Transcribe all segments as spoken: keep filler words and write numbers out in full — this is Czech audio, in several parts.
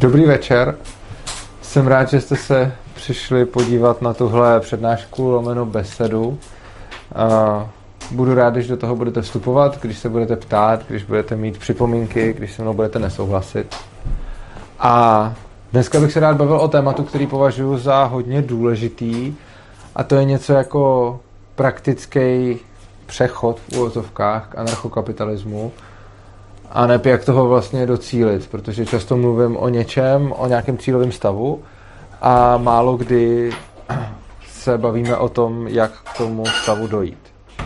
Dobrý večer. Jsem rád, že jste se přišli podívat na tuhle přednášku lomeno besedu. Budu rád, když do toho budete vstupovat, když se budete ptát, když budete mít připomínky, když se mnou budete nesouhlasit. A dneska bych se rád bavil o tématu, který považuji za hodně důležitý, a to je něco jako praktický přechod v uvozovkách k anarchokapitalismu a ne jak toho vlastně docílit, protože často mluvím o něčem, o nějakém cílovém stavu a málo kdy se bavíme o tom, jak k tomu stavu dojít.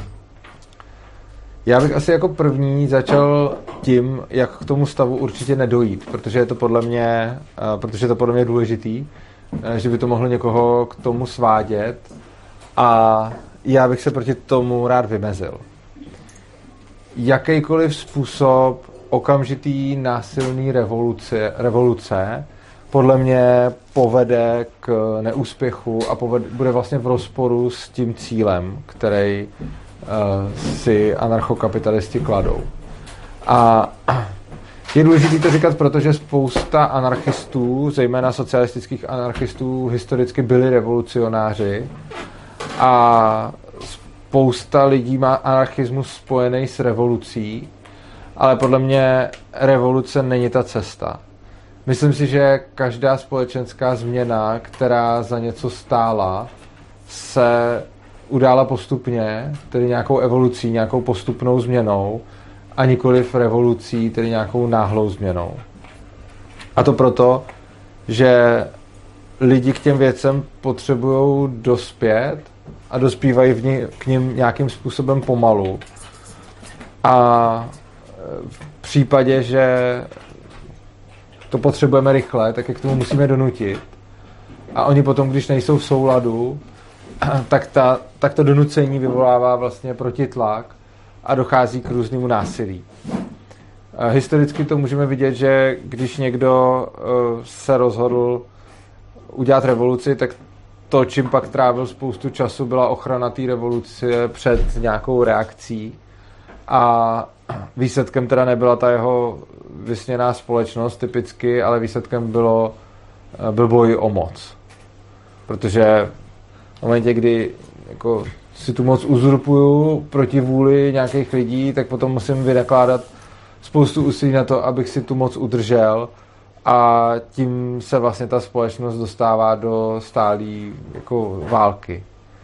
Já bych asi jako první začal tím, jak k tomu stavu určitě nedojít, protože je to podle mě, protože je to podle mě důležitý, že by to mohlo někoho k tomu svádět a já bych se proti tomu rád vymezil. Jakýkoliv způsob okamžitý násilný revoluce, revoluce podle mě povede k neúspěchu a povede, bude vlastně v rozporu s tím cílem, který uh, si anarchokapitalisti kladou. A je důležité to říkat, protože spousta anarchistů, zejména socialistických anarchistů, historicky byli revolucionáři a spousta lidí má anarchismus spojený s revolucí, ale podle mě revoluce není ta cesta. Myslím si, že každá společenská změna, která za něco stála, se udála postupně, tedy nějakou evolucí, nějakou postupnou změnou, a nikoliv revolucí, tedy nějakou náhlou změnou. A to proto, že lidi k těm věcem potřebují dospět a dospívají v ní, k nim nějakým způsobem pomalu. A v případě, že to potřebujeme rychle, tak je k tomu musíme donutit. A oni potom, když nejsou v souladu, tak, ta, tak to donucení vyvolává vlastně protitlak a dochází k různému násilí. Historicky to můžeme vidět, že když někdo se rozhodl udělat revoluci, tak to, čím pak trávil spoustu času, byla ochrana té revoluce před nějakou reakcí a výsledkem teda nebyla ta jeho vysněná společnost typicky, ale výsledkem bylo, byl boj o moc. Protože v momentě, kdy jako si tu moc uzurpuju proti vůli nějakých lidí, tak potom musím vynakládat spoustu úsilí na to, abych si tu moc udržel, a tím se vlastně ta společnost dostává do stálé jako války.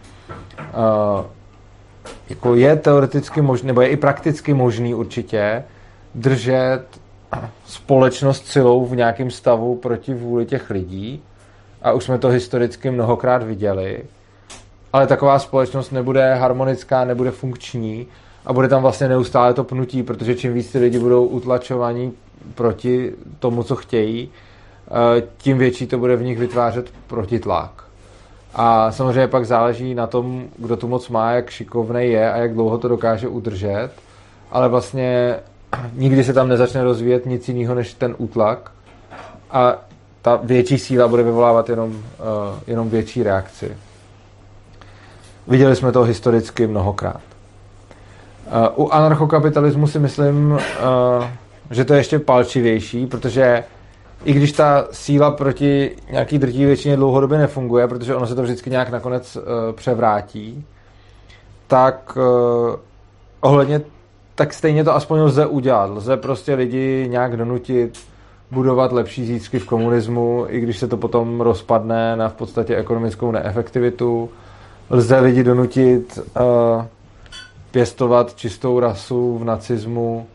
Uh, jako je teoreticky možný, nebo je i prakticky možný určitě držet společnost silou v nějakém stavu proti vůli těch lidí, a už jsme to historicky mnohokrát viděli, ale taková společnost nebude harmonická, nebude funkční a bude tam vlastně neustále to pnutí, protože čím víc ty lidi budou utlačovaní proti tomu, co chtějí, tím větší to bude v nich vytvářet protitlak. A samozřejmě pak záleží na tom, kdo tu moc má, jak šikovnej je a jak dlouho to dokáže udržet, ale vlastně nikdy se tam nezačne rozvíjet nic jiného než ten útlak a ta větší síla bude vyvolávat jenom, uh, jenom větší reakci. Viděli jsme to historicky mnohokrát. Uh, u anarchokapitalismu si myslím, uh, že to je ještě palčivější, protože i když ta síla proti nějaký drtí většině dlouhodobě nefunguje, protože ono se to vždycky nějak nakonec uh, převrátí, tak uh, ohledně, tak stejně to aspoň lze udělat. Lze prostě lidi nějak donutit budovat lepší zítřky v komunismu, i když se to potom rozpadne na v podstatě ekonomickou neefektivitu. Lze lidi donutit uh, pěstovat čistou rasu v nacismu,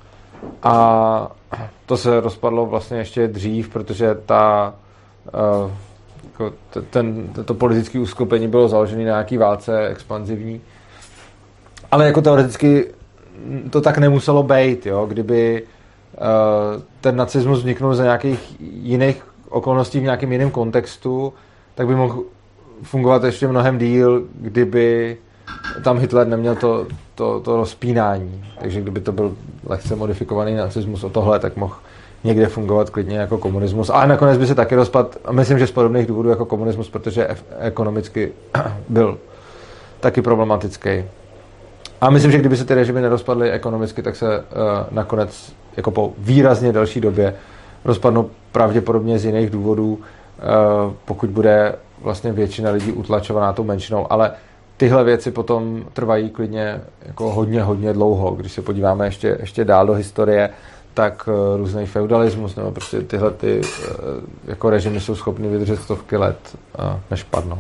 a to se rozpadlo vlastně ještě dřív, protože ta, uh, jako ten, to politické uskupení bylo založené na nějaký válce expanzivní. Ale jako teoreticky to tak nemuselo být, jo? Kdyby uh, ten nacismus vzniknul za nějakých jiných okolností v nějakém jiném kontextu, tak by mohl fungovat ještě mnohem díl, kdyby tam Hitler neměl to, to, to rozpínání. Takže kdyby to byl lehce modifikovaný nacismus o tohle, tak mohl někde fungovat klidně jako komunismus. Ale nakonec by se taky rozpadl, a myslím, že z podobných důvodů jako komunismus, protože ekonomicky byl taky problematický. A myslím, že kdyby se ty režimy nerozpadly ekonomicky, tak se uh, nakonec jako po výrazně delší době rozpadnou pravděpodobně z jiných důvodů, pokud bude vlastně většina lidí utlačovaná tou menšinou, ale tyhle věci potom trvají klidně jako hodně, hodně dlouho. Když se podíváme ještě, ještě dál do historie, tak různý feudalismus nebo prostě tyhle ty jako režimy jsou schopny vydržet stovky let, než padnou.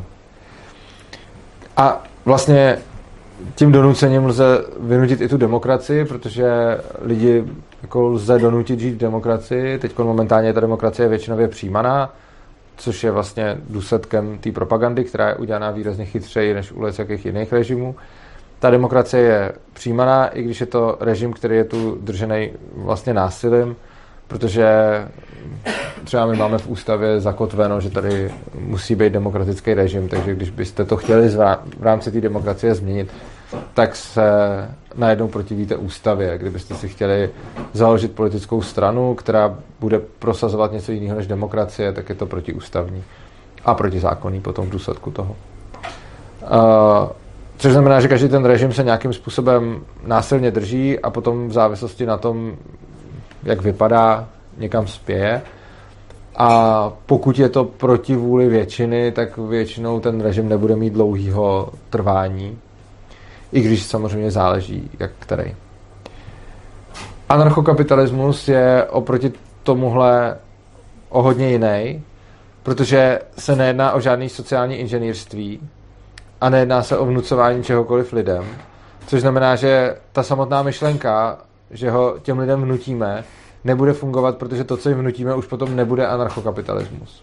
A vlastně tím donucením lze vynutit i tu demokracii, protože lidi jako lze donutit žít v demokracii. Teď momentálně ta demokracie je většinově přijímaná, což je vlastně důsledkem té propagandy, která je udělaná výrazně chytřeji než u jakých jiných režimů. Ta demokracie je přijímaná, i když je to režim, který je tu držený vlastně násilím, protože třeba my máme v ústavě zakotveno, že tady musí být demokratický režim, takže když byste to chtěli v rámci té demokracie změnit, tak se najednou protivíte ústavě. Kdybyste si chtěli založit politickou stranu, která bude prosazovat něco jiného než demokracie, tak je to protiústavní a protizákonný potom v důsledku toho. Uh, což znamená, že každý ten režim se nějakým způsobem násilně drží a potom v závislosti na tom, jak vypadá, někam spěje. A pokud je to proti vůli většiny, tak většinou ten režim nebude mít dlouhýho trvání. I když samozřejmě záleží, jak který. Anarchokapitalismus je oproti tomuhle o hodně jiný, protože se nejedná o žádný sociální inženýrství a nejedná se o vnucování čehokoliv lidem, což znamená, že ta samotná myšlenka, že ho těm lidem vnutíme, nebude fungovat, protože to, co jim vnutíme, už potom nebude anarchokapitalismus.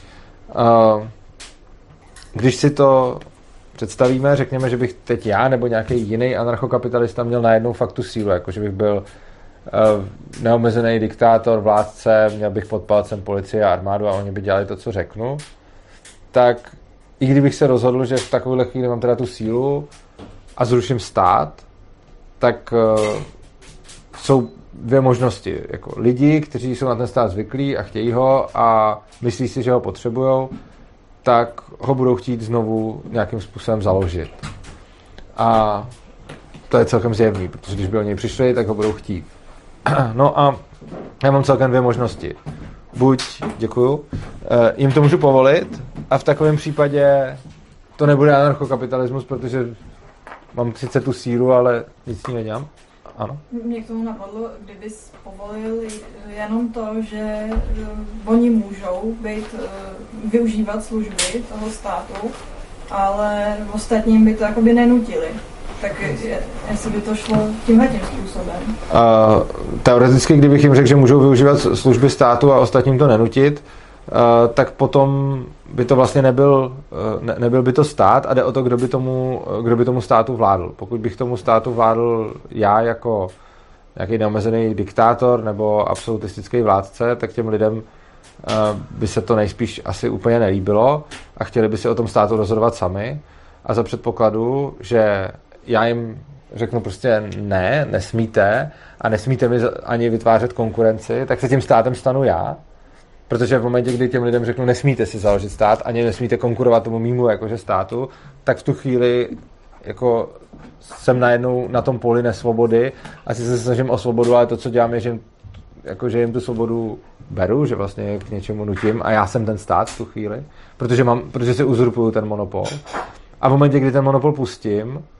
Když si to představíme, řekněme, že bych teď já nebo nějaký jiný anarchokapitalista měl najednou fakt tu sílu, jako že bych byl uh, neomezený diktátor, vládce, měl bych pod palcem policii a armádu a oni by dělali to, co řeknu, tak i kdybych se rozhodl, že v takovéhle chvíli mám teda tu sílu a zruším stát, tak uh, jsou dvě možnosti. Jako lidi, kteří jsou na ten stát zvyklí a chtějí ho a myslí si, že ho potřebujou, tak ho budou chtít znovu nějakým způsobem založit. A to je celkem zjevný, protože když by o něj přišli, tak ho budou chtít. No a já mám celkem dvě možnosti. Buď, děkuju, jim to můžu povolit a v takovém případě to nebude anarchokapitalismus, protože mám sice tu sílu, ale nic s ní nedělám. Ano. Mě k tomu napadlo, kdybys povolil jenom to, že oni můžou být, využívat služby toho státu, ale ostatním by to jakoby nenutili. Tak jestli by to šlo tímhletím způsobem? Uh, teoreticky, kdybych jim řekl, že můžou využívat služby státu a ostatním to nenutit, uh, tak potom by to vlastně nebyl, uh, ne, nebyl by to stát a jde o to, kdo by tomu, kdo by tomu státu vládl. Pokud bych tomu státu vládl já jako nějaký neomezený diktátor nebo absolutistický vládce, tak těm lidem uh, by se to nejspíš asi úplně nelíbilo a chtěli by si o tom státu rozhodovat sami. A za předpokladu, že já jim řeknu prostě ne, nesmíte a nesmíte mi ani vytvářet konkurenci, tak se tím státem stanu já. Protože v momentě, kdy těm lidem řeknu, nesmíte si založit stát, ani nesmíte konkurovat tomu mýmu jakože státu, tak v tu chvíli jako jsem najednou na tom poli nesvobody a si se snažím o svobodu, ale to, co dělám, je, že jim, jako, že jim tu svobodu beru, že vlastně k něčemu nutím a já jsem ten stát v tu chvíli, protože, mám, protože si uzurpuju ten monopol. A v momentě, kdy ten monopol pustím, uh,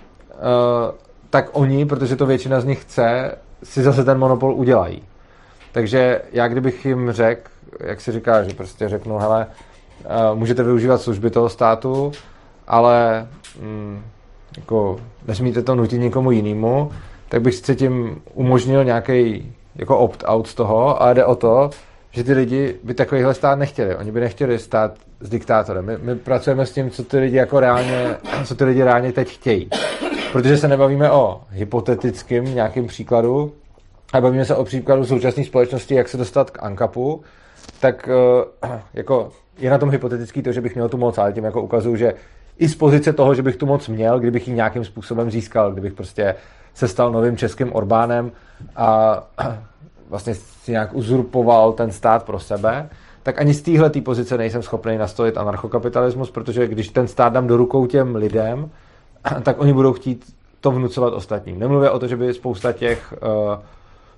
tak oni, protože to většina z nich chce, si zase ten monopol udělají. Takže já kdybych jim řekl, jak se říká, že prostě řeknu, hele, uh, můžete využívat služby toho státu, ale um, jako nesmíte to nutit někomu jinému, tak bych si tím umožnil nějaký jako opt-out z toho, ale jde o to, že ty lidi by takovýhle stát nechtěli. Oni by nechtěli stát s diktátorem. My, my pracujeme s tím, co ty lidi jako reálně, co ty lidi reálně teď chtějí. Protože se nebavíme o hypotetickém nějakým příkladu, ale bavíme se o příkladu současné společnosti, jak se dostat k ANCAPu, tak jako je na tom hypotetický to, že bych měl tu moc, ale tím jako ukazuju, že i z pozice toho, že bych tu moc měl, kdybych ji nějakým způsobem získal, kdybych prostě se stal novým českým Orbánem a vlastně si nějak uzurpoval ten stát pro sebe, tak ani z téhletý pozice nejsem schopný nastolit anarchokapitalismus, protože když ten stát dám do rukou těm lidem, tak oni budou chtít to vnucovat ostatním. Nemluvě o to, že by spousta těch uh,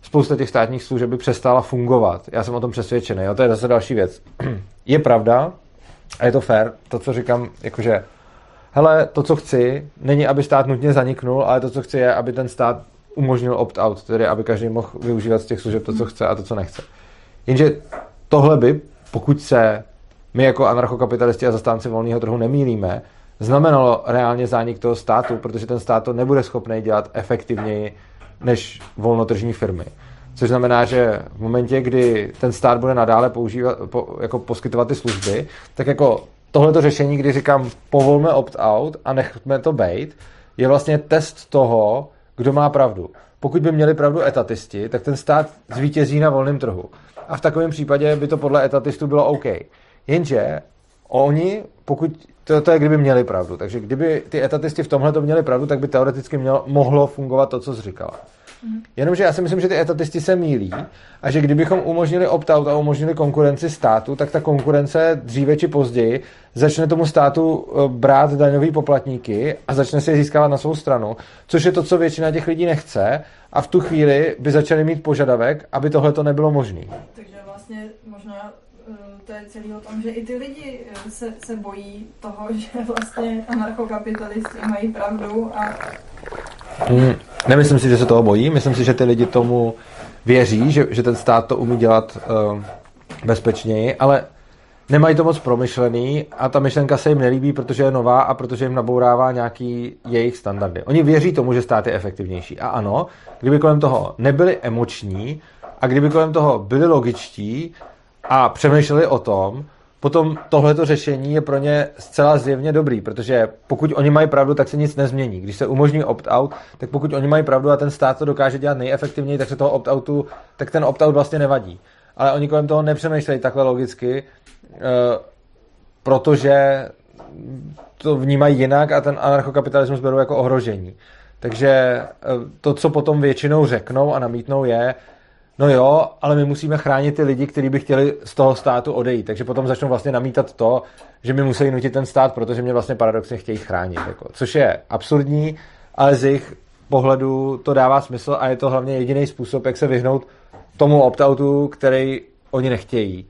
spousta těch státních služeb by přestala fungovat. Já jsem o tom přesvědčený. Jo? To je zase další věc. Je pravda, a je to fair, to, co říkám, jakože hele, to, co chci, není, aby stát nutně zaniknul, ale to, co chci, je, aby ten stát umožnil opt-out, tedy aby každý mohl využívat z těch služeb to, co chce a to, co nechce. Jenže tohle by, pokud se my jako anarchokapitalisti a zastánci volného trhu nemýlíme, znamenalo reálně zánik toho státu, protože ten stát to nebude schopný dělat efektivněji než volnotržní firmy. Což znamená, že v momentě, kdy ten stát bude nadále používat, po, jako poskytovat ty služby, tak jako tohleto řešení, kdy říkám povolme opt-out a nechme to bejt, je vlastně test toho, kdo má pravdu. Pokud by měli pravdu etatisti, tak ten stát zvítězí na volném trhu. A v takovém případě by to podle etatistů bylo OK. Jenže oni, pokud to, to je, kdyby měli pravdu. Takže kdyby ty etatisti v tomhle to měli pravdu, tak by teoreticky mělo, mohlo fungovat to, co jsi říkala. Mm. Jenomže já si myslím, že ty etatisti se mýlí a že kdybychom umožnili opt-out a umožnili konkurenci státu, tak ta konkurence dříve či později začne tomu státu brát daňový poplatníky a začne si je získávat na svou stranu, což je to, co většina těch lidí nechce, a v tu chvíli by začali mít požadavek, aby tohle to nebylo možné. Takže vlastně možná to je celý o tom, že i ty lidi se, se bojí toho, že vlastně anarchokapitalisti mají pravdu a... Hmm, nemyslím si, že se toho bojí, myslím si, že ty lidi tomu věří, že, že ten stát to umí dělat uh, bezpečněji, ale nemají to moc promyšlený a ta myšlenka se jim nelíbí, protože je nová a protože jim nabourává nějaký jejich standardy. Oni věří tomu, že stát je efektivnější. A ano, kdyby kolem toho nebyli emoční a kdyby kolem toho byli logičtí a přemýšleli o tom, potom tohleto řešení je pro ně zcela zjevně dobrý, protože pokud oni mají pravdu, tak se nic nezmění. Když se umožní opt-out, tak pokud oni mají pravdu a ten stát to dokáže dělat nejefektivněji, tak se toho opt-outu, tak ten opt-out vlastně nevadí. Ale oni kolem toho nepřemýšlejí takhle logicky, protože to vnímají jinak a ten anarchokapitalismus berou jako ohrožení. Takže to, co potom většinou řeknou a namítnou, je, no jo, ale my musíme chránit ty lidi, kteří by chtěli z toho státu odejít. Takže potom začnou vlastně namítat to, že my musí nutit ten stát, protože mě vlastně paradoxně chtějí chránit. Jako, což je absurdní, ale z jejich pohledu to dává smysl a je to hlavně jediný způsob, jak se vyhnout tomu opt-outu, který oni nechtějí.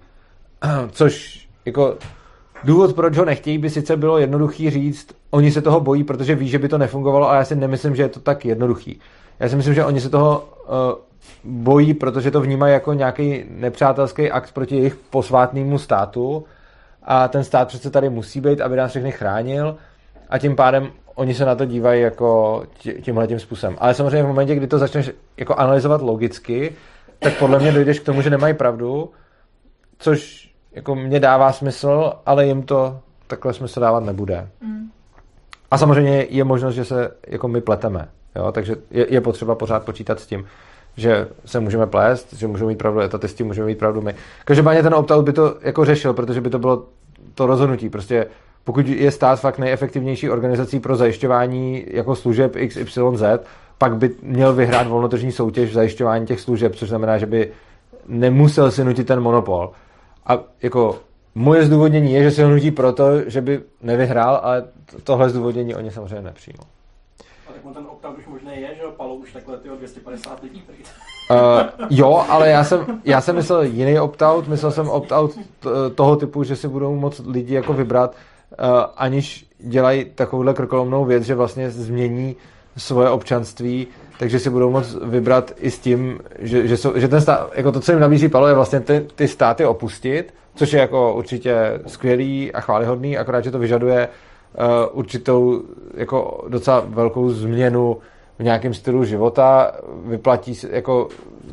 Což jako důvod, proč ho nechtějí, by sice bylo jednoduchý říct, oni se toho bojí, protože ví, že by to nefungovalo, ale já si nemyslím, že je to tak jednoduchý. Já si myslím, že oni se toho uh, bojí, protože to vnímají jako nějaký nepřátelský akt proti jejich posvátnému státu a ten stát přece tady musí být, aby nás všechny chránil a tím pádem oni se na to dívají jako tímhletím způsobem. Ale samozřejmě v momentě, kdy to začneš jako analyzovat logicky, tak podle mě dojdeš k tomu, že nemají pravdu, což jako mě dává smysl, ale jim to takhle smysl dávat nebude. Mm. A samozřejmě je možnost, že se jako my pleteme. Jo? Takže je, je potřeba pořád počítat s tím, že se můžeme plést, že můžeme mít pravdu etatisti, můžeme mít pravdu my. Každopádně ten opt-out by to jako řešil, protože by to bylo to rozhodnutí. Prostě pokud je stát fakt nejefektivnější organizací pro zajišťování jako služeb X Y Z, pak by měl vyhrát volnotržní soutěž v zajišťování těch služeb, což znamená, že by nemusel si nutit ten monopol. A jako moje zdůvodnění je, že se ho nutí proto, že by nevyhrál, ale tohle zdůvodnění oni samozřejmě nepřijmou. A tak on ten opt-out už možná je, že Palo už takhle tyho dvě stě padesát lidí prý. Uh, jo, ale já jsem, já jsem myslel jiný opt-out, myslel jsem opt-out toho typu, že si budou moc lidi jako vybrat, uh, aniž dělají takovouhle krkolomnou věc, že vlastně změní svoje občanství, takže si budou moct vybrat i s tím, že, že, jsou, že ten stát, jako to, co jim nabízí Palo, je vlastně ty, ty státy opustit, což je jako určitě skvělý a chvályhodný, akorát, že to vyžaduje uh, určitou jako docela velkou změnu v nějakém stylu života, vyplatí se, jako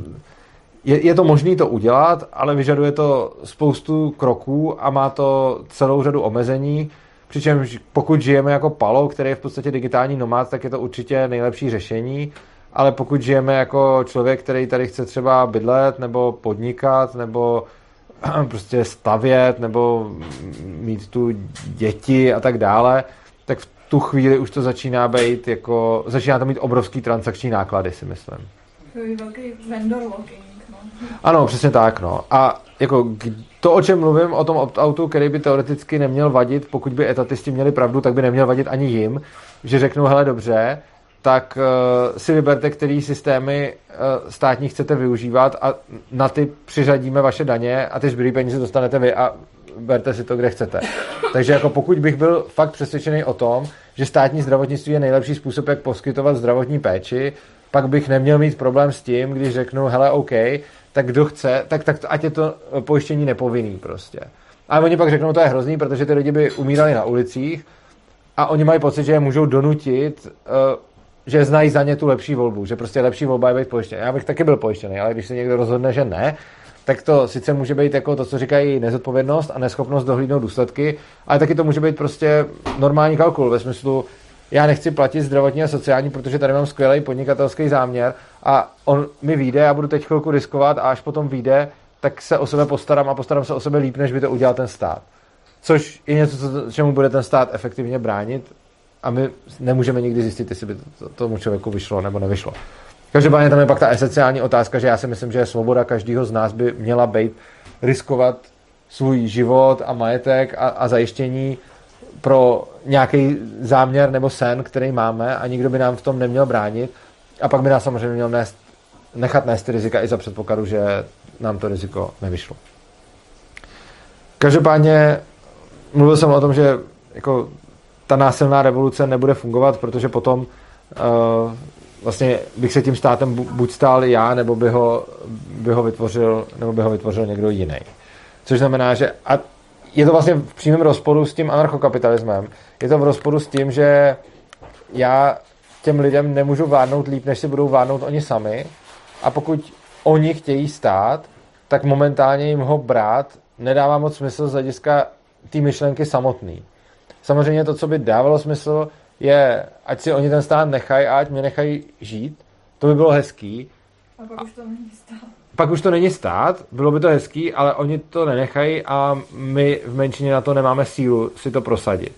je, je to možné to udělat, ale vyžaduje to spoustu kroků a má to celou řadu omezení, přičemž pokud žijeme jako Palo, který je v podstatě digitální nomád, tak je to určitě nejlepší řešení, ale pokud žijeme jako člověk, který tady chce třeba bydlet, nebo podnikat, nebo prostě stavět, nebo mít tu děti a tak dále, tak v tu chvíli už to začíná být jako, začíná to mít obrovský transakční náklady, si myslím. Velký vendor locking, no. Ano, přesně tak, no. A jako to, o čem mluvím, o tom opt-outu, který by teoreticky neměl vadit, pokud by etatisti měli pravdu, tak by neměl vadit ani jim, že řeknou, hele, dobře, tak uh, si vyberte, který systémy uh, státní chcete využívat a na ty přiřadíme vaše daně a ty zbylý peníze dostanete vy a berte si to, kde chcete. Takže jako pokud bych byl fakt přesvědčený o tom, že státní zdravotnictví je nejlepší způsob, jak poskytovat zdravotní péči, pak bych neměl mít problém s tím, když řeknu, hele, OK, tak kdo chce, tak, tak ať je to pojištění nepovinný prostě. A oni pak řeknou, to je hrozný, protože ty lidi by umírali na ulicích a oni mají pocit, že je můžou donutit, že znají za ně tu lepší volbu, že prostě lepší volba je být pojištěný. Já bych taky byl pojištěný, ale když se někdo rozhodne, že ne, tak to sice může být jako to, co říkají nezodpovědnost a neschopnost dohlídnout důsledky, ale taky to může být prostě normální kalkul ve smyslu, já nechci platit zdravotní a sociální, protože tady mám skvělý podnikatelský záměr a on mi vyjde, já budu teď chvilku riskovat a až potom vyjde, tak se o sebe postarám a postarám se o sebe líp, než by to udělal ten stát. Což je něco, co, čemu bude ten stát efektivně bránit a my nemůžeme nikdy zjistit, jestli by to, tomu člověku vyšlo nebo nevyšlo. Každopádně tam je pak ta esenciální otázka, že já si myslím, že svoboda každého z nás by měla být riskovat svůj život a majetek a, a zajištění pro nějaký záměr nebo sen, který máme a nikdo by nám v tom neměl bránit a pak by nás samozřejmě měl nést, nechat nést ty rizika i za předpokladu, že nám to riziko nevyšlo. Každopádně mluvil jsem o tom, že jako ta násilná revoluce nebude fungovat, protože potom uh, vlastně bych se tím státem buď stál já, nebo by ho, by ho vytvořil, nebo by ho vytvořil někdo jiný. Což znamená, že a je to vlastně v přímém rozporu s tím anarchokapitalismem. Je to v rozporu s tím, že já těm lidem nemůžu vládnout líp, než si budou vládnout oni sami. A pokud oni chtějí stát, tak momentálně jim ho brát nedává moc smysl z hlediska té myšlenky samotný. Samozřejmě to, co by dávalo smysl, je, ať si oni ten stát nechají a ať mě nechají žít. To by bylo hezký. A pak už to není stát. Pak už to není stát, bylo by to hezký, ale oni to nenechají a my v menšině na to nemáme sílu si to prosadit.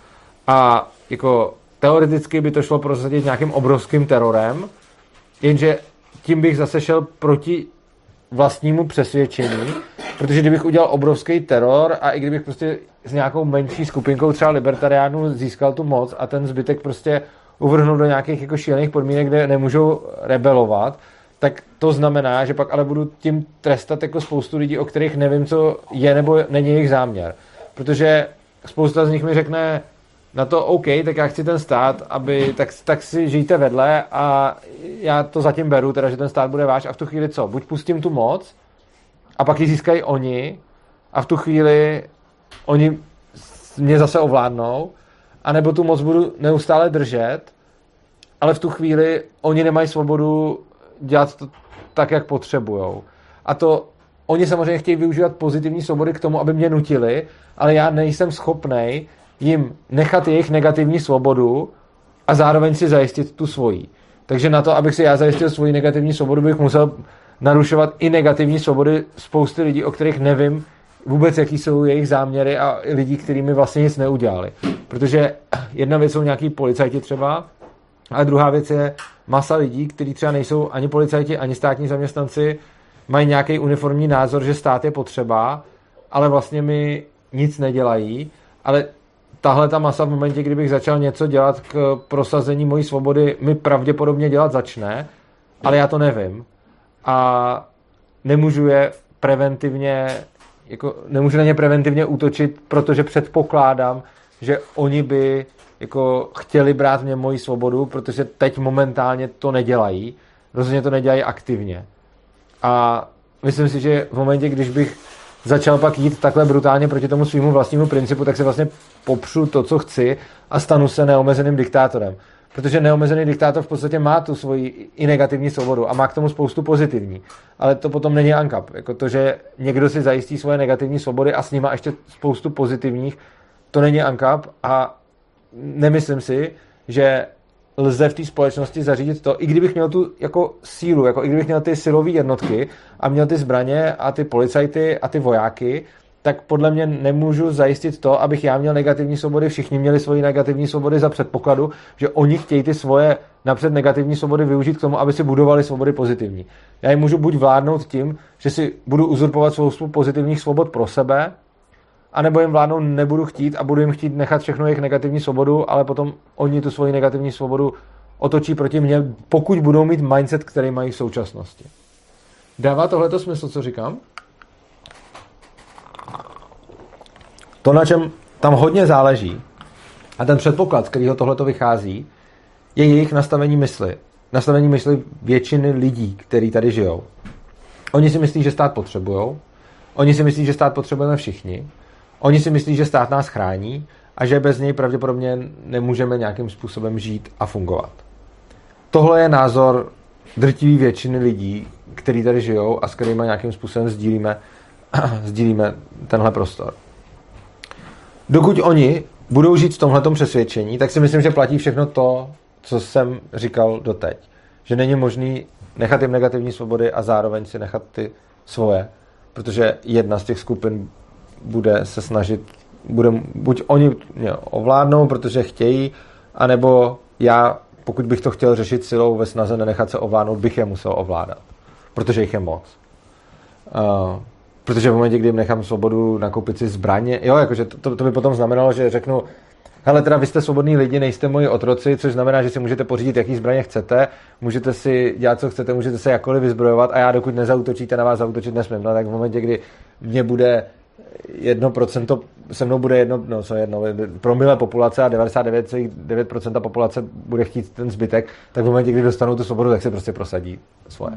A jako teoreticky by to šlo prosadit nějakým obrovským terorem, jenže tím bych zase šel proti vlastnímu přesvědčení, protože kdybych udělal obrovský teror a i kdybych prostě s nějakou menší skupinkou třeba libertariánů získal tu moc a ten zbytek prostě uvrhnul do nějakých jako šílených podmínek, kde nemůžou rebelovat, tak to znamená, že pak ale budu tím trestat jako spoustu lidí, o kterých nevím, co je nebo není jejich záměr. Protože spousta z nich mi řekne na to OK, tak já chci ten stát, aby, tak, tak si žijte vedle a já to zatím beru, teda, že ten stát bude váš a v tu chvíli co? Buď pustím tu moc a pak ji získají oni a v tu chvíli oni mě zase ovládnou, anebo tu moc budu neustále držet, ale v tu chvíli oni nemají svobodu dělat to tak, jak potřebujou. A to oni samozřejmě chtějí využívat pozitivní svobody k tomu, aby mě nutili, ale já nejsem schopnej jim nechat jejich negativní svobodu a zároveň si zajistit tu svoji. Takže na to, abych si já zajistil svoji negativní svobodu, bych musel narušovat i negativní svobody spousty lidí, o kterých nevím vůbec, jaký jsou jejich záměry a lidí, kteří mi vlastně nic neudělali. Protože jedna věc jsou nějaký policajti třeba, a druhá věc je masa lidí, kteří třeba nejsou ani policajti, ani státní zaměstnanci, mají nějaký uniformní názor, že stát je potřeba, ale vlastně mi nic nedělají. Ale tahle ta masa v momentě, kdybych začal něco dělat k prosazení mojí svobody, mi pravděpodobně dělat začne, ale já to nevím. A nemůžu je preventivně, jako nemůžu na ně preventivně útočit, protože předpokládám, že oni by jako chtěli brát mě moji svobodu, protože teď momentálně to nedělají. Rozhodně to nedělají aktivně. A myslím si, že v momentě, když bych začal pak jít takhle brutálně proti tomu svýmu vlastnímu principu, tak se vlastně popřu to, co chci a stanu se neomezeným diktátorem. Protože neomezený diktátor v podstatě má tu svoji i negativní svobodu a má k tomu spoustu pozitivní. Ale to potom není ankap. Jako to, že někdo si zajistí svoje negativní svobody a s nima ještě spoustu pozitivních, to není ankap a nemyslím si, že lze v té společnosti zařídit to, i kdybych měl tu jako sílu, jako i kdybych měl ty silové jednotky a měl ty zbraně a ty policajty a ty vojáky, tak podle mě nemůžu zajistit to, abych já měl negativní svobody, všichni měli svoji negativní svobody za předpokladu, že oni chtějí ty svoje napřed negativní svobody využít k tomu, aby si budovali svobody pozitivní. Já jim můžu buď vládnout tím, že si budu uzurpovat spoustu pozitivních svobod pro sebe, anebo jim vládnout nebudu chtít a budu jim chtít nechat všechno jejich negativní svobodu, ale potom oni tu svoji negativní svobodu otočí proti mně, pokud budou mít mindset, který mají v současnosti. Dává tohleto smysl, co říkám? To, na čem tam hodně záleží, a ten předpoklad, z kterého tohleto vychází, je jejich nastavení mysli. Nastavení mysli většiny lidí, kteří tady žijou. Oni si myslí, že stát potřebujou. Oni si myslí, že stát potřebujeme všichni. Oni si myslí, že stát nás chrání a že bez něj pravděpodobně nemůžeme nějakým způsobem žít a fungovat. Tohle je názor drtivé většiny lidí, kteří tady žijou a s kterými nějakým způsobem sdílíme, sdílíme tenhle prostor. Dokud oni budou žít v tomhletom přesvědčení, tak si myslím, že platí všechno to, co jsem říkal doteď. Že není možný nechat jim negativní svobody a zároveň si nechat ty svoje. Protože jedna z těch skupin bude se snažit, bude, buď oni mě ovládnou, protože chtějí, anebo já, pokud bych to chtěl řešit silou ve snaze nenechat se ovládnout, bych je musel ovládat. Protože jich je moc. Uh, protože v momentě, kdy jim nechám svobodu nakoupit si zbraně, jo, jakože to, to by potom znamenalo, že řeknu, hele, teda vy jste svobodní lidi, nejste moji otroci, což znamená, že si můžete pořídit, jaký zbraně chcete, můžete si dělat, co chcete, můžete se jakkoliv vyzbrojovat a já, dokud nezautočíte, na vás zautočit nesmím. No tak v momentě, kdy mě bude jedno procento, se mnou bude jedno, no co jedno, promile populace a devadesát devět celá devět procent populace bude chtít ten zbytek, tak v momentě, kdy dostanou tu svobodu, tak se prostě prosadí svoje.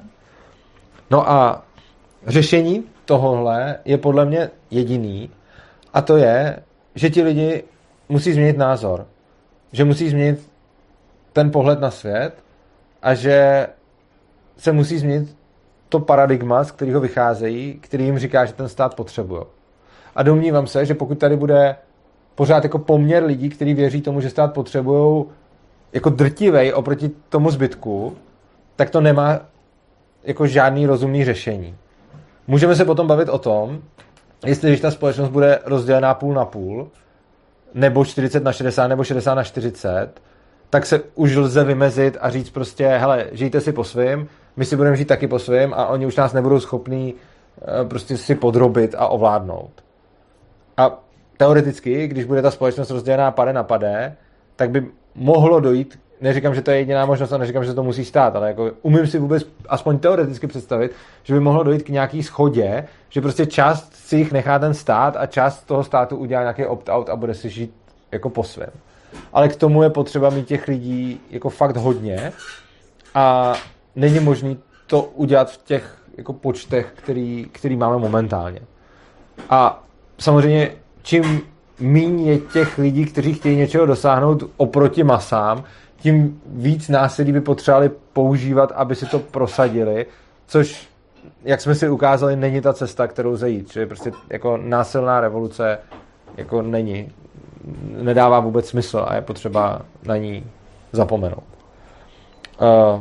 No a řešení tohohle je podle mě jediný a to je, že ti lidi musí změnit názor. Že musí změnit ten pohled na svět a že se musí změnit to paradigma, z kterého vycházejí, který jim říká, že ten stát potřebuje. A domnívám se, že pokud tady bude pořád jako poměr lidí, kteří věří tomu, že stát potřebují jako drtivej oproti tomu zbytku, tak to nemá jako žádný rozumný řešení. Můžeme se potom bavit o tom, jestli když ta společnost bude rozdělená půl na půl, nebo čtyřicet na šedesát, nebo šedesát na čtyřicet, tak se už lze vymezit a říct prostě, hele, žijte si po svým, my si budeme žít taky po svým a oni už nás nebudou schopní prostě si podrobit a ovládnout. A teoreticky, když bude ta společnost rozdělená pade na pade, tak by mohlo dojít, neříkám, že to je jediná možnost a neříkám, že se to musí stát, ale jako umím si vůbec aspoň teoreticky představit, že by mohlo dojít k nějaký shodě, že prostě část si jich nechá ten stát a část toho státu udělá nějaký opt-out a bude si žít jako po svém. Ale k tomu je potřeba mít těch lidí jako fakt hodně a není možný to udělat v těch jako počtech, který, který máme momentálně. A samozřejmě čím míň je těch lidí, kteří chtějí něčeho dosáhnout oproti masám, tím víc násilí by potřebovali používat, aby si to prosadili, což, jak jsme si ukázali, není ta cesta, kterou zajít. Že prostě jako násilná revoluce jako není, nedává vůbec smysl a je potřeba na ní zapomenout. Uh,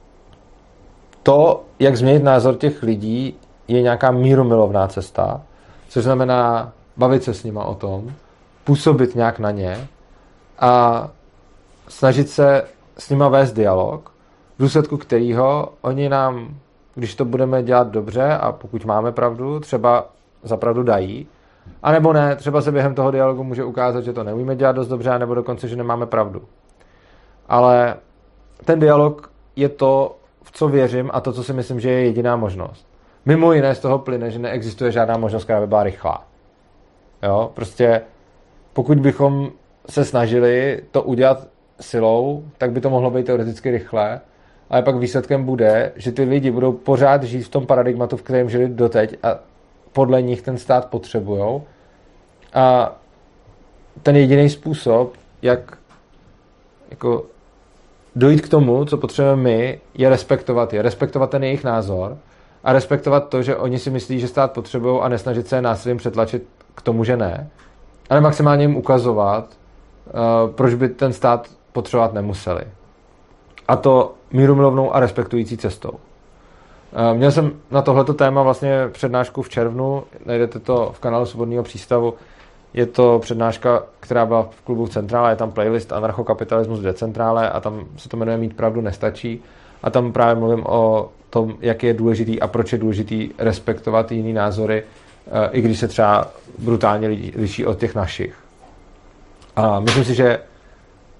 to, jak změnit názor těch lidí, je nějaká mírumilovná cesta, což znamená bavit se s nima o tom, působit nějak na ně a snažit se s nima vést dialog, v důsledku kterého oni nám, když to budeme dělat dobře a pokud máme pravdu, třeba za pravdu dají, anebo ne, třeba se během toho dialogu může ukázat, že to neumíme dělat dost dobře, nebo dokonce, že nemáme pravdu. Ale ten dialog je to, v co věřím a to, co si myslím, že je jediná možnost. Mimo jiné z toho plyne, že neexistuje žádná možnost, která by byla rychlá. Jo, prostě pokud bychom se snažili to udělat silou, tak by to mohlo být teoreticky rychle, ale pak výsledkem bude, že ty lidi budou pořád žít v tom paradigmatu, v kterém žili doteď a podle nich ten stát potřebujou. A ten jediný způsob, jak jako dojít k tomu, co potřebujeme my, je respektovat je. Respektovat ten jejich názor a respektovat to, že oni si myslí, že stát potřebují a nesnažit se násilím přetlačit k tomu, že ne. Ale maximálně jim ukazovat, uh, proč by ten stát potřebovat nemuseli. A to mírumilovnou a respektující cestou. Uh, měl jsem na tohleto téma vlastně přednášku v červnu, najdete to v kanálu Svobodného přístavu. Je to přednáška, která byla v klubu v Centrále, je tam playlist Anarchokapitalismus v decentrále a tam se to jmenuje Mít pravdu nestačí. A tam právě mluvím o tom, jak je důležitý a proč je důležitý respektovat jiný názory, i když se třeba brutálně liší od těch našich. A myslím si, že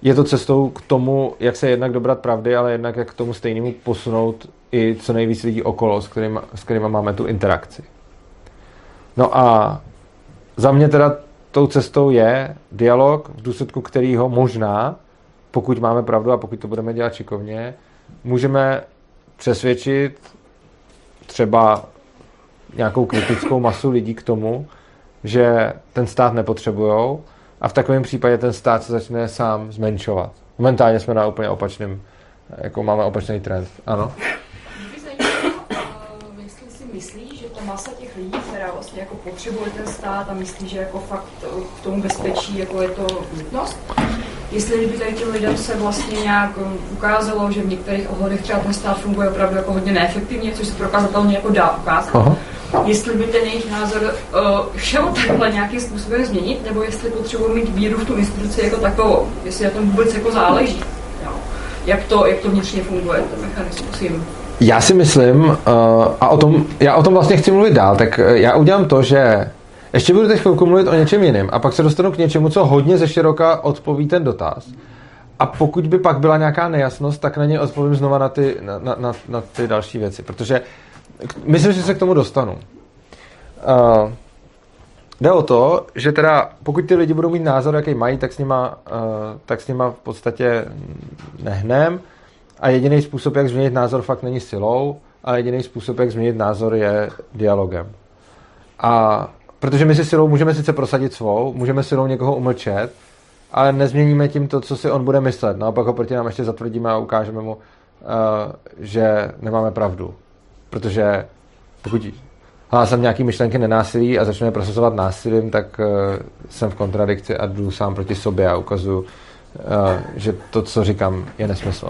je to cestou k tomu, jak se jednak dobrat pravdy, ale jednak jak k tomu stejnému posunout i co nejvíc lidí okolo, s kterými, s kterými máme tu interakci. No a za mě teda tou cestou je dialog, v důsledku kterého možná, pokud máme pravdu a pokud to budeme dělat šikovně, můžeme přesvědčit třeba nějakou kritickou masu lidí k tomu, že ten stát nepotřebujou a v takovém případě ten stát se začne sám zmenšovat. Momentálně jsme na úplně opačném, jako máme opačný trend. Ano? Jestli si myslíš, že ta masa těch lidí, která vlastně jako potřebuje ten stát a myslí, že jako fakt k tomu bezpečí jako je to nutnost, jestli by tady těm lidem se vlastně nějak ukázalo, že v některých ohledech třeba ten stát funguje opravdu jako hodně neefektivně, což se prokazatelně jako dá ukázat. Aha. Jestli by ten jejich názor uh, šel takhle nějakým způsobem změnit, nebo jestli potřebují mít víru v tu instituci jako takovou, jestli na tom vůbec jako záleží. Jo. Jak to, jak to vnitřně funguje, ten mechanismus jim. Já si myslím, uh, a o tom, já o tom vlastně chci mluvit dál, tak já udělám to, že ještě budu teď chvilku mluvit o něčem jiném a pak se dostanu k něčemu, co hodně ze široka odpoví ten dotaz. A pokud by pak byla nějaká nejasnost, tak na ně odpovím znova na ty, na, na, na, na ty další věci, protože myslím, že se k tomu dostanu. Uh, jde o to, že teda pokud ty lidi budou mít názor, jaký mají, tak s nima, uh, tak s nima v podstatě nehnem a jediný způsob, jak změnit názor, fakt není silou, a jediný způsob, jak změnit názor, je dialogem. A protože my si silou můžeme sice prosadit svou, můžeme silou někoho umlčet, ale nezměníme tím to, co si on bude myslet. No a pak ho proti nám ještě zatvrdíme a ukážeme mu, uh, že nemáme pravdu. Protože pokud hlásám nějaký myšlenky nenásilí a začnu je prosazovat násilím, tak uh, jsem v kontradikci a jdu sám proti sobě a ukazuju, uh, že to, co říkám, je nesmysl.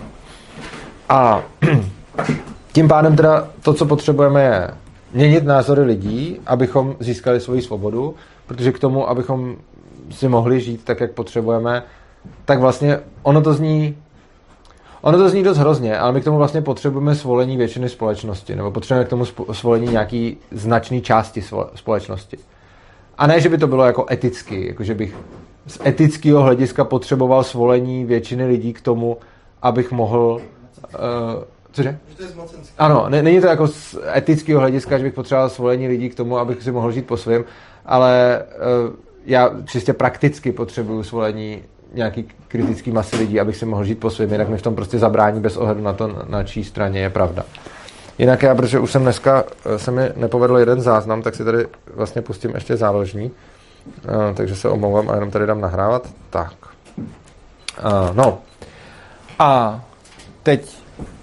A tím pádem teda to, co potřebujeme, je měnit názory lidí, abychom získali svoji svobodu, protože k tomu, abychom si mohli žít tak, jak potřebujeme, tak vlastně ono to zní ono to zní dost hrozně, ale my k tomu vlastně potřebujeme svolení většiny společnosti, nebo potřebujeme k tomu svolení nějaký značný části společnosti. A ne, že by to bylo jako eticky, jako že bych z etického hlediska potřeboval svolení většiny lidí k tomu, abych mohl uh, cože? Ano, ne, není to jako z etického hlediska, že bych potřeboval svolení lidí k tomu, abych si mohl žít po svém, ale uh, já čistě prakticky potřebuju svolení nějaký kritický masy lidí, abych si mohl žít po svém, jinak mi v tom prostě zabrání bez ohledu na to, na čí straně je pravda. Jinak já, protože už jsem dneska, se mi nepovedl jeden záznam, tak si tady vlastně pustím ještě záložní, uh, takže se omlouvám a jenom tady dám nahrávat. Tak. Uh, no. A teď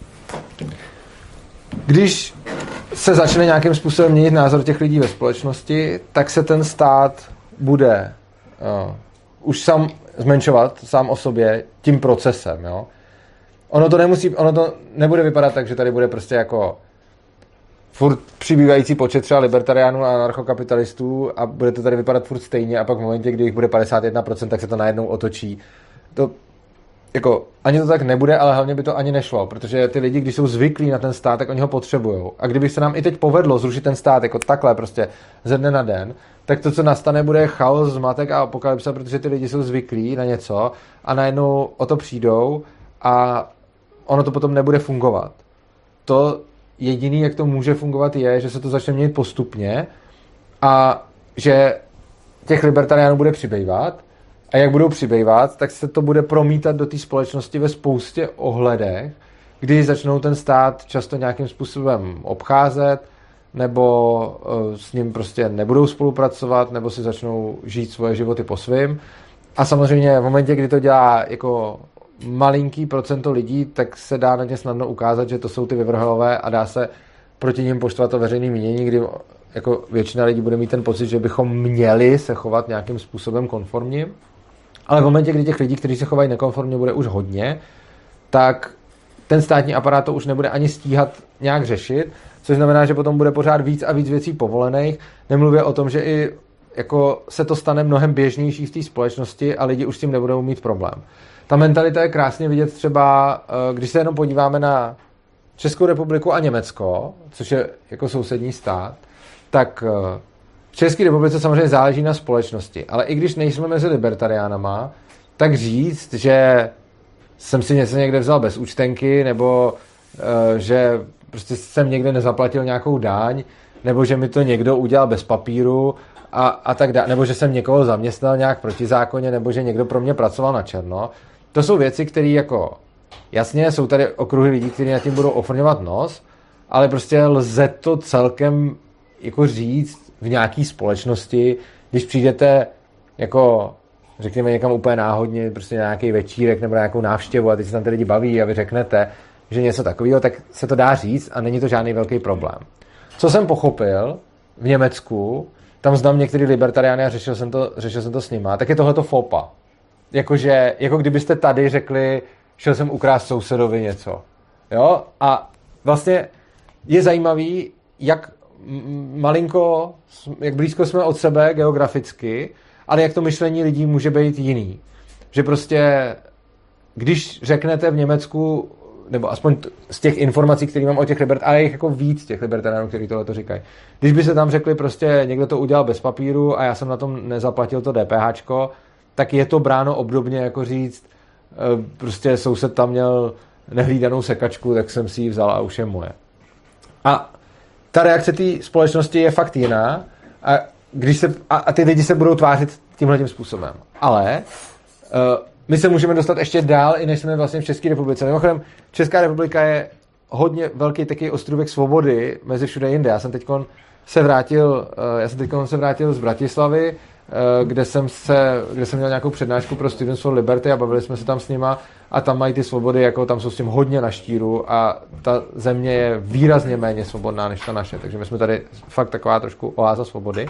když se začne nějakým způsobem měnit názor těch lidí ve společnosti, tak se ten stát bude uh, už sám zmenšovat sám o sobě tím procesem. Jo? Ono to nemusí, ono to nebude vypadat tak, že tady bude prostě jako furt přibývající počet třeba libertariánů a anarchokapitalistů a bude to tady vypadat furt stejně a pak v momentě, kdy jich bude padesát jedna procent, tak se to najednou otočí. To jako, ani to tak nebude, ale hlavně by to ani nešlo, protože ty lidi, když jsou zvyklí na ten stát, tak oni ho potřebujou. A kdyby se nám i teď povedlo zrušit ten stát jako takhle prostě ze dne na den, tak to, co nastane, bude chaos, zmatek a apokalypsa, protože ty lidi jsou zvyklí na něco a najednou o to přijdou a ono to potom nebude fungovat. To jediný, jak to může fungovat, je, že se to začne měnit postupně a že těch libertariánů bude přibývat. A jak budou přibývat, tak se to bude promítat do té společnosti ve spoustě ohledech, kdy začnou ten stát často nějakým způsobem obcházet, nebo s ním prostě nebudou spolupracovat, nebo si začnou žít svoje životy po svým. A samozřejmě v momentě, kdy to dělá jako malinký procento lidí, tak se dá na ně snadno ukázat, že to jsou ty vyvrhelové a dá se proti nim poštvat to veřejné mínění, kdy jako většina lidí bude mít ten pocit, že bychom měli se chovat nějakým způsobem konformním. Ale v momentě, kdy těch lidí, kteří se chovají nekonformně, bude už hodně, tak ten státní aparát to už nebude ani stíhat nějak řešit, což znamená, že potom bude pořád víc a víc věcí povolených. Nemluvě o tom, že i jako se to stane mnohem běžnější v té společnosti a lidi už s tím nebudou mít problém. Ta mentalita je krásně vidět třeba, když se jenom podíváme na Českou republiku a Německo, což je jako sousední stát, tak v České republice samozřejmě záleží na společnosti, ale i když nejsme mezi libertariánama, tak říct, že jsem si něco někde vzal bez účtenky, nebo uh, že prostě jsem někde nezaplatil nějakou daň, nebo že mi to někdo udělal bez papíru a, a tak dále, nebo že jsem někoho zaměstnal nějak protizákonně, nebo že někdo pro mě pracoval na černo. To jsou věci, které jako, jasně, jsou tady okruhy lidí, kteří nad tím budou ofrňovat nos, ale prostě lze to celkem jako říct v nějaké společnosti, když přijdete jako, řekněme, někam úplně náhodně, prostě na nějaký večírek nebo na nějakou návštěvu a teď se tam ty lidi baví a vy řeknete, že něco takového, tak se to dá říct a není to žádný velký problém. Co jsem pochopil v Německu, tam znám některý libertariány a řešil jsem to, řešil jsem to s nima, tak je tohleto fopa. Jakože, jako kdybyste tady řekli, šel jsem ukrást sousedovi něco. Jo? A vlastně je zajímavý, jak malinko, jak blízko jsme od sebe geograficky, ale jak to myšlení lidí může být jiný. Že prostě, když řeknete v Německu, nebo aspoň z těch informací, které mám o těch libertariánů, ale je jako víc těch libertariánů, kteří tohle to říkají. Když by se tam řekli prostě, někdo to udělal bez papíru a já jsem na tom nezaplatil to DPHčko, tak je to bráno obdobně jako říct, prostě soused tam měl nehlídanou sekačku, tak jsem si ji vzal a už je moje. A ta reakce té společnosti je fakt jiná a, když se, a, a ty lidi se budou tvářit tímhletím způsobem. Ale uh, my se můžeme dostat ještě dál, i než jsme vlastně v České republice. Mimochodem, Česká republika je hodně velký takový ostrůvek svobody mezi všude jinde. Já jsem teď se vrátil, uh, já jsem teď se vrátil z Bratislavy, uh, kde jsem se, kde jsem měl nějakou přednášku pro Students for Liberty a bavili jsme se tam s nima a tam mají ty svobody, jako tam jsou s tím hodně na štíru a ta země je výrazně méně svobodná než ta naše, takže my jsme tady fakt taková trošku oáza svobody.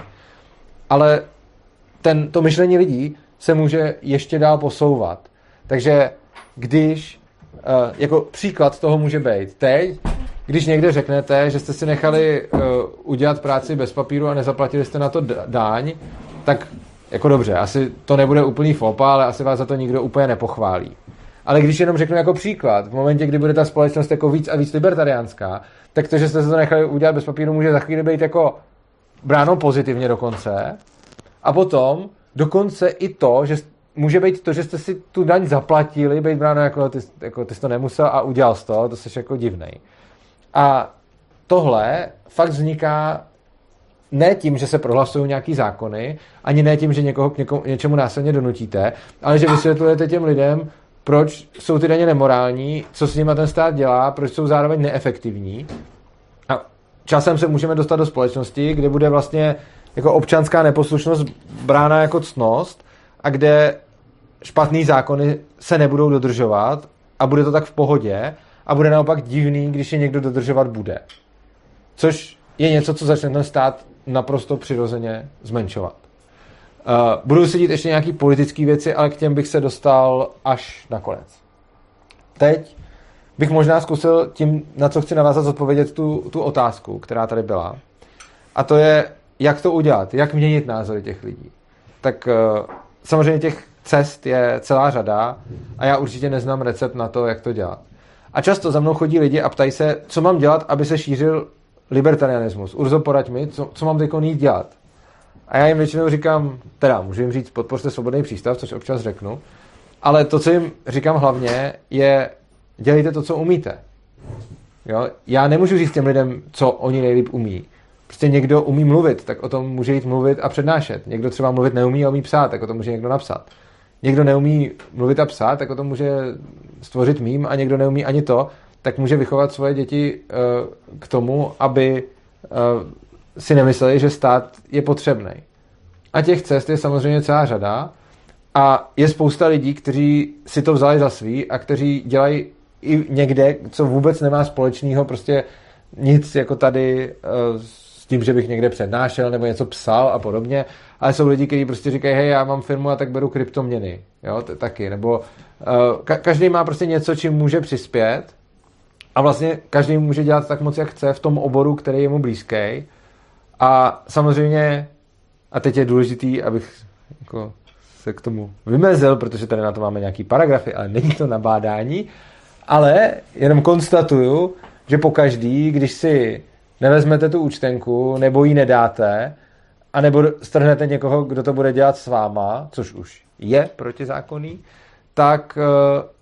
Ale ten, to myšlení lidí se může ještě dál posouvat. Takže když, jako příklad toho může být teď, když někde řeknete, že jste si nechali udělat práci bez papíru a nezaplatili jste na to dáň, tak jako dobře, asi to nebude úplný fopa, ale asi vás za to nikdo úplně nepochválí. Ale když jenom řeknu jako příklad, v momentě, kdy bude ta společnost jako víc a víc libertariánská, tak to, že jste se to nechali udělat bez papíru, může za chvíli být jako bráno pozitivně dokonce. A potom dokonce i to, že může být to, že jste si tu daň zaplatili, být bráno jako ty, jako ty jsi to nemusel a udělal jsi to, to jsi jako divnej. A tohle fakt vzniká ne tím, že se prohlasují nějaký zákony, ani ne tím, že někoho k někomu, něčemu násilně donutíte, ale že vysvětlujete těm lidem, proč jsou ty daně nemorální, co s nimi ten stát dělá, proč jsou zároveň neefektivní. A časem se můžeme dostat do společnosti, kde bude vlastně jako občanská neposlušnost brána jako ctnost a kde špatný zákony se nebudou dodržovat a bude to tak v pohodě a bude naopak divný, když je někdo dodržovat bude. Což je něco, co začne ten stát naprosto přirozeně zmenšovat. Uh, budou se dít ještě nějaký politické věci, ale k těm bych se dostal až nakonec. Teď bych možná zkusil tím, na co chci navázat, zodpovědět tu, tu otázku, která tady byla. A to je, jak to udělat, jak měnit názory těch lidí. Tak uh, samozřejmě těch cest je celá řada a já určitě neznám recept na to, jak to dělat. A často za mnou chodí lidi a ptají se, co mám dělat, aby se šířil libertarianismus. Urzo, poraď mi, co, co mám teď jít dělat. A já jim většinou říkám, teda můžu jim říct, podpořte Svobodný přístav, což občas řeknu, ale to, co jim říkám hlavně, je dělejte to, co umíte. Jo? Já nemůžu říct těm lidem, co oni nejlíp umí. Prostě někdo umí mluvit, tak o tom může jít mluvit a přednášet. Někdo třeba mluvit neumí a umí psát, tak o tom může někdo napsat. Někdo neumí mluvit a psát, tak o tom může stvořit mím a někdo neumí ani to, tak může vychovat svoje děti uh, k tomu, aby uh, si nemysleli, že stát je potřebný. A těch cest je samozřejmě celá řada a je spousta lidí, kteří si to vzali za svý a kteří dělají i někde, co vůbec nemá společného, prostě nic jako tady uh, s tím, že bych někde přednášel nebo něco psal a podobně, ale jsou lidi, kteří prostě říkají, hej, já mám firmu a tak beru kryptoměny, jo, to taky, nebo uh, ka- každý má prostě něco, čím může přispět a vlastně každý může dělat tak moc, jak chce v tom oboru, který je mu blízký. A samozřejmě, a teď je důležitý, abych jako se k tomu vymezil, protože tady na to máme nějaký paragrafy, ale není to nabádání, ale jenom konstatuju, že pokaždý, když si nevezmete tu účtenku, nebo ji nedáte, anebo strhnete někoho, kdo to bude dělat s váma, což už je protizákonný, tak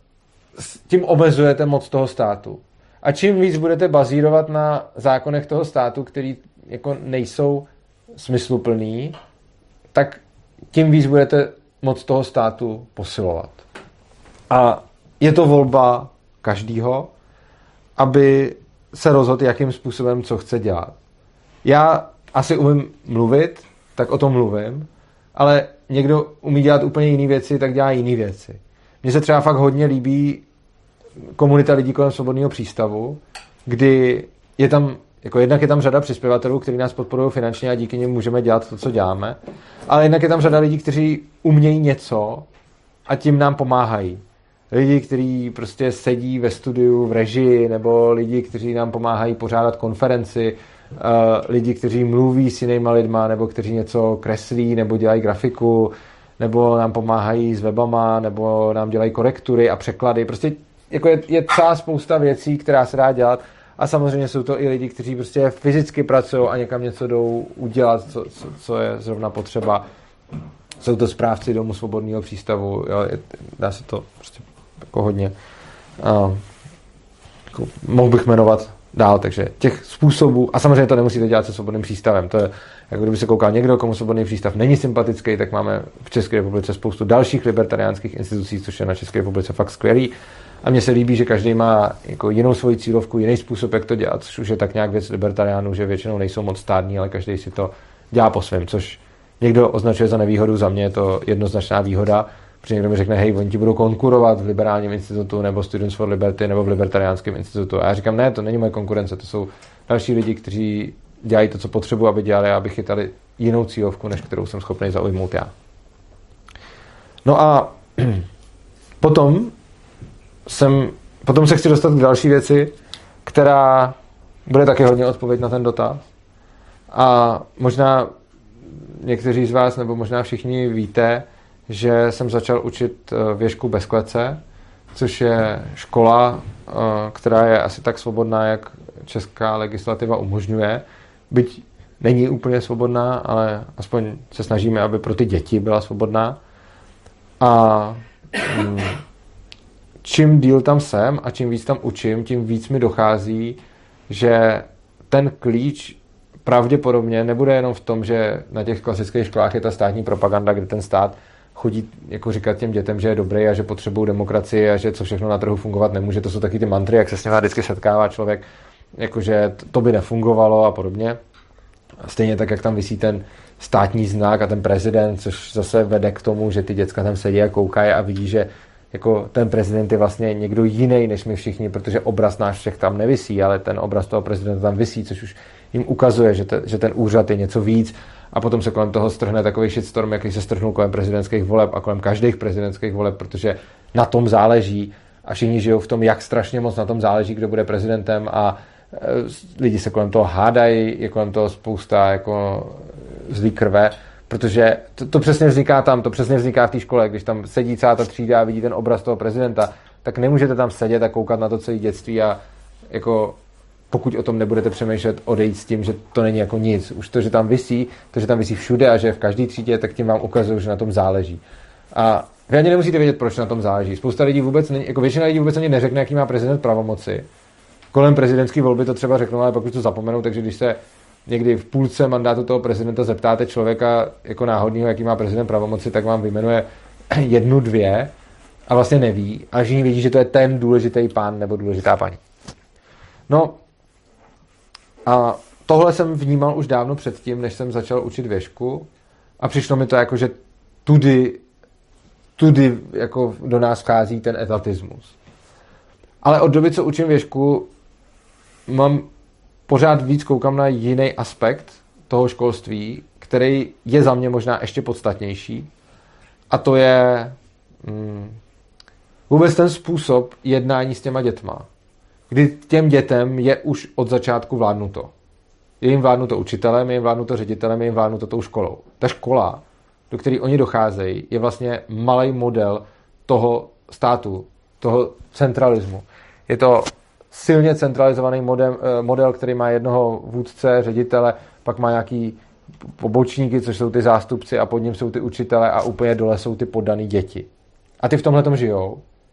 tím omezujete moc toho státu. A čím víc budete bazírovat na zákonech toho státu, který jako nejsou smysluplný, tak tím víc budete moc toho státu posilovat. A je to volba každýho, aby se rozhodl, jakým způsobem co chce dělat. Já asi umím mluvit, tak o tom mluvím, ale někdo umí dělat úplně jiné věci, tak dělá jiné věci. Mně se třeba fakt hodně líbí komunita lidí kolem Svobodného přístavu, kdy je tam, jako jednak je tam řada přispěvatelů, kteří nás podporují finančně a díky nim můžeme dělat to, co děláme, ale jednak je tam řada lidí, kteří umějí něco a tím nám pomáhají. Lidi, kteří prostě sedí ve studiu v režii, nebo lidi, kteří nám pomáhají pořádat konferenci, uh, lidi, kteří mluví s jinýma lidma, nebo kteří něco kreslí, nebo dělají grafiku, nebo nám pomáhají s webama, nebo nám dělají korektury a překlady. Prostě jako je, je celá spousta věcí, která se dá dělat. A samozřejmě jsou to i lidi, kteří prostě fyzicky pracují a někam něco jdou udělat, co, co, co je zrovna potřeba. Jsou to správci Domu Svobodného přístavu. Jo, je, dá se to prostě jako hodně. Uh, jako, mohl bych jmenovat dál, takže těch způsobů, a samozřejmě to nemusíte dělat se Svobodným přístavem. To je, jako kdyby se koukal někdo, komu Svobodný přístav není sympatický, tak máme v České republice spoustu dalších libertariánských institucí, což je na České republice fakt skvělý. A mně se líbí, že každý má jako jinou svoji cílovku, jiný způsob, jak to dělat, což už je tak nějak věc libertariánů, že většinou nejsou moc stádní, ale každý si to dělá po svém, což někdo označuje za nevýhodu, za mě je to jednoznačná výhoda, protože někdo mi řekne, hej, oni ti budou konkurovat v liberálním institutu, nebo Students for Liberty, nebo v libertariánském institutu. A já říkám, ne, to není moje konkurence, to jsou další lidi, kteří dělají to, co potřebuji, aby dělali, aby chytali jinou cílovku, než kterou jsem schopný zaujmout já. No a potom jsem, potom se chci dostat k další věci, která bude taky hodně odpověď na ten dotaz. A možná někteří z vás, nebo možná všichni víte, že jsem začal učit věšku bez klece, což je škola, která je asi tak svobodná, jak česká legislativa umožňuje. Byť není úplně svobodná, ale aspoň se snažíme, aby pro ty děti byla svobodná. A čím díl tam jsem a čím víc tam učím, tím víc mi dochází, že ten klíč pravděpodobně nebude jenom v tom, že na těch klasických školách je ta státní propaganda, kde ten stát chodí jako říkat těm dětem, že je dobrý a že potřebují demokracii a že co všechno na trhu fungovat nemůže. To jsou taky ty mantry, jak se s nimi vždycky setkává člověk, jakože to by nefungovalo a podobně. Stejně tak, jak tam visí ten státní znak a ten prezident, což zase vede k tomu, že ty děcka tam sedí a koukají a vidí, že jako ten prezident je vlastně někdo jiný než my všichni, protože obraz náš všech tam nevisí, ale ten obraz toho prezidenta tam visí, což už jim ukazuje, že, te, že ten úřad je něco víc a potom se kolem toho strhne takový shitstorm, jaký se strhnul kolem prezidentských voleb a kolem každých prezidentských voleb, protože na tom záleží a všichni žijou v tom, jak strašně moc na tom záleží, kdo bude prezidentem a e, lidi se kolem toho hádají, je kolem toho spousta jako zlý krve, protože to, to přesně vzniká tam, to přesně vzniká v té škole, když tam sedí celá ta třída a vidí ten obraz toho prezidenta, tak nemůžete tam sedět a koukat na to celé dětství a jako pokud o tom nebudete přemýšlet, odejít s tím, že to není jako nic. Už to, že tam visí, to, že tam visí všude a že v každé třídě, tak tím vám ukazují, že na tom záleží. A vy ani nemusíte vědět, proč na tom záleží. Spousta lidí vůbec není, jako většina lidí vůbec ani neřekne, jaký má prezident pravomoci. Kolem prezidentské volby to třeba řeknou, ale pak už to zapomenou, takže když se někdy v půlce mandátu toho prezidenta zeptáte člověka jako náhodného, jaký má prezident pravomoci, tak vám vyjmenuje jednu, dvě a vlastně neví. A všichni vědí, že to je ten důležitý pán nebo důležitá paní. No a tohle jsem vnímal už dávno předtím, než jsem začal učit věšku a přišlo mi to jako, že tudy, tudy jako do nás vchází ten etatismus. Ale od doby, co učím věšku, mám pořád víc koukám na jiný aspekt toho školství, který je za mě možná ještě podstatnější. A to je hmm, vůbec ten způsob jednání s těma dětma. Kdy těm dětem je už od začátku vládnuto. Je jim vládnuto učitelem, je jim vládnuto ředitelem, je jim vládnuto tou školou. Ta škola, do které oni docházejí, je vlastně malý model toho státu, toho centralismu. Je to silně centralizovaný model, model, který má jednoho vůdce, ředitele, pak má nějaký pobočníky, což jsou ty zástupci a pod ním jsou ty učitele a úplně dole jsou ty poddaný děti. A ty v tomhle tom žijou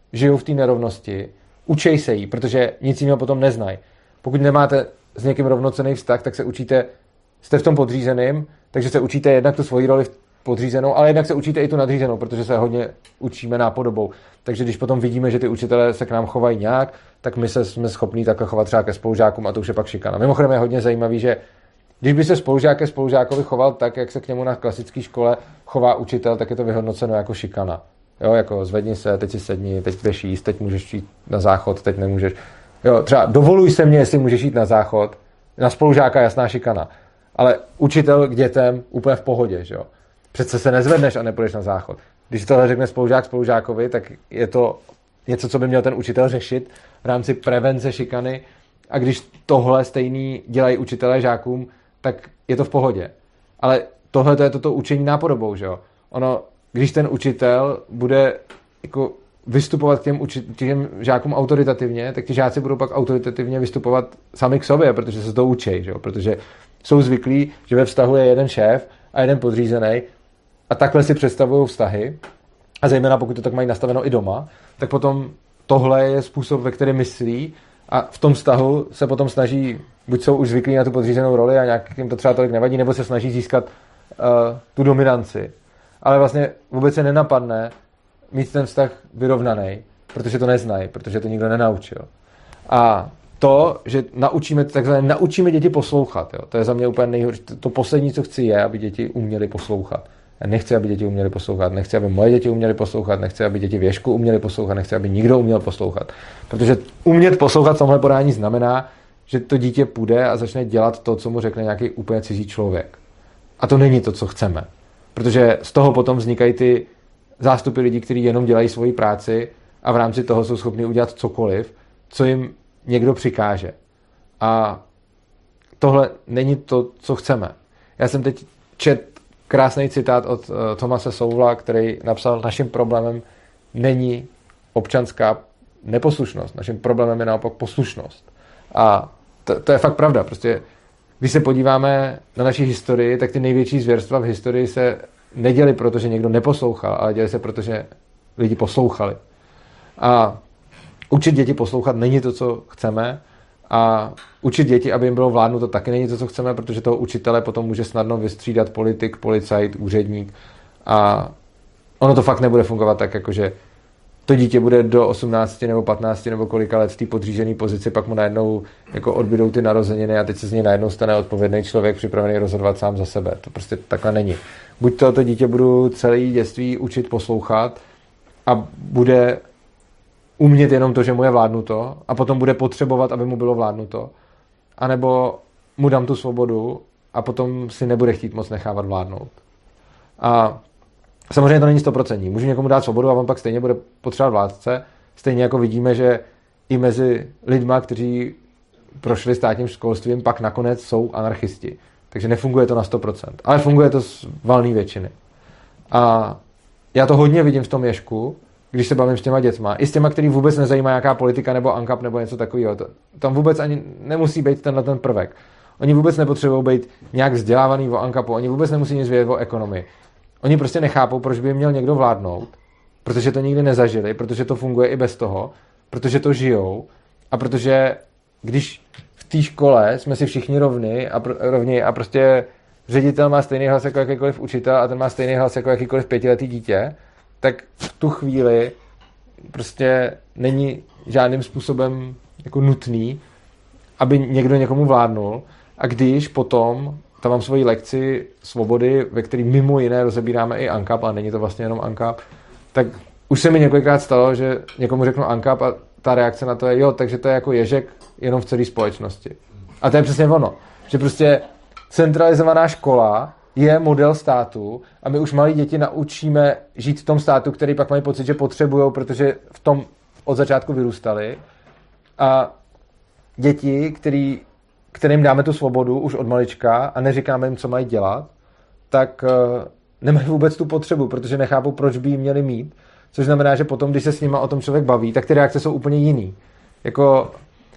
žijou v té nerovnosti, učej se jí, protože nic jiného potom neznají. Pokud nemáte s někým rovnocenný vztah, tak se učíte, jste v tom podřízeným, takže se učíte jednak tu svoji roli podřízenou, ale jednak se učíte i tu nadřízenou, protože se hodně učíme nápodobou. Takže když potom vidíme, že ty učitelé se k nám chovají nějak, tak my se jsme schopní takhle chovat třeba ke spolužákům a to už je pak šikana. Mimochodem je hodně zajímavý, že když by se spolužák ke spolužákovi choval tak, jak se k němu na klasické škole chová učitel, tak je to vyhodnoceno jako šikana. Jo, jako zvedni se, teď si sedni, teď jdeš jíst, teď můžeš jít na záchod, teď nemůžeš. Jo, třeba dovoluj se mě, jestli můžeš jít na záchod. Na spolužáka jasná šikana. Ale učitel k dětem úplně v pohodě, že jo. Přece se nezvedneš a nepůjdeš na záchod. Když tohle řekne spolužák spolužákovi, tak je to něco, co by měl ten učitel řešit v rámci prevence šikany. A když tohle stejný dělají učitelé žákům, tak je to v pohodě. Ale tohle to je toto učení nápodobou, že jo. Ono, když ten učitel bude jako vystupovat k těm, uči- těm žákům autoritativně, tak ti žáci budou pak autoritativně vystupovat sami k sobě, protože se to učí, že jo? Protože jsou zvyklí, že ve vztahu je jeden šéf a jeden podřízený a takhle si představují vztahy a zejména pokud to tak mají nastaveno i doma, tak potom tohle je způsob, ve kterém myslí a v tom vztahu se potom snaží, buď jsou už zvyklí na tu podřízenou roli a nějak jim to třeba tolik nevadí, nebo se snaží získat uh, tu dominanci. Ale vlastně vůbec se nenapadne mít ten vztah vyrovnaný, protože to neznají, protože to nikdo nenaučil. A to, že naučíme, takzvané naučíme děti poslouchat, jo, to je za mě úplně nejhorší. To poslední, co chci, je, aby děti uměly poslouchat. Já nechci, aby děti uměly poslouchat, nechci, aby moje děti uměly poslouchat, nechci, aby děti v Ježku uměly poslouchat, nechci, aby nikdo uměl poslouchat. Protože umět poslouchat v tomhle podání znamená, že to dítě půjde a začne dělat to, co mu řekne nějaký úplně cizí člověk. A to není to, co chceme. Protože z toho potom vznikají ty zástupy lidí, kteří jenom dělají svoji práci a v rámci toho jsou schopni udělat cokoliv, co jim někdo přikáže. A tohle není to, co chceme. Já jsem teď čet krásný citát od uh, Thomase Sowella, který napsal, naším problémem není občanská neposlušnost, naším problémem je naopak poslušnost. A to, to je fakt pravda. Prostě, když se podíváme na naši historii, tak ty největší zvěrstva v historii se neděli, protože někdo neposlouchal, ale děli se, protože lidi poslouchali. A učit děti poslouchat není to, co chceme, a učit děti, aby jim bylo vládnuto, taky není to, co chceme, protože toho učitele potom může snadno vystřídat politik, policajt, úředník a ono to fakt nebude fungovat tak, jakože to dítě bude do osmnácti nebo patnácti nebo kolika let v té podřížené pozici, pak mu najednou jako odbydou ty narozeniny a teď se z něj najednou stane odpovědný člověk připravený rozhodovat sám za sebe. To prostě takhle není. Buď to, to dítě budu celé dětství učit poslouchat a bude umět jenom to, že mu je vládnuto a potom bude potřebovat, aby mu bylo vládnuto, anebo mu dám tu svobodu a potom si nebude chtít moc nechávat vládnout. A samozřejmě to není stoprocentní. Můžu někomu dát svobodu a on pak stejně bude potřebovat vládce. Stejně jako vidíme, že i mezi lidma, kteří prošli státním školstvím, pak nakonec jsou anarchisti. Takže nefunguje to na sto procent. Ale funguje to z valné většiny. A já to hodně vidím v tom Ježku, když se bavím s těma dětma, i s těma, který vůbec nezajímá, jaká politika nebo ANCAP nebo něco takového. Tam vůbec ani nemusí být tenhle ten prvek. Oni vůbec nepotřebují být nějak vzdělávaný o ANCAPu, oni vůbec nemusí nic vědět o ekonomii. Oni prostě nechápou, proč by jim měl někdo vládnout, protože to nikdy nezažili, protože to funguje i bez toho, protože to žijou a protože když v té škole jsme si všichni rovni a, pr- rovni a prostě ředitel má stejný hlas jako jakýkoliv učitel a ten má stejný hlas jako jakýkoliv pětiletý dítě, tak v tu chvíli prostě není žádným způsobem jako nutný, aby někdo někomu vládnul. A když potom tam mám svoji lekci svobody, ve které mimo jiné rozebíráme i ANCAP, ale není to vlastně jenom ANCAP, tak už se mi několikrát stalo, že někomu řeknu ANCAP a ta reakce na to je, jo, takže to je jako Ježek jenom v celé společnosti. A to je přesně ono, že prostě centralizovaná škola je model státu a my už malí děti naučíme žít v tom státu, který pak mají pocit, že potřebujou, protože v tom od začátku vyrůstali. A děti, který, kterým dáme tu svobodu už od malička a neříkáme jim, co mají dělat, tak uh, nemají vůbec tu potřebu, protože nechápou, proč by ji měli mít. Což znamená, že potom, když se s nima o tom člověk baví, tak ty reakce jsou úplně jiný. Jako,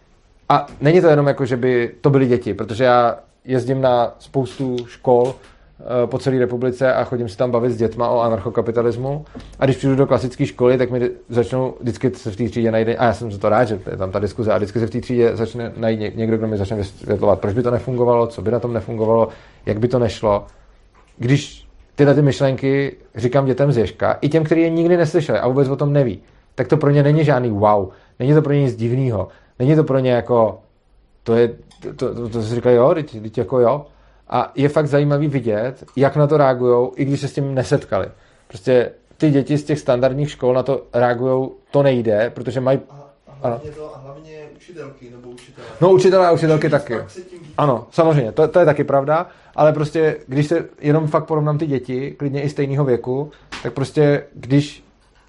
a není to jenom jako, že by to byly děti, protože já jezdím na spoustu škol po celé republice a chodím se tam bavit s dětma o anarchokapitalismu. A když přijdu do klasické školy, tak mi začnou, vždycky se v té třídě najde, a já jsem za to rád, že je tam ta diskuze, a vždycky se v té třídě začne najít někdo, kdo mi začne vysvětlovat, proč by to nefungovalo, co by na tom nefungovalo, jak by to nešlo. Když tyhle ty myšlenky říkám dětem z Ježka, i těm, kteří je nikdy neslyšeli a vůbec o tom neví, tak to pro ně není žádný wow, není to pro ně nic divného, není to pro ně jako, to je, to, to, to, to si říkají, jo, teď, teď jako jo. A je fakt zajímavý vidět, jak na to reagujou, i když se s tím nesetkali. Prostě ty děti z těch standardních škol na to reagujou, to nejde, protože mají... A, a hlavně, to, a hlavně učitelky nebo učitelé. No učitelé a učitelky taky. Ano, samozřejmě, to, to je taky pravda, ale prostě, když se jenom fakt porovnám ty děti, klidně i stejného věku, tak prostě, když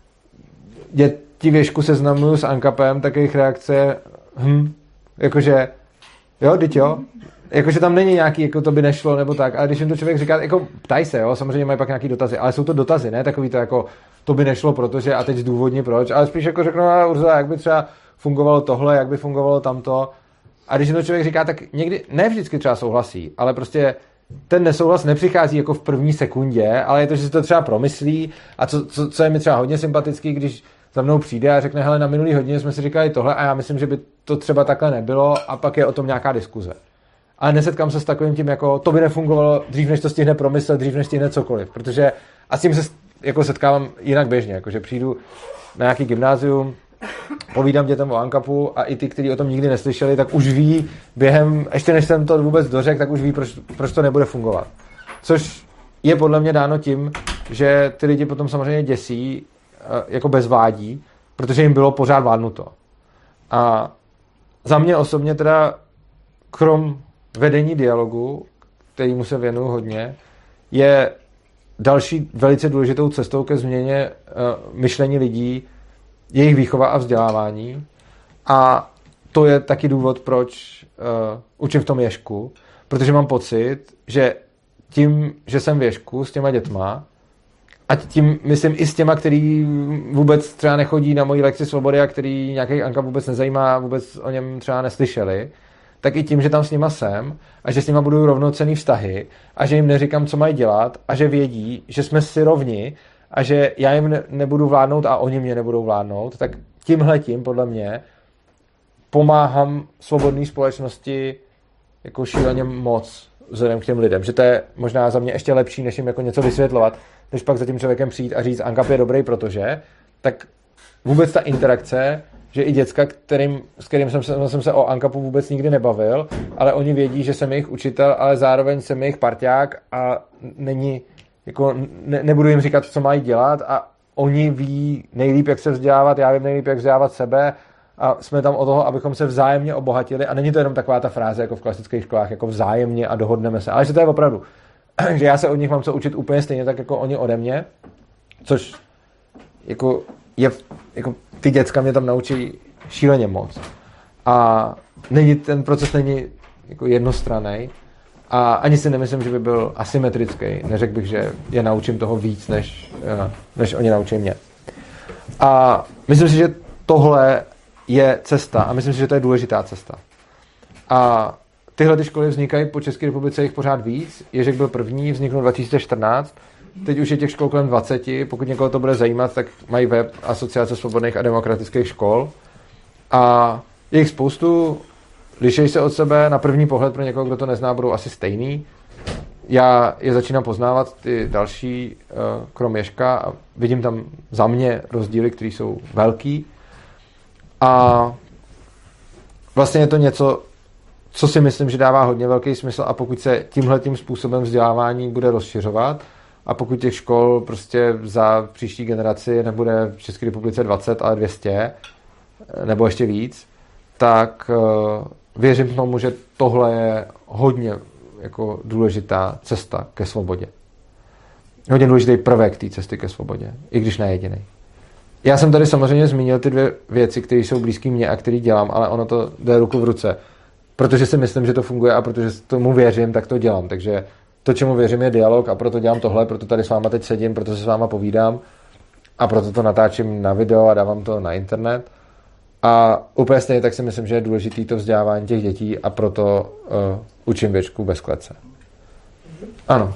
děti v Ježku seznamuju s ANCAPem, tak jejich reakce je, hm, jakože, jo, teď jo, jakože tam není nějaký, jako to by nešlo, nebo tak, ale když jim to člověk říká, jako ptaj se, jo, samozřejmě mají pak nějaký dotazy, ale jsou to dotazy, ne takový to jako, to by nešlo, protože, a teď zdůvodni proč, ale spíš jako řeknu, no, Urza, jak by třeba fungovalo tohle, jak by fungovalo tamto, a když jim to člověk říká, tak někdy, ne vždycky třeba souhlasí, ale prostě ten nesouhlas nepřichází jako v první sekundě, ale je to, že si to třeba promyslí, a co, co, co je mi třeba hodně sympatický, když za mnou přijde a řekne, hele, na minulý hodině jsme si říkali tohle a já myslím, že by to třeba takhle nebylo, a pak je o tom nějaká diskuze. Ale nesetkám se s takovým tím, jako to by nefungovalo dřív, než to stihne promyslet, dřív, než stihne cokoliv, protože a s tím se jako setkávám jinak běžně, jakože přijdu na nějaký gymnázium, povídám dětem o ANCAPu a i ty, kteří o tom nikdy neslyšeli, tak už ví během, ještě než jsem to vůbec dořekl, tak už ví, proč, proč to nebude fungovat. Což je podle mě dáno tím, že ty lidi potom samozřejmě děsí, jako bezvádí, protože jim bylo pořád vládnuto. A za mě osobně teda krom vedení dialogu, kterýmu se věnuju hodně, je další velice důležitou cestou ke změně uh, myšlení lidí, jejich výchova a vzdělávání. A to je taky důvod, proč uh, učím v tom Ježku, protože mám pocit, že tím, že jsem v Ježku s těma dětma, a tím myslím i s těma, který vůbec třeba nechodí na moji lekci svobody a který nějaký ANCAP vůbec nezajímá, vůbec o něm třeba neslyšeli, tak i tím, že tam s nima jsem a že s nima budu rovnocenný vztahy a že jim neříkám, co mají dělat a že vědí, že jsme si rovni a že já jim ne- nebudu vládnout a oni mě nebudou vládnout, tak tímhletím podle mě pomáhám svobodné společnosti jako šíleně moc vzhledem k těm lidem. Že to je možná za mě ještě lepší, než jim jako něco vysvětlovat, než pak za tím člověkem přijít a říct, ANCAP je dobrý, protože, tak vůbec ta interakce, že i děcka, kterým, s kterým jsem se, jsem se o ANCAPu vůbec nikdy nebavil, ale oni vědí, že jsem jejich učitel, ale zároveň jsem jejich parťák a není, jako ne, nebudu jim říkat, co mají dělat a oni ví nejlíp, jak se vzdělávat, já vím nejlíp, jak vzdělávat sebe a jsme tam o toho, abychom se vzájemně obohatili a není to jenom taková ta fráze jako v klasických školách, jako vzájemně a dohodneme se, ale že to je opravdu, že já se od nich mám co učit úplně stejně tak, jako oni ode mě, což jako je, jako ty děcka mě tam naučí šíleně moc. A není, ten proces není jako jednostranný a ani si nemyslím, že by byl asymetrický. Neřekl bych, že je naučím toho víc, než, než oni naučí mě. A myslím si, že tohle je cesta a myslím si, že to je důležitá cesta. A tyhle ty školy vznikají po České republice jich pořád víc. Ježek byl první, vzniknul dva tisíce čtrnáct. Teď už je těch škol kolem dvacet. Pokud někoho to bude zajímat, tak mají web Asociace svobodných a demokratických škol. A je jich spoustu, lišejí se od sebe. Na první pohled pro někoho, kdo to nezná, budou asi stejný. Já je začínám poznávat, ty další, krom Ježka, a vidím tam za mě rozdíly, které jsou velký. A vlastně je to něco, co si myslím, že dává hodně velký smysl a pokud se tímhletím způsobem vzdělávání bude rozšiřovat a pokud těch škol prostě za příští generaci nebude v České republice dvacet, ale dvě stě nebo ještě víc, tak věřím tomu, že tohle je hodně jako důležitá cesta ke svobodě. Hodně důležitý prvek té cesty ke svobodě, i když ne jediný. Já jsem tady samozřejmě zmínil ty dvě věci, které jsou blízké mně a které dělám, ale ono to jde ruku v ruce. Protože si myslím, že to funguje a protože tomu věřím, tak to dělám. Takže to, čemu věřím, je dialog a proto dělám tohle, proto tady s váma teď sedím, proto se s váma povídám a proto to natáčím na video a dávám to na internet. A úplně stejně tak si myslím, že je důležité to vzdělávání těch dětí a proto uh, učím věčku bez klece. Ano. Mně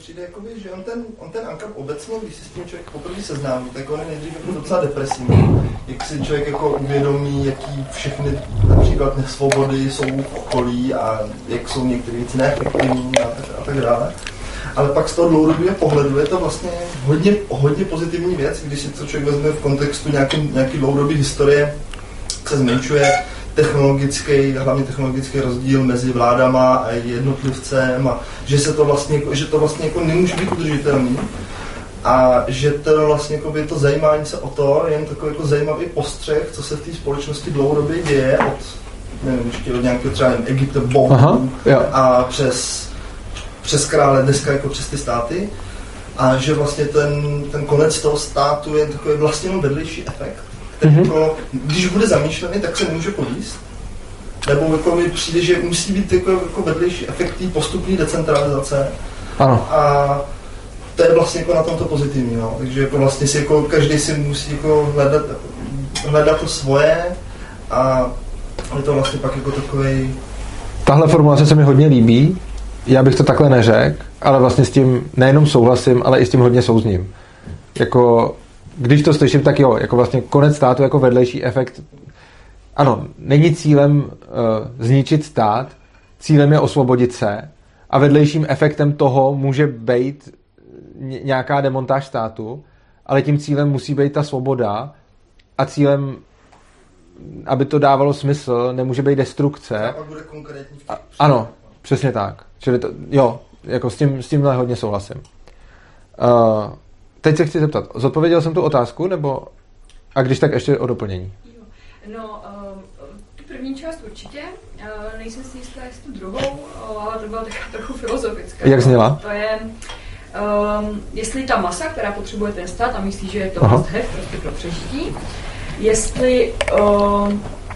přijde, jakoby, že on ten, on ten ANCAP obecně, když se s tím člověk poprvé seznámí, tak on je nejdřív jako docela depresivní. Jak si člověk jako uvědomí, jaký všechny například nesvobody jsou v okolí a jak jsou některé věci neefektivní a tak, a tak dále. Ale pak z toho dlouhodobého pohledu je to vlastně hodně, hodně pozitivní věc, když si to člověk vezme v kontextu nějaký, nějaký dlouhodobý historie, se zmenšuje technologický, hlavně technologický rozdíl mezi vládama a jednotlivcem a že se to vlastně, že to vlastně jako nemůže být udržitelný a že to vlastně jako by to zajímání se o to je jen takový jako zajímavý postřeh, co se v té společnosti dlouhodobě děje od, nevím, ještě od nějakého třeba Egypta, bohů a přes, přes krále, dneska jako přes ty státy a že vlastně ten, ten konec toho státu je takový vlastně jenom vedlejší efekt. Mm-hmm. Jako, když bude zamýšlený, tak se nemůže povíst. Nebo jako mi přijde, že musí být jako, jako vedlejší efekt postupné decentralizace. Ano. A to je vlastně jako na tomto pozitivní. No. Takže jako vlastně si jako, každý si musí jako hledat, hledat to svoje a je to vlastně pak jako takovej... Tahle formulace se mi hodně líbí. Já bych to takhle neřekl, ale vlastně s tím nejenom souhlasím, ale i s tím hodně souzním. Jako... Když to slyším, tak jo, jako vlastně konec státu jako vedlejší efekt. Ano, není cílem uh, zničit stát, cílem je osvobodit se a vedlejším efektem toho může být nějaká demontáž státu, ale tím cílem musí být ta svoboda a cílem, aby to dávalo smysl, nemůže být destrukce. A pak bude konkrétní v těch ano, přesně tak. Čili to, jo, jako s tím, s tímhle hodně souhlasím. Uh, Teď se chci zeptat, zodpověděl jsem tu otázku, nebo a když tak ještě o doplnění? Jo. No, uh, tu první část určitě, uh, nejsem si jistá, jestli tu druhou, uh, ale to byla taková trochu filozofická. Jak zněla? To je, um, jestli ta masa, která potřebuje ten stát a myslí, že je to must have prostě pro přežití, jestli uh,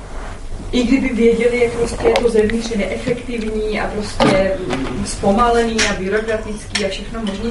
i kdyby věděli, jak prostě je to zevnitř neefektivní a prostě zpomalený a byrokratický a všechno možný,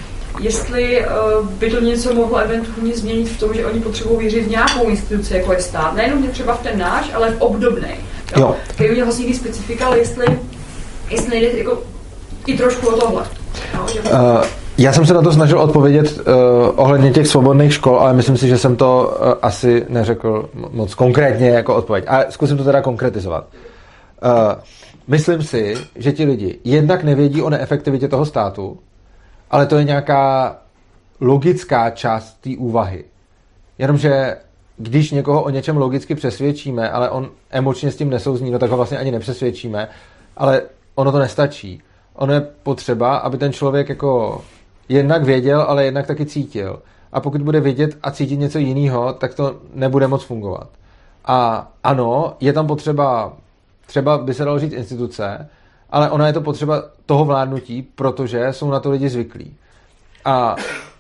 jestli uh, by to něco mohlo eventuálně změnit v tom, že oni potřebují věřit v nějakou instituci, jako je stát. Nejenom třeba v ten náš, ale v obdobný. Jo. Který udělal vlastně specifika, ale jestli, jestli nejde jako i trošku o tohle. No, že... uh, já jsem se na to snažil odpovědět uh, ohledně těch svobodných škol, ale myslím si, že jsem to uh, asi neřekl moc konkrétně jako odpověď. A zkusím to teda konkretizovat. Uh, myslím si, že ti lidi jednak nevědí o neefektivitě toho státu, ale to je nějaká logická část té úvahy. Jenomže když někoho o něčem logicky přesvědčíme, ale on emočně s tím nesouzní, no tak ho vlastně ani nepřesvědčíme, ale ono to nestačí. Ono je potřeba, aby ten člověk jako jednak věděl, ale jednak taky cítil. A pokud bude vědět a cítit něco jiného, tak to nebude moc fungovat. A ano, je tam potřeba, třeba by se dalo říct instituce, ale ona je to potřeba toho vládnutí, protože jsou na to lidi zvyklí. A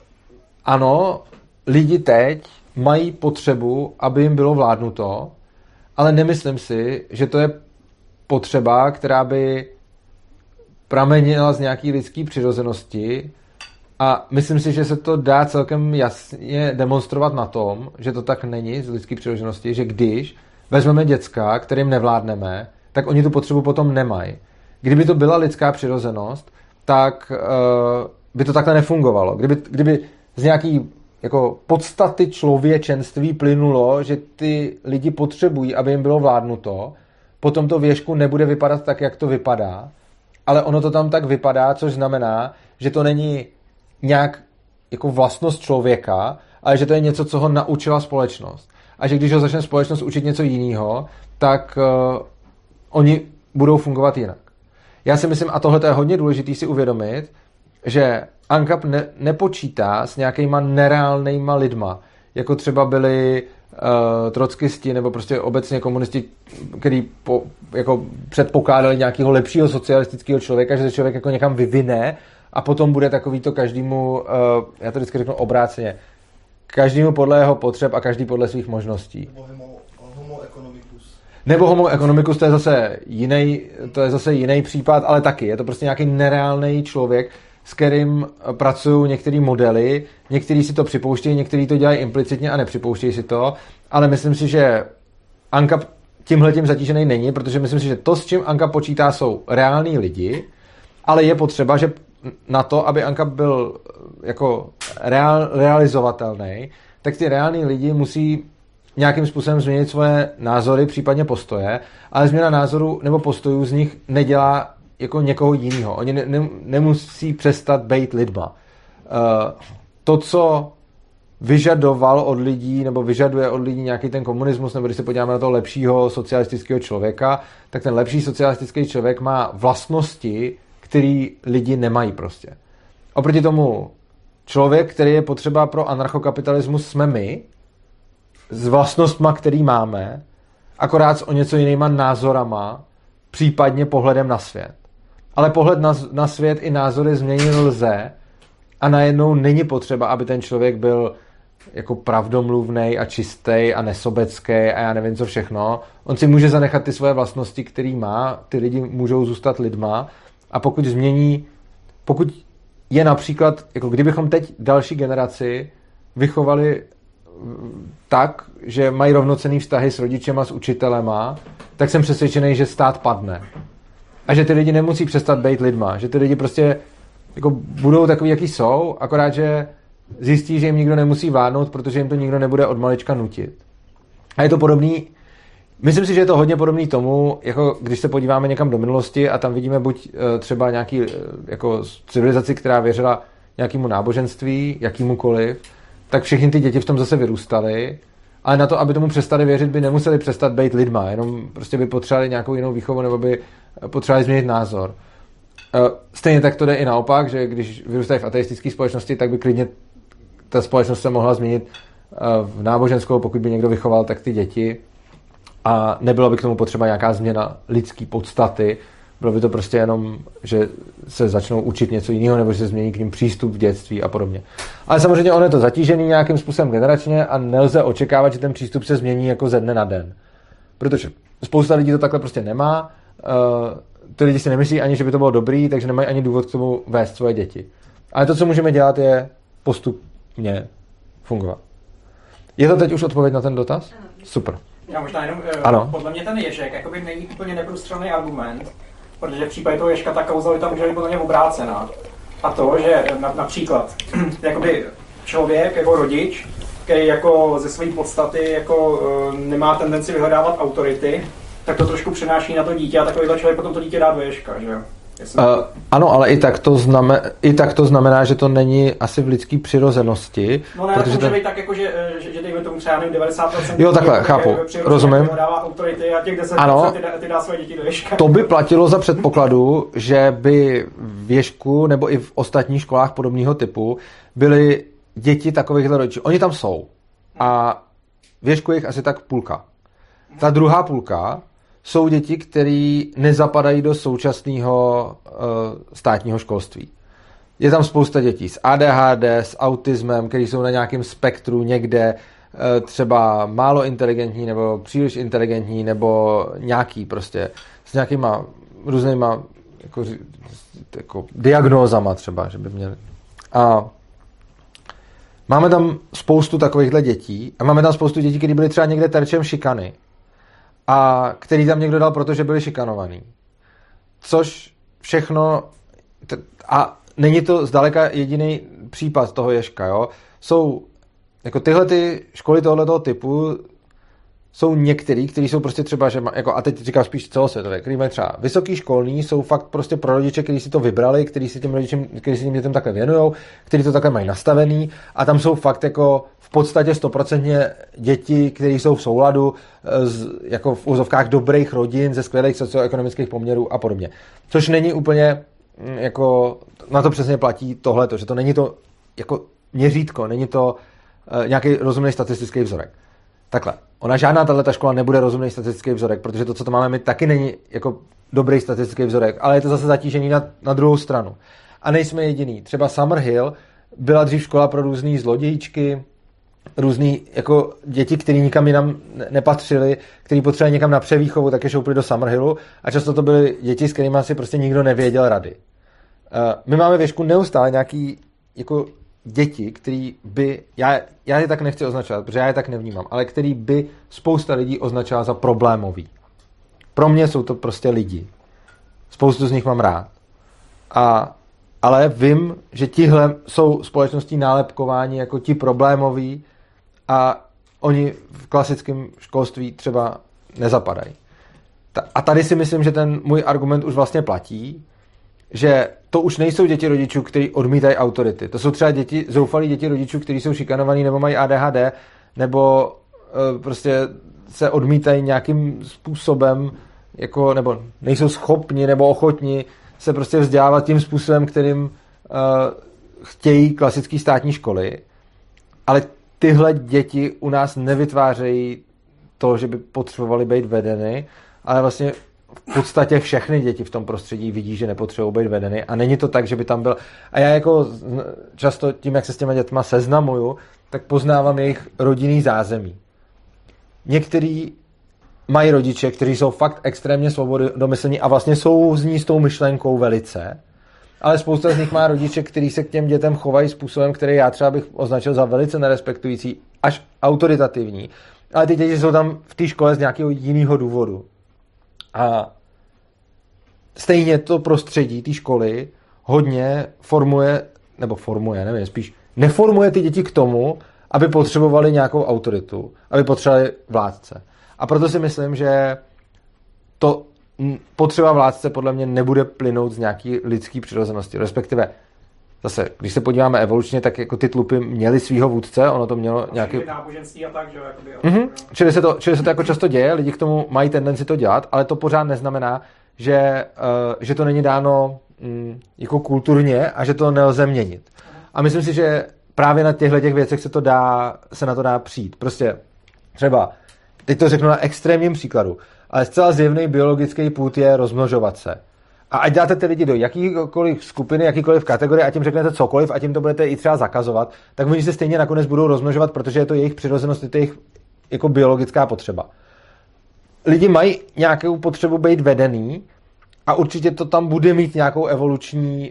ano, lidi teď mají potřebu, aby jim bylo vládnuto, ale nemyslím si, že to je potřeba, která by pramenila z nějaký lidský přirozenosti a myslím si, že se to dá celkem jasně demonstrovat na tom, že to tak není z lidský přirozenosti, že když vezmeme děcka, kterým nevládneme, tak oni tu potřebu potom nemají. Kdyby to byla lidská přirozenost, tak uh, by to takhle nefungovalo. Kdyby, kdyby z nějaký jako podstaty člověčenství plynulo, že ty lidi potřebují, aby jim bylo vládnuto, potom to věšku nebude vypadat tak, jak to vypadá, ale ono to tam tak vypadá, což znamená, že to není nějak jako vlastnost člověka, ale že to je něco, co ho naučila společnost. A že když ho začne společnost učit něco jiného, tak uh, oni budou fungovat jinak. Já si myslím, a tohle je hodně důležité si uvědomit, že ANCAP ne, nepočítá s nějakýma nereálnýma lidma, jako třeba byli uh, trockisti nebo prostě obecně komunisti, který po, jako předpokládali nějakého lepšího socialistického člověka, že se člověk jako někam vyvine a potom bude takový to každému, uh, já to vždycky řeknu obráceně, každému podle jeho potřeb a každý podle svých možností. Homo economicus. Nebo homo economicus, to je zase jiný, to je zase jiný případ, ale taky. Je to prostě nějaký nereálný člověk, s kterým pracují některé modely, někteří si to připouštějí, někteří to dělají implicitně a nepřipouštějí si to, ale myslím si, že ANCAP tímhletím zatížený není, protože myslím si, že to, s čím ANCAP počítá, jsou reální lidi, ale je potřeba, že na to, aby ANCAP byl jako real, realizovatelný, tak ty reální lidi musí nějakým způsobem změnit svoje názory, případně postoje, ale změna názoru nebo postojů z nich nedělá jako někoho jiného. Oni ne, ne, nemusí přestat být lidma. Uh, to, co vyžadoval od lidí, nebo vyžaduje od lidí nějaký ten komunismus, nebo když se podíváme na toho lepšího socialistického člověka, tak ten lepší socialistický člověk má vlastnosti, který lidi nemají prostě. Oproti tomu člověk, který je potřeba pro anarchokapitalismus, jsme my, s vlastnostma, který máme, akorát s o něco jinýma názorama, případně pohledem na svět. Ale pohled na, na svět i názory změnit lze a najednou není potřeba, aby ten člověk byl jako pravdomluvnej a čistý a nesobecký a já nevím co všechno. On si může zanechat ty svoje vlastnosti, který má, ty lidi můžou zůstat lidma a pokud změní, pokud je například, jako kdybychom teď další generaci vychovali tak, že mají rovnocenný vztahy s rodičema, s učitelema, tak jsem přesvědčený, že stát padne. A že ty lidi nemusí přestat být lidma. Že ty lidi prostě jako budou takový, jaký jsou, akorát, že zjistí, že jim nikdo nemusí vládnout, protože jim to nikdo nebude od malička nutit. A je to podobný, myslím si, že je to hodně podobný tomu, jako když se podíváme někam do minulosti a tam vidíme buď třeba nějaký jako civilizaci, která věřila nějakému náboženství, jakýmukoliv, tak všichni ty děti v tom zase vyrůstaly, ale na to, aby tomu přestali věřit, by nemuseli přestat být lidma, jenom prostě by potřebovali nějakou jinou výchovu nebo by potřebovali změnit názor. Stejně tak to jde i naopak, že když vyrůstají v ateistické společnosti, tak by klidně ta společnost se mohla změnit v náboženskou, pokud by někdo vychoval tak ty děti a nebylo by k tomu potřeba nějaká změna lidské podstaty, bylo by to prostě jenom, že se začnou učit něco jiného nebo že se změní k nim přístup v dětství a podobně. Ale samozřejmě ono je to zatížený nějakým způsobem generačně a nelze očekávat, že ten přístup se změní jako ze dne na den. Protože spousta lidí to takhle prostě nemá, ty lidi si nemyslí ani, že by to bylo dobrý, takže nemají ani důvod k tomu vést svoje děti. Ale to, co můžeme dělat, je postupně fungovat. Je to teď už odpověď na ten dotaz? Super. Já možná jenom, ano. Podle mě ten ježek jakoby není úplně neprůstřelný argument, protože v případě toho ježka ta kauzalita může být podle mě obrácená. A to, že na, například jakoby člověk jako rodič, který jako ze své podstaty jako nemá tendenci vyhledávat autority, tak to trošku přenáší na to dítě a takovýhle člověk potom to dítě dá do ježka, že jo? Uh, ano, ale i tak, to znamená, i tak to znamená, že to není asi v lidské přirozenosti. No ne, protože to může ten... být tak, jako, že, že, že dejme tomu třeba devadesát procent jo, takhle, chápu, rozumím. Dává autority a těch deset procent ty, dá, ty dá své děti do ježka. To by platilo za předpokladu, že by v ježku nebo i v ostatních školách podobného typu byly děti takovýchhle rodičů. Oni tam jsou a v ježku je jich asi tak půlka. Ta druhá půlka jsou děti, které nezapadají do současného uh, státního školství. Je tam spousta dětí s A D H D, s autismem, který jsou na nějakém spektru někde uh, třeba málo inteligentní nebo příliš inteligentní nebo nějaký prostě s nějakýma různýma jako, jako diagnózama třeba, že by měli. A máme tam spoustu takovýchhle dětí a máme tam spoustu dětí, které byly třeba někde terčem šikany a který tam někdo dal, protože byli šikanovaný. Což všechno a není to zdaleka jediný případ toho ježka, jo. Jsou jako tyhle ty školy tohoto typu jsou některý, kteří jsou prostě třeba, že má, jako, a teď říkám spíš celosvětově, který mají třeba vysoký školní, jsou fakt prostě pro rodiče, kteří si to vybrali, kteří si těm rodičem, kteří si těm dětem takhle věnujou, kteří to takhle mají nastavený a tam jsou fakt jako v podstatě stoprocentně děti, které jsou v souladu z, jako v úzovkách dobrých rodin, ze skvělých socioekonomických poměrů a podobně. Což není úplně jako, na to přesně platí tohleto, že to není to jako měřítko, není to uh, nějaký rozumný statistický vzorek. Takhle. Ona žádná tato škola nebude rozumný statistický vzorek, protože to, co to máme my, taky není jako dobrý statistický vzorek, ale je to zase zatížení na, na druhou stranu. A nejsme jediný. Třeba Summerhill byla dřív škola pro různý zlodějíčky, různý jako děti, které nikam jinam nepatřili, který potřebovali někam na převýchovu, tak je šoupli do Summerhillu a často to byly děti, s kterými si prostě nikdo nevěděl rady. My máme v ježku neustále nějaký jako děti, který by, já, já je tak nechci označovat, protože já je tak nevnímám, ale který by spousta lidí označila za problémový. Pro mě jsou to prostě lidi. Spoustu z nich mám rád. A, ale vím, že tihle jsou společností nálepkováni jako ti problémoví a oni v klasickém školství třeba nezapadají. A tady si myslím, že ten můj argument už vlastně platí, že to už nejsou děti rodičů, kteří odmítají autority. To jsou třeba děti, zoufalí děti rodičů, kteří jsou šikanovaní nebo mají A D H D, nebo e, prostě se odmítají nějakým způsobem, jako, nebo nejsou schopni nebo ochotni se prostě vzdělávat tím způsobem, kterým uh, chtějí klasické státní školy. Ale tyhle děti u nás nevytvářejí to, že by potřebovali být vedeny, ale vlastně v podstatě všechny děti v tom prostředí vidí, že nepotřebují být vedeny a není to tak, že by tam byl... A já jako často tím, jak se s těma dětma seznamuju, tak poznávám jejich rodinný zázemí. Některý mají rodiče, kteří jsou fakt extrémně svobodomyslní a vlastně souzní s tou myšlenkou velice, ale spousta z nich má rodiče, kteří se k těm dětem chovají způsobem, který já třeba bych označil za velice nerespektující, až autoritativní. Ale ty děti jsou tam v té škole z nějakého jiného důvodu. A stejně to prostředí té školy hodně formuje, nebo formuje, nevím, spíš neformuje ty děti k tomu, aby potřebovali nějakou autoritu, aby potřebovali vládce. A proto si myslím, že to potřeba vládce podle mě nebude plynout z nějaký lidský přirozenosti. Respektive, zase, když se podíváme evolučně, tak jako ty tlupy měly svýho vůdce, ono to mělo nějaký... náboženství a tak, že jo? Mm-hmm. Čili se to, čili se to jako často děje, lidi k tomu mají tendenci to dělat, ale to pořád neznamená, že, uh, že to není dáno um, jako kulturně a že to nelze měnit. A myslím si, že právě na těchto těch věcech se to dá, se na to dá přijít. Prostě třeba teď to řeknu na extrémním příkladu, ale zcela zjevný biologický pud je rozmnožovat se. A ať dáte ty lidi do jakýkoliv skupiny, jakýkoliv kategorie a tím řeknete cokoliv a tím to budete i třeba zakazovat, tak oni se stejně nakonec budou rozmnožovat, protože je to jejich přirozenost, je to jejich jako biologická potřeba. Lidi mají nějakou potřebu být vedený a určitě to tam bude mít nějakou evoluční,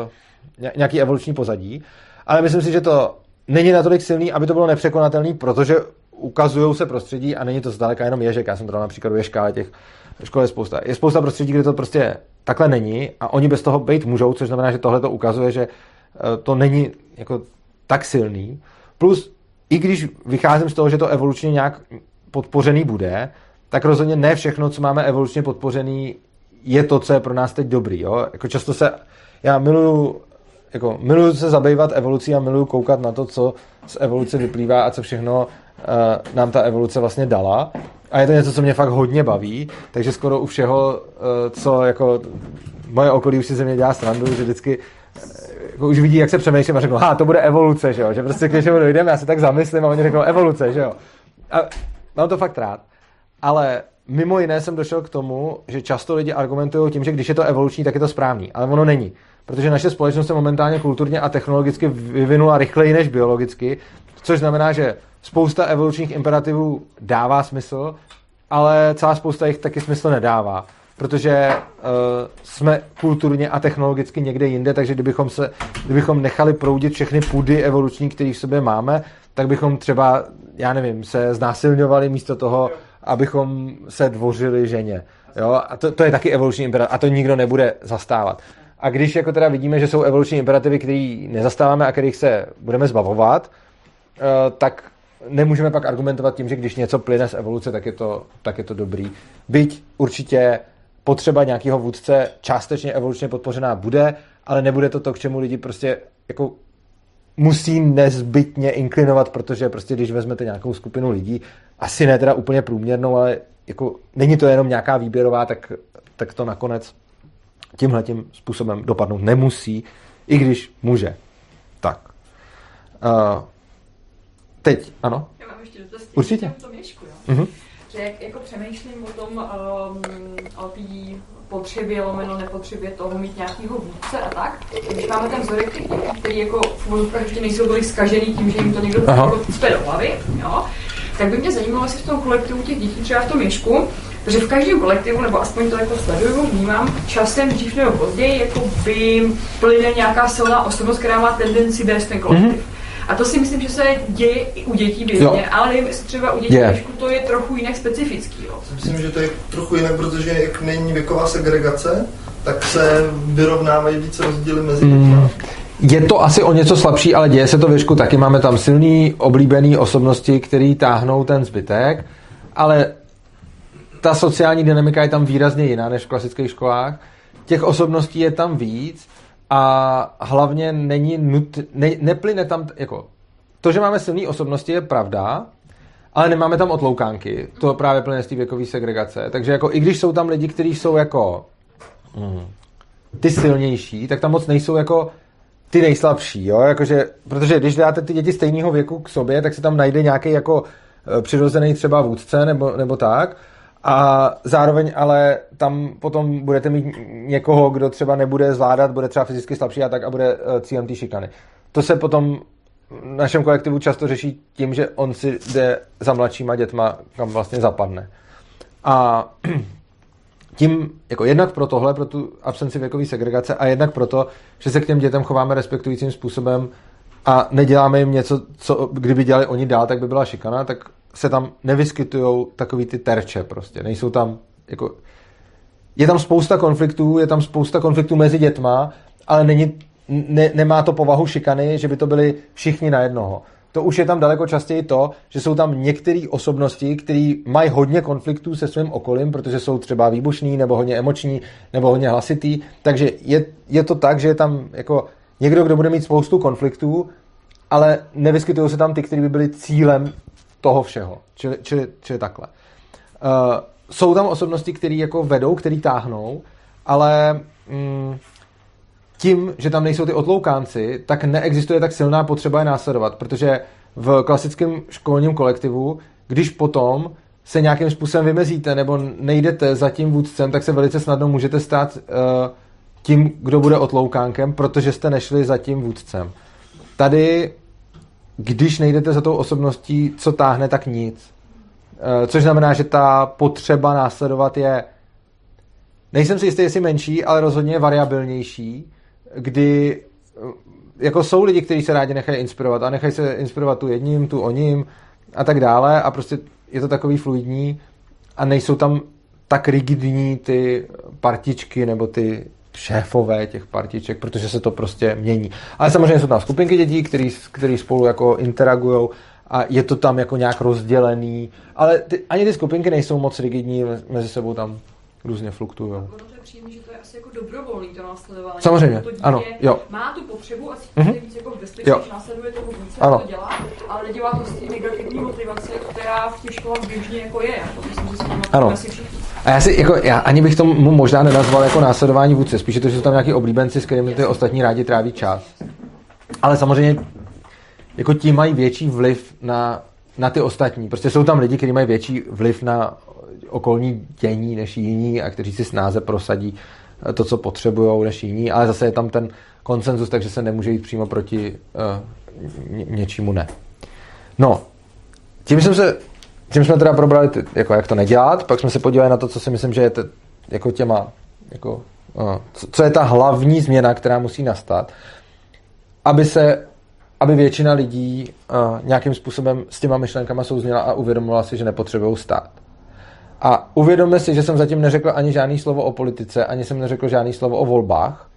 uh, nějaký evoluční pozadí, ale myslím si, že to není natolik silný, aby to bylo nepřekonatelný, protože ukazují se prostředí a není to zdaleka jenom ježek. Já jsem to dal například ve škále těch škol je spousta. Je spousta prostředí, kde to prostě takhle není a oni bez toho být můžou, což znamená, že tohle to ukazuje, že to není jako tak silný. Plus, i když vycházím z toho, že to evolučně nějak podpořený bude, tak rozhodně ne všechno, co máme evolučně podpořený, je to, co je pro nás teď dobrý. Jo? Jako často se, já miluju, jako miluju se zabývat evolucí a miluju koukat na to, co z evoluce vyplývá a co všechno uh, nám ta evoluce vlastně dala. A je to něco, co mě fakt hodně baví, takže skoro u všeho, uh, co jako moje okolí už si ze mě dělá srandu, že vždycky jako už vidí, jak se přemýšlím a řeknou, ha, to bude evoluce, že jo, že prostě k něčemu dojdeme, já se tak zamyslím a oni řeknou evoluce, že jo. A mám to fakt rád, ale mimo jiné jsem došel k tomu, že často lidi argumentují tím, že když je to evoluční, tak je to správný, ale ono není, protože naše společnost se momentálně kulturně a technologicky vyvinula rychleji než biologicky, což znamená, že spousta evolučních imperativů dává smysl, ale celá spousta jich taky smysl nedává, protože uh, jsme kulturně a technologicky někde jinde, takže kdybychom, se, kdybychom nechali proudit všechny půdy evoluční, které v sobě máme, tak bychom třeba, já nevím, se znásilňovali místo toho, abychom se dvořili ženě. Jo? A to, to je taky evoluční imperativ a to nikdo nebude zastávat. A když jako teda vidíme, že jsou evoluční imperativy, které nezastáváme a kterých se budeme zbavovat, uh, tak nemůžeme pak argumentovat tím, že když něco plyne z evoluce, tak je to, tak je to dobrý. Byť určitě potřeba nějakého vůdce částečně evolučně podpořená bude, ale nebude to to, k čemu lidi prostě jako musí nezbytně inklinovat, protože prostě když vezmete nějakou skupinu lidí, asi ne teda úplně průměrnou, ale jako není to jenom nějaká výběrová, tak, tak to nakonec tímhletím způsobem dopadnout nemusí, i když může. Tak. Uh, Teď, ano? Já mám ještě dotaz tím, určitě. To Měšku, jo? Mm-hmm. Že jak jako přemýšlím o tom, um, o té potřebě, lomeno nepotřebě toho mít nějakýho vůdce a tak. Když máme ten vzorek těch dětí, který jako v vůdkách ještě nejsou tolik zkažený tím, že jim to někdo cpe do hlavy, jo? Tak by mě zajímalo, jestli v tom kolektivu těch dětí, třeba v tom Měšku, protože v každém kolektivu, nebo aspoň to jako sleduju, vnímám časem dřív nebo později, jako by plyne nějaká silná osobnost, která má tendenci vést ten kolektiv. Mm-hmm. A to si myslím, že se děje i u dětí běžně, ale nevím, jestli třeba u dětí yeah. Měšku to je trochu jinak specifický. Jo. Myslím, že to je trochu jinak, protože jak není věková segregace, tak se vyrovnávají více rozdíly mezi dětmi. Mm. Je to asi o něco slabší, ale děje se to věšku taky. Máme tam silný, oblíbený osobnosti, který táhnou ten zbytek, ale ta sociální dynamika je tam výrazně jiná než v klasických školách. Těch osobností je tam víc a hlavně není nut, ne, neplyne tam, jako, to, že máme silné osobnosti, je pravda, ale nemáme tam otloukánky. To právě plyne z té věkové segregace. Takže jako, i když jsou tam lidi, kteří jsou jako mm, ty silnější, tak tam moc nejsou jako ty nejslabší, jo? Jakože, protože když dáte ty děti stejného věku k sobě, tak se tam najde nějaký jako přirozený třeba vůdce nebo, nebo tak. A zároveň ale tam potom budete mít někoho, kdo třeba nebude zvládat, bude třeba fyzicky slabší a tak a bude cílem té šikany. To se potom v našem kolektivu často řeší tím, že on si jde za mladšíma dětma, kam vlastně zapadne. A tím, jako jednak pro tohle, pro tu absenci věkové segregace a jednak proto, že se k těm dětem chováme respektujícím způsobem a neděláme jim něco, co kdyby dělali oni dál, tak by byla šikana, tak se tam nevyskytujou takový ty terče prostě. Nejsou tam, jako je tam spousta konfliktů, je tam spousta konfliktů mezi dětma, ale není, ne, nemá to povahu šikany, že by to byli všichni na jednoho. To už je tam daleko častěji to, že jsou tam některé osobnosti, které mají hodně konfliktů se svým okolím, protože jsou třeba výbušní, nebo hodně emoční, nebo hodně hlasitý. Takže je, je to tak, že je tam jako někdo, kdo bude mít spoustu konfliktů, ale nevyskytují se tam ty, kteří by byli cílem toho všeho. Čili, čili, čili takhle. Uh, jsou tam osobnosti, které jako vedou, které táhnou, ale mm, tím, že tam nejsou ty otloukánci, tak neexistuje tak silná potřeba je následovat, protože v klasickém školním kolektivu, když potom se nějakým způsobem vymezíte nebo nejdete za tím vůdcem, tak se velice snadno můžete stát uh, tím, kdo bude otloukánkem, protože jste nešli za tím vůdcem. Tady, když nejdete za tou osobností, co táhne, tak nic. Uh, což znamená, že ta potřeba následovat je, nejsem si jistý, jestli menší, ale rozhodně je variabilnější, kdy jako jsou lidi, kteří se rádi nechají inspirovat a nechají se inspirovat tu jedním, tu oním a tak dále a prostě je to takový fluidní a nejsou tam tak rigidní ty partičky nebo ty šéfové těch partiček, protože se to prostě mění. Ale samozřejmě jsou tam skupinky dětí, který, který spolu jako interagujou a je to tam jako nějak rozdělený, ale ty, ani ty skupinky nejsou moc rigidní, mezi sebou tam různě fluktují. Ono to je příjemný, že to je asi jako dobrovolný to následování. Samozřejmě, to dítě ano, jo. Má tu potřebu a cítí mm-hmm. se víc jako v bezpečí, když následuje toho vůdce, to dělá, ale nedělá to s tím negativní motivací, která v těch školách běžně jako je. Jako myslím, že s tím ano. Asi všichni. A já si, jako, já ani bych tomu možná nenazval jako následování vůdce, spíše to, že jsou tam nějaký oblíbenci, s kterými ty ostatní rádi tráví čas. Ale samozřejmě jako ti mají větší vliv na, na ty ostatní. Prostě jsou tam lidi, kteří mají větší vliv na okolní dění než jiní a kteří si snáze prosadí to, co potřebujou, než jiní, ale zase je tam ten konsenzus, takže se nemůže jít přímo proti uh, ně, něčímu ne. No, tím jsem se, tím jsme teda probrali, ty, jako jak to nedělat, pak jsme se podívali na to, co si myslím, že je te, jako těma, jako, uh, co, co je ta hlavní změna, která musí nastat, aby se, aby většina lidí uh, nějakým způsobem s těma myšlenkama souzněla a uvědomila si, že nepotřebují stát. A uvědomme si, že jsem zatím neřekl ani žádný slovo o politice, ani jsem neřekl žádný slovo o volbách.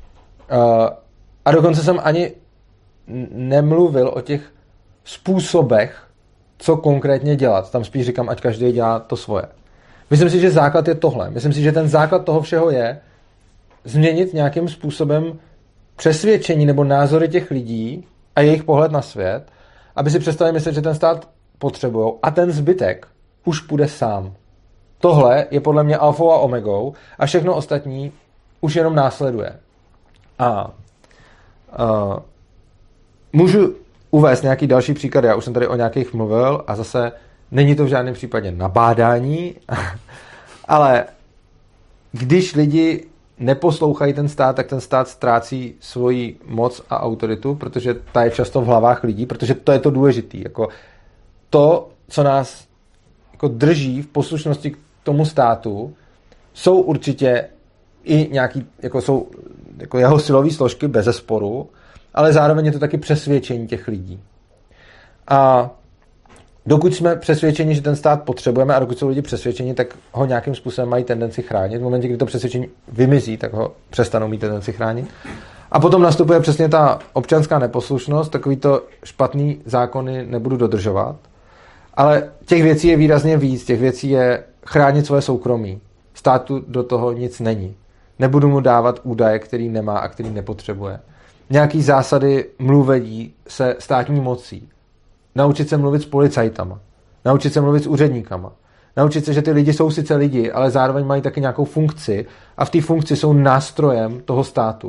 A dokonce jsem ani nemluvil o těch způsobech, co konkrétně dělat. Tam spíš říkám, ať každý dělá to svoje. Myslím si, že základ je tohle. Myslím si, že ten základ toho všeho je změnit nějakým způsobem přesvědčení nebo názory těch lidí a jejich pohled na svět, aby si přestali myslet, že ten stát potřebujou a ten zbytek už půjde sám. Tohle je podle mě alfou a omegou a všechno ostatní už jenom následuje. A uh, můžu uvést nějaký další příklad, já už jsem tady o nějakých mluvil a zase není to v žádném případě nabádání, ale když lidi neposlouchají ten stát, tak ten stát ztrácí svoji moc a autoritu, protože ta je často v hlavách lidí, protože to je to důležité. Jako to, co nás jako drží v poslušnosti k tomu státu, jsou určitě i nějaký, jako jsou jako jeho silové složky bezesporu, ale zároveň je to taky přesvědčení těch lidí. A dokud jsme přesvědčeni, že ten stát potřebujeme a dokud jsou lidi přesvědčeni, tak ho nějakým způsobem mají tendenci chránit. V momentě, kdy to přesvědčení vymizí, tak ho přestanou mít tendenci chránit. A potom nastupuje přesně ta občanská neposlušnost, takovýto špatný zákony nebudu dodržovat. Ale těch věcí je výrazně víc. Těch věcí je chránit svoje soukromí. Státu do toho nic není. Nebudu mu dávat údaje, který nemá a který nepotřebuje. Nějaký zásady mluvení se státní mocí. Naučit se mluvit s policajtama. Naučit se mluvit s úředníkama. Naučit se, že ty lidi jsou sice lidi, ale zároveň mají taky nějakou funkci a v té funkci jsou nástrojem toho státu.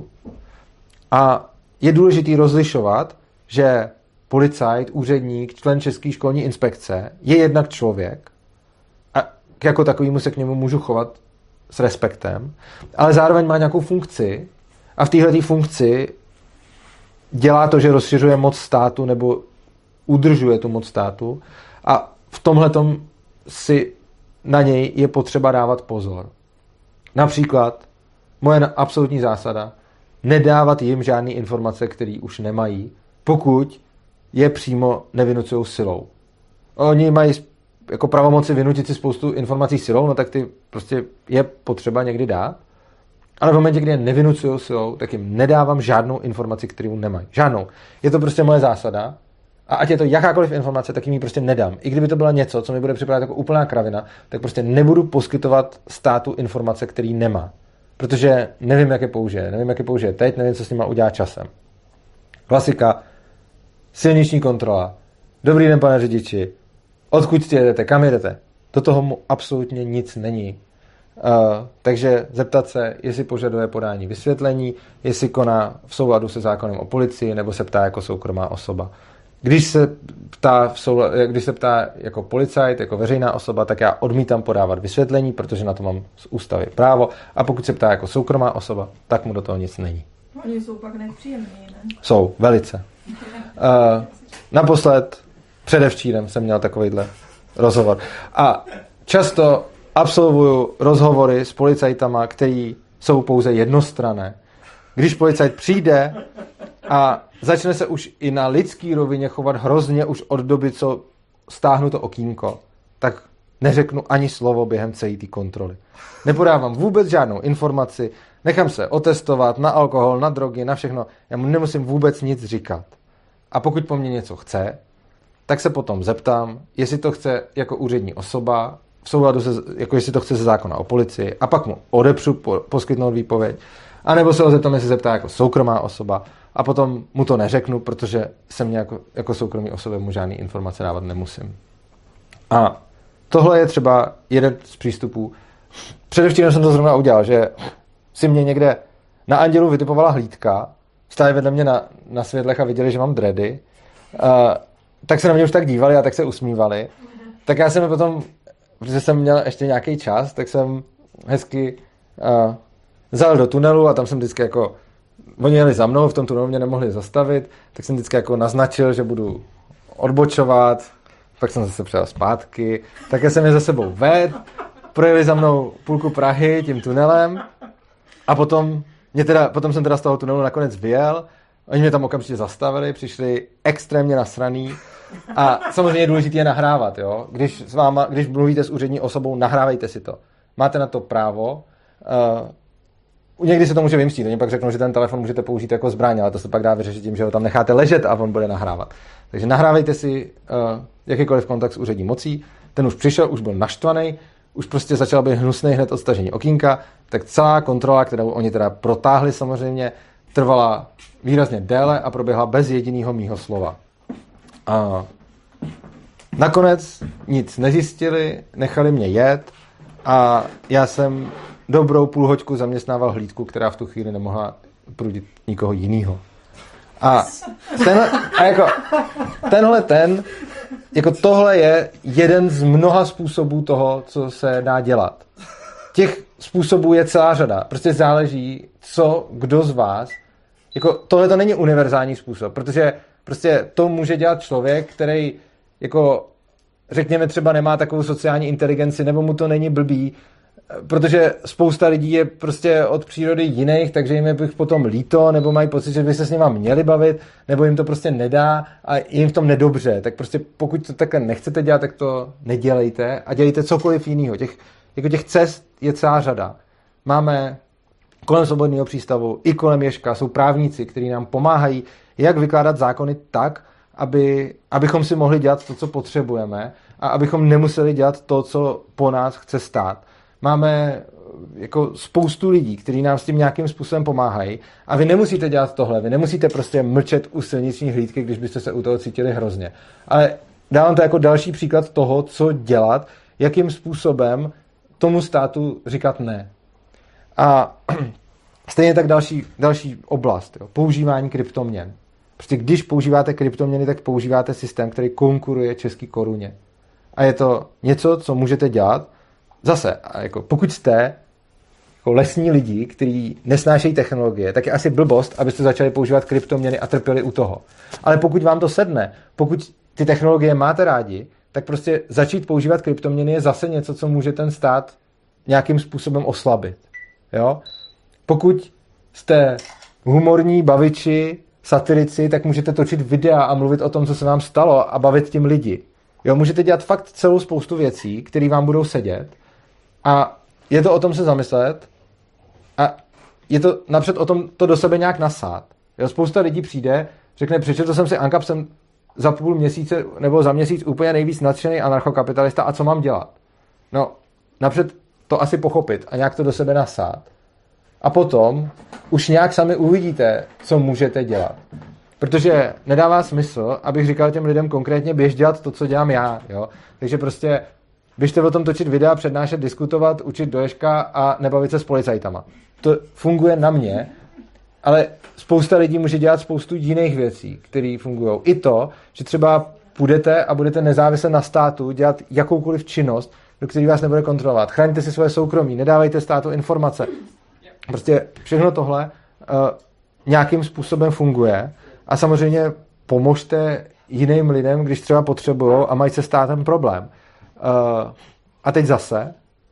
A je důležitý rozlišovat, že policajt, úředník, člen České školní inspekce je jednak člověk a jako takovýmu se k němu můžu chovat s respektem, ale zároveň má nějakou funkci a v téhletý funkci dělá to, že rozšiřuje moc státu nebo udržuje tu moc státu a v tomhletom si na něj je potřeba dávat pozor. Například moje absolutní zásada nedávat jim žádné informace, které už nemají, pokud je přímo nevynucují silou. Oni mají jako pravomoci vynutit si spoustu informací silou, no tak ty prostě je potřeba někdy dát. Ale v momentě, kdy je nevynucují silou, tak jim nedávám žádnou informaci, kterou nemají. Žádnou. Je to prostě moje zásada. A ať je to jakákoliv informace, tak jim ji prostě nedám. I kdyby to byla něco, co mi bude připadat jako úplná kravina, tak prostě nebudu poskytovat státu informace, který nemá. Protože nevím, jak je použije. Nevím, jak je použije teď, nevím, co s nima udělá časem. Klasika. Silniční kontrola. Dobrý den, pane řidiči. Odkud jedete, kam jedete? Do toho mu absolutně nic není. Uh, takže zeptat se, jestli požaduje podání vysvětlení, jestli koná v souladu se zákonem o policii, nebo se ptá jako soukromá osoba. Když se ptá, v souladu, když se ptá jako policajt, jako veřejná osoba, tak já odmítám podávat vysvětlení, protože na to mám z ústavy právo. A pokud se ptá jako soukromá osoba, tak mu do toho nic není. Oni jsou pak nepříjemní, ne? Jsou, velice. Uh, naposled, předevčírem jsem měl takovýhle rozhovor. A často absolvuju rozhovory s policajtama, který jsou pouze jednostranné. Když policajt přijde a začne se už i na lidský rovině chovat hrozně už od doby, co stáhnu to okýnko, tak neřeknu ani slovo během celé té kontroly. Nepodávám vůbec žádnou informaci, nechám se otestovat na alkohol, na drogy, na všechno. Já mu nemusím vůbec nic říkat. A pokud po mně něco chce, tak se potom zeptám, jestli to chce jako úřední osoba, v souladu se, jako jestli to chce ze zákona o policii, a pak mu odepřu po, poskytnout výpověď, anebo se ho zeptám, jestli se zeptá jako soukromá osoba, a potom mu to neřeknu, protože jsem mě jako, jako soukromý osobě mu žádný informace dávat nemusím. A tohle je třeba jeden z přístupů. Předevčírem jsem to zrovna udělal, že si mě někde na Andělu vytipovala hlídka, stáli vedle mě na, na světlech a viděli, že mám dready, uh, tak se na mě už tak dívali a tak se usmívali. Tak já jsem je potom, protože jsem měl ještě nějaký čas, tak jsem hezky uh, zajel do tunelu a tam jsem vždycky jako, oni jeli za mnou, v tom tunelu mě nemohli zastavit, tak jsem vždycky jako naznačil, že budu odbočovat, pak jsem zase přijel zpátky, tak jsem je za sebou ved, projeli za mnou půlku Prahy tím tunelem a potom, mě teda, potom jsem teda z toho tunelu nakonec vyjel, oni mě tam okamžitě zastavili, přišli extrémně nasraný a samozřejmě je důležité je nahrávat, jo? Když, s váma, když mluvíte s úřední osobou, nahrávejte si to. Máte na to právo. Uh, někdy se to může vymstít, oni pak řeknou, že ten telefon můžete použít jako zbraň, ale to se pak dá vyřešit tím, že ho tam necháte ležet a on bude nahrávat. Takže nahrávejte si uh, jakýkoliv kontakt s úřední mocí, ten už přišel, už byl naštvaný, už prostě začal být hnusnej hned od stažení okýnka, tak celá kontrola, kterou oni teda protáhli samozřejmě, trvala výrazně déle a proběhla bez jediného mýho slova. A nakonec nic nezjistili, nechali mě jet a já jsem dobrou půl hoďku zaměstnával hlídku, která v tu chvíli nemohla prudit nikoho jinýho. A, ten, a jako tenhle ten, jako tohle je jeden z mnoha způsobů toho, co se dá dělat. Těch způsobů je celá řada. Prostě záleží, co kdo z vás, jako tohle to není univerzální způsob, protože prostě to může dělat člověk, který jako řekněme třeba nemá takovou sociální inteligenci, nebo mu to není blbý, protože spousta lidí je prostě od přírody jiných, takže jim je bych potom líto, nebo mají pocit, že by se s nima měli bavit, nebo jim to prostě nedá a jim v tom nedobře. Tak prostě pokud to takhle nechcete dělat, tak to nedělejte a dělejte cokoliv jiného. Těch, jako těch cest je celá řada. Máme kolem Svobodného přístavu i kolem Ježka jsou právníci, kteří nám pomáhají, jak vykládat zákony tak, aby, abychom si mohli dělat to, co potřebujeme a abychom nemuseli dělat to, co po nás chce stát. Máme jako spoustu lidí, kteří nám s tím nějakým způsobem pomáhají a vy nemusíte dělat tohle, vy nemusíte prostě mlčet u silniční hlídky, když byste se u toho cítili hrozně. Ale dávám to jako další příklad toho, co dělat, jakým způsobem tomu státu říkat ne. A stejně tak další, další oblast, jo, používání kryptoměn. Prostě když používáte kryptoměny, tak používáte systém, který konkuruje české koruně. A je to něco, co můžete dělat. Zase, jako pokud jste jako lesní lidi, kteří nesnášejí technologie, tak je asi blbost, abyste začali používat kryptoměny a trpěli u toho. Ale pokud vám to sedne, pokud ty technologie máte rádi, tak prostě začít používat kryptoměny je zase něco, co může ten stát nějakým způsobem oslabit. Jo? Pokud jste humorní baviči, satirici, tak můžete točit videa a mluvit o tom, co se vám stalo a bavit tím lidi. Jo, můžete dělat fakt celou spoustu věcí, které vám budou sedět a je to o tom se zamyslet a je to napřed o tom to do sebe nějak nasát. Jo, spousta lidí přijde, řekne, přečetl jsem si Ankap, jsem za půl měsíce nebo za měsíc úplně nejvíc nadšený anarchokapitalista a co mám dělat? No, napřed to asi pochopit a nějak to do sebe nasát. A potom už nějak sami uvidíte, co můžete dělat. Protože nedává smysl, abych říkal těm lidem konkrétně běž dělat to, co dělám já. Jo? Takže prostě běžte o tom točit videa, přednášet, diskutovat, učit do Ježka a nebavit se s policajtama. To funguje na mě, ale spousta lidí může dělat spoustu jiných věcí, které fungují. I to, že třeba půjdete a budete nezávisle na státu dělat jakoukoliv činnost, do které vás nebude kontrolovat. Chraňte si svoje soukromí, nedávejte státu informace. Prostě všechno tohle uh, nějakým způsobem funguje a samozřejmě pomožte jiným lidem, když třeba potřebují a mají se státem problém. Uh, a teď zase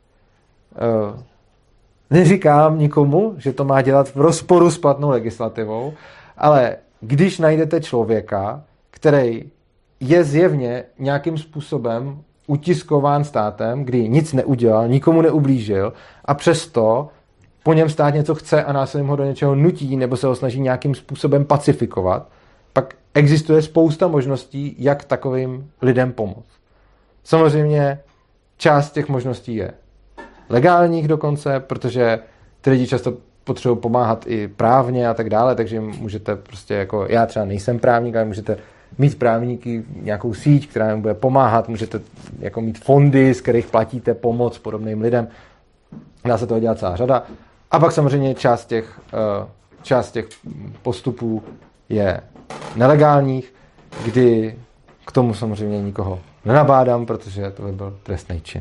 uh, neříkám nikomu, že to má dělat v rozporu s platnou legislativou, ale když najdete člověka, který je zjevně nějakým způsobem utiskován státem, kdy nic neudělal, nikomu neublížil a přesto po něm stát něco chce a násilím ho do něčeho nutí nebo se ho snaží nějakým způsobem pacifikovat, pak existuje spousta možností, jak takovým lidem pomoct. Samozřejmě část těch možností je legálních dokonce, protože ty lidi často potřebují pomáhat i právně a tak dále, takže můžete prostě jako, já třeba nejsem právník, ale můžete mít právníky, nějakou síť, která jim bude pomáhat, můžete jako mít fondy, z kterých platíte pomoc podobným lidem. Dá se toho dělat celá řada. A pak samozřejmě část těch, část těch postupů je nelegálních, kdy k tomu samozřejmě nikoho nenabádám, protože to by byl trestný čin.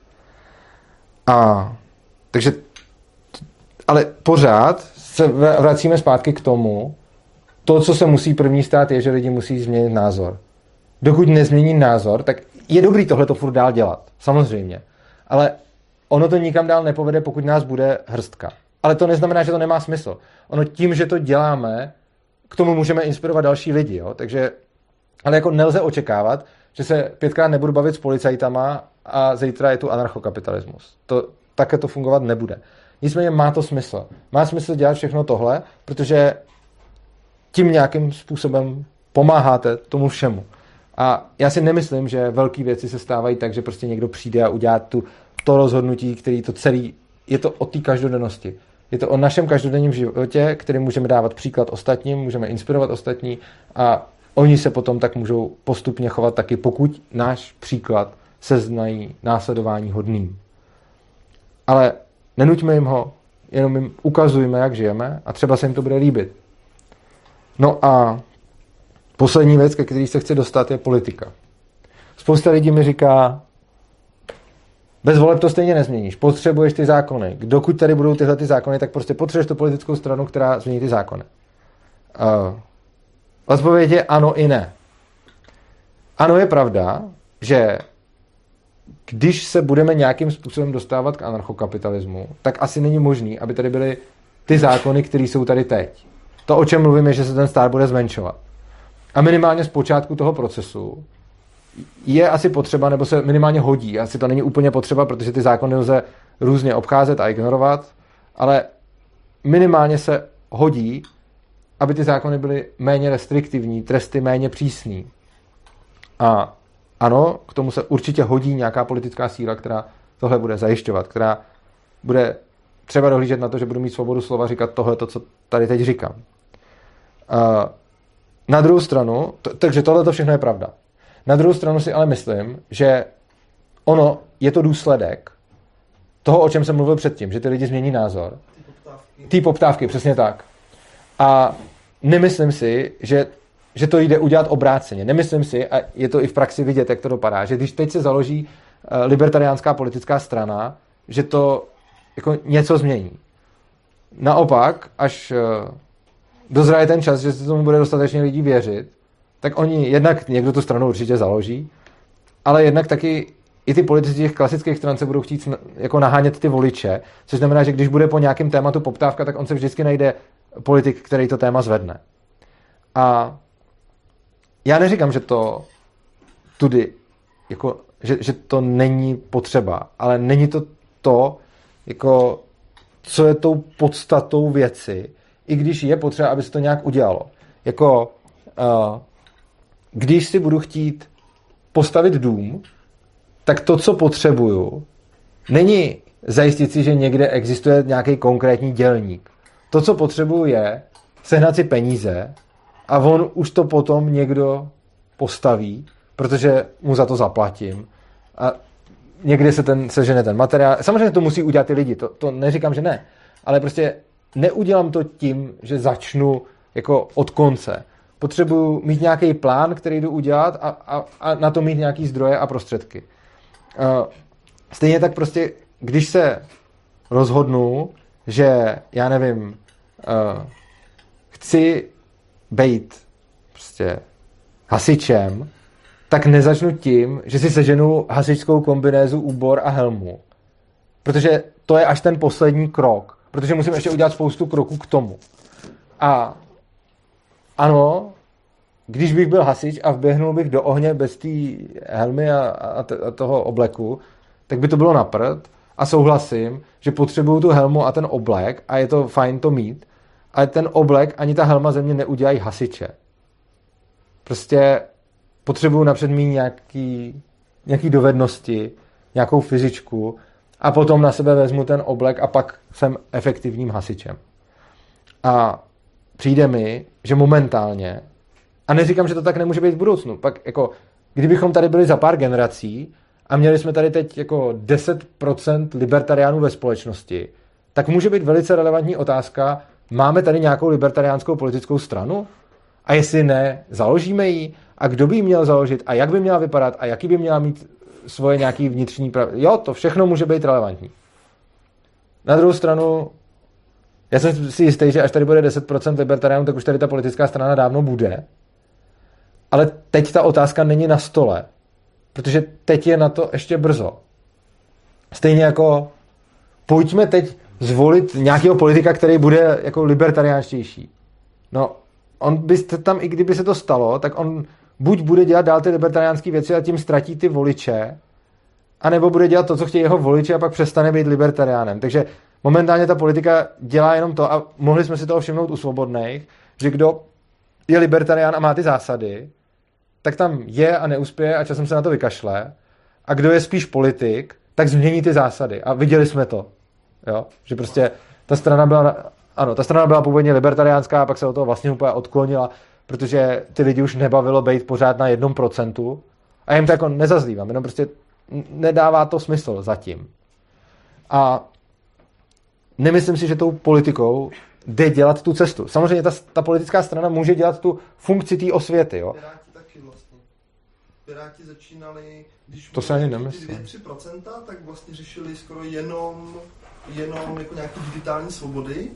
A takže, ale pořád se vracíme zpátky k tomu, to, co se musí první stát, je, že lidi musí změnit názor. Dokud nezmění názor, tak je dobrý tohle to furt dál dělat. Samozřejmě. Ale ono to nikam dál nepovede, pokud nás bude hrstka. Ale to neznamená, že to nemá smysl. Ono tím, že to děláme, k tomu můžeme inspirovat další lidi. Jo? Takže, ale jako nelze očekávat, že se pětkrát nebudu bavit s policajtama a zítra je tu anarchokapitalismus. To, také to fungovat nebude. Nicméně má to smysl. Má smysl dělat všechno tohle, protože tím nějakým způsobem pomáháte tomu všemu. A já si nemyslím, že velké věci se stávají tak, že prostě někdo přijde a udělá tu, to rozhodnutí, který to celý, je to o té každodennosti. Je to o našem každodenním životě, který můžeme dávat příklad ostatním, můžeme inspirovat ostatní a oni se potom tak můžou postupně chovat taky, pokud náš příklad se znají následování hodným. Ale nenuťme jim ho, jenom jim ukazujme, jak žijeme a třeba se jim to bude líbit. No a poslední věc, ke který se chci dostat, je politika. Spousta lidí mi říká, bez voleb to stejně nezměníš, potřebuješ ty zákony. Dokud tady budou tyhle ty zákony, tak prostě potřebuješ tu politickou stranu, která změní ty zákony. Uh, odpověď je ano i ne. Ano, je pravda, že když se budeme nějakým způsobem dostávat k anarchokapitalismu, tak asi není možný, aby tady byly ty zákony, které jsou tady teď. To, o čem mluvím, je, že se ten stát bude zmenšovat. A minimálně z počátku toho procesu je asi potřeba, nebo se minimálně hodí. Asi to není úplně potřeba, protože ty zákony lze různě obcházet a ignorovat, ale minimálně se hodí, aby ty zákony byly méně restriktivní, tresty méně přísný. A ano, k tomu se určitě hodí nějaká politická síla, která tohle bude zajišťovat, která bude třeba dohlížet na to, že budu mít svobodu slova říkat tohle, to, co tady teď říkám. A na druhou stranu, to, takže tohle to všechno je pravda. Na druhou stranu si ale myslím, že ono je to důsledek toho, o čem jsem mluvil předtím, že ty lidi změní názor. Ty poptávky. Ty poptávky, přesně tak. A nemyslím si, že, že to jde udělat obráceně. Nemyslím si, a je to i v praxi vidět, jak to dopadá, že když teď se založí libertariánská politická strana, že to jako něco změní. Naopak, až dozraje ten čas, že se tomu bude dostatečně lidí věřit, tak oni jednak někdo tu stranu určitě založí, ale jednak taky i ty politici těch klasických stran se budou chtít jako nahánět ty voliče, což znamená, že když bude po nějakém tématu poptávka, tak on se vždycky najde politik, který to téma zvedne. A já neříkám, že to tudy, jako, že, že to není potřeba, ale není to to, jako, co je tou podstatou věci, i když je potřeba, aby se to nějak udělalo. Jako, uh, když si budu chtít postavit dům, tak to, co potřebuju, není zajistit si, že někde existuje nějaký konkrétní dělník. To, co potřebuju, je sehnat si peníze a on už to potom někdo postaví, protože mu za to zaplatím. A někde se ten, sežene ten materiál. Samozřejmě to musí udělat ty lidi, to, to neříkám, že ne. Ale prostě neudělám to tím, že začnu jako od konce. Potřebuju mít nějaký plán, který jdu udělat a, a, a na to mít nějaký zdroje a prostředky. Uh, stejně tak prostě, když se rozhodnu, že já nevím, uh, chci být prostě hasičem, tak nezačnu tím, že si seženu hasičskou kombinézu, úbor a helmu. Protože to je až ten poslední krok. Protože musím ještě udělat spoustu kroků k tomu. A ano, když bych byl hasič a vběhnul bych do ohně bez té helmy a, a, t- a toho obleku, tak by to bylo na prd. A souhlasím, že potřebuju tu helmu a ten oblek a je to fajn to mít, ale ten oblek ani ta helma ze mě neudělají hasiče. Prostě potřebuju napřed mít nějaký, nějaký dovednosti, nějakou fyzičku a potom na sebe vezmu ten oblek a pak jsem efektivním hasičem. A přijde mi, že momentálně, a neříkám, že to tak nemůže být v budoucnu, pak jako, kdybychom tady byli za pár generací a měli jsme tady teď jako deset procent libertariánů ve společnosti, tak může být velice relevantní otázka, máme tady nějakou libertariánskou politickou stranu? A jestli ne, založíme ji? A kdo by ji měl založit? A jak by měla vypadat? A jaký by měla mít svoje nějaký vnitřní pravidla? Jo, to všechno může být relevantní. Na druhou stranu, já jsem si jistý, že až tady bude deset procent libertariánů, tak už tady ta politická strana dávno bude. Ale teď ta otázka není na stole. Protože teď je na to ještě brzo. Stejně jako pojďme teď zvolit nějakého politika, který bude jako libertariánštější. No, on byste tam, i kdyby se to stalo, tak on buď bude dělat dál ty libertariánské věci a tím ztratí ty voliče, anebo bude dělat to, co chtějí jeho voliči a pak přestane být libertariánem. Takže momentálně ta politika dělá jenom to a mohli jsme si toho všimnout u Svobodných, že kdo je libertarián a má ty zásady, tak tam je a neuspěje a časem se na to vykašle. A kdo je spíš politik, tak změní ty zásady. A viděli jsme to. Jo? Že prostě ta strana byla, ano, ta strana byla původně libertariánská a pak se od toho vlastně úplně odklonila, protože ty lidi už nebavilo být pořád na jednom procentu. A jim to jako nezazlívám, jenom prostě nedává to smysl zatím. A nemyslím si, že tou politikou jde dělat tu cestu. Samozřejmě ta, ta politická strana může dělat tu funkci té osvěty. Jo? Piráti taky vlastně. Piráti začínali, když to se ani nemyslím. dvě až tři procenta, tak vlastně řešili skoro jenom, jenom jako nějaké digitální svobody.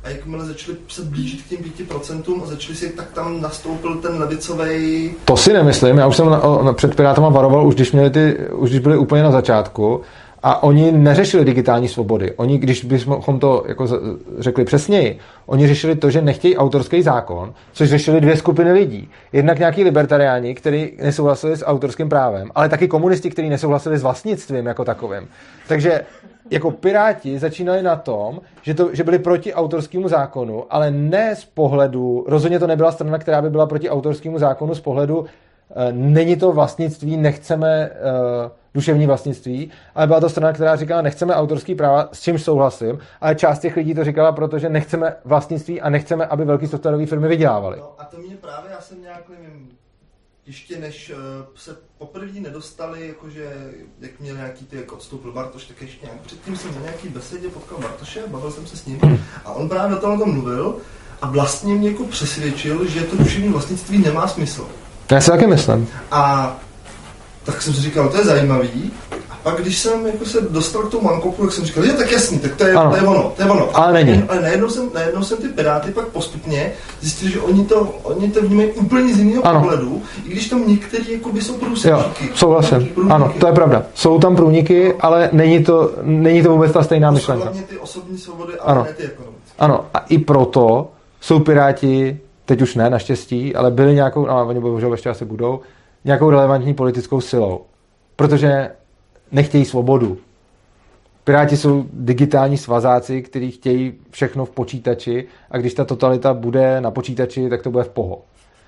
a jakmile začali se blížit k těm pěti procentům a začali si, tak tam nastoupil ten levicovej... To si nemyslím, já už jsem na, o, před Pirátama varoval, už když, měli ty, už když byli úplně na začátku a oni neřešili digitální svobody. Oni, když bychom to jako řekli přesněji, oni řešili to, že nechtějí autorský zákon, což řešili dvě skupiny lidí. Jednak nějaký libertariáni, kteří nesouhlasili s autorským právem, ale taky komunisti, kteří nesouhlasili s vlastnictvím jako takovým. Takže jako Piráti začínali na tom, že, to, že byli proti autorskému zákonu, ale ne z pohledu, rozhodně to nebyla strana, která by byla proti autorskému zákonu z pohledu e, není to vlastnictví, nechceme e, duševní vlastnictví, ale byla to strana, která říkala, nechceme autorský práva, s čímž souhlasím, ale část těch lidí to říkala, protože nechceme vlastnictví a nechceme, aby velké softwarové firmy vydělávaly. No a to mě právě, já jsem nějak, nevím, ještě než uh, se poprvé nedostali, jakože jak měl nějaký ty, jak odstoupil Bartoš, tak ještě nějak předtím jsem na nějaký besedě potkal Bartoše, bavil jsem se s ním a on právě o tom mluvil a vlastně mě jako přesvědčil, že to duševní vlastnictví nemá smysl. Já si taky myslím. A tak jsem si říkal, to je zajímavý. A pak, když jsem jako se dostal k tomu Mankopu, tak jsem říkal, je tak jasný, tak to je, to je ono, to je ono. Ale není. Ale najednou jsem, najednou jsem ty Piráty pak postupně zjistil, že oni to, oni to vnímají úplně z jiného pohledu, i když tam některý jakoby jsou průsečíky. Jo, souhlasím. Ano, to je pravda. Jsou tam průniky, ale není to, není to vůbec ta stejná myšlenka. Hlavně ty osobní svobody, ale ano. Ne ty ekonomické. Ano, a i proto jsou Piráti, teď už ne, naštěstí, ale byli nějakou, no, oni bohužel ještě asi budou, nějakou relevantní politickou silou. Protože nechtějí svobodu. Piráti jsou digitální svazáci, kteří chtějí všechno v počítači a když ta totalita bude na počítači, tak to bude v poho.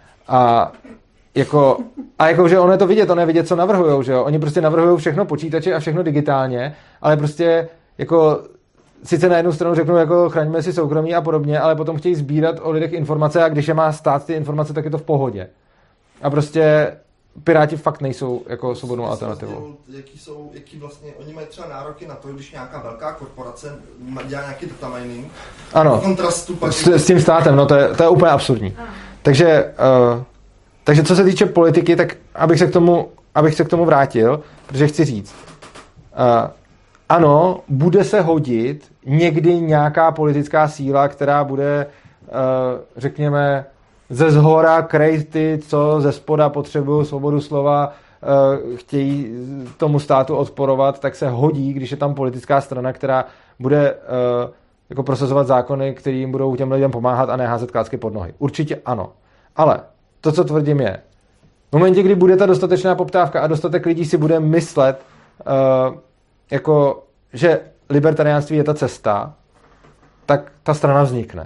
A jako, a jako, že ono je to vidět, ono je vidět, co navrhujou, že jo? Oni prostě navrhují všechno počítači a všechno digitálně, ale prostě jako sice na jednu stranu řeknou, jako chraňme si soukromí a podobně, ale potom chtějí sbírat o lidech informace a když je má stát ty informace, tak je to v pohodě. A prostě Piráti fakt nejsou jako svobodnou alternativou. Jaký jsou, jaký vlastně, oni mají třeba nároky na to, když nějaká velká korporace dělá nějaký data mining. Ano, kontrastu pak s, s tím státem, no to je, to je úplně absurdní. Ano. Takže, uh, takže co se týče politiky, tak abych se k tomu, abych se k tomu vrátil, protože chci říct, uh, ano, bude se hodit někdy nějaká politická síla, která bude, uh, řekněme, ze zhora krejt ty, co ze spoda potřebují svobodu slova, chtějí tomu státu odporovat, tak se hodí, když je tam politická strana, která bude jako prosazovat zákony, které jim budou těm lidem pomáhat a ne házet klacky pod nohy. Určitě ano. Ale to, co tvrdím, je, v momentě, kdy bude ta dostatečná poptávka a dostatek lidí si bude myslet, jako, že libertariánství je ta cesta, tak ta strana vznikne.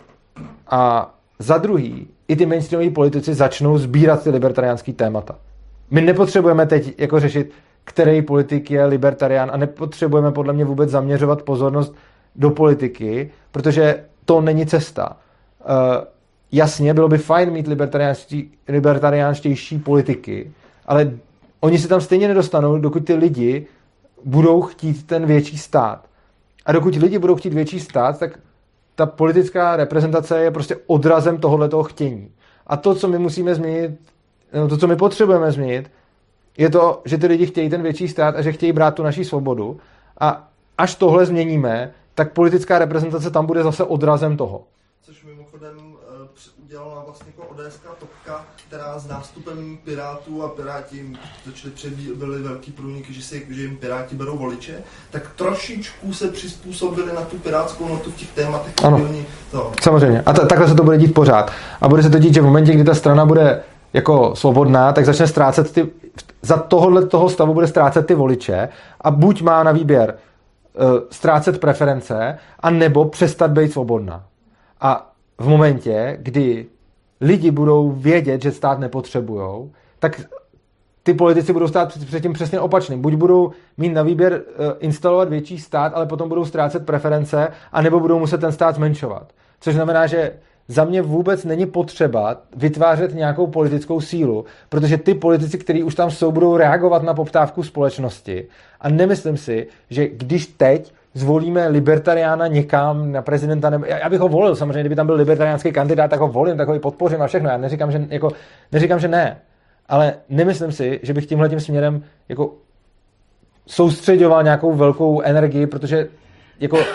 A za druhý, i ty mainstreamoví politici začnou sbírat ty libertariánský témata. My nepotřebujeme teď jako řešit, který politik je libertarián a nepotřebujeme podle mě vůbec zaměřovat pozornost do politiky, protože to není cesta. Uh, jasně, bylo by fajn mít libertariánštější politiky, ale oni se tam stejně nedostanou, dokud ty lidi budou chtít ten větší stát. A dokud lidi budou chtít větší stát, tak ta politická reprezentace je prostě odrazem tohohletoho chtění. A to, co my musíme změnit, no to, co my potřebujeme změnit, je to, že ty lidi chtějí ten větší stát a že chtějí brát tu naši svobodu. A až tohle změníme, tak politická reprezentace tam bude zase odrazem toho. Což mimochodem udělala vlastně jako O D S K Topka, která s nástupem Pirátů a Piráti začali přebí, byly velký průniky, že, si, že jim Piráti berou voliče, tak trošičku se přizpůsobili na tu pirátskou notu v těch tématech. Ano, to. Samozřejmě. A t- takhle se to bude dít pořád. A bude se to dít, že v momentě, kdy ta strana bude jako svobodná, tak začne ztrácet ty, za tohohle toho stavu bude ztrácet ty voliče a buď má na výběr uh, ztrácet preference, a nebo přestat být svobodná. A v momentě, kdy lidi budou vědět, že stát nepotřebujou, tak ty politici budou stát před tím přesně opačným. Buď budou mít na výběr uh, instalovat větší stát, ale potom budou ztrácet preference, anebo budou muset ten stát zmenšovat. Což znamená, že za mě vůbec není potřeba vytvářet nějakou politickou sílu, protože ty politici, kteří už tam jsou, budou reagovat na poptávku společnosti. A nemyslím si, že když teď zvolíme libertariána někam na prezidenta, nebo já bych ho volil, samozřejmě, kdyby tam byl libertariánský kandidát, tak ho volím, tak ho i podpořím a všechno. Já neříkám, že, jako, neříkám, že ne. Ale nemyslím si, že bych tímhletím směrem jako soustředoval nějakou velkou energii, protože jako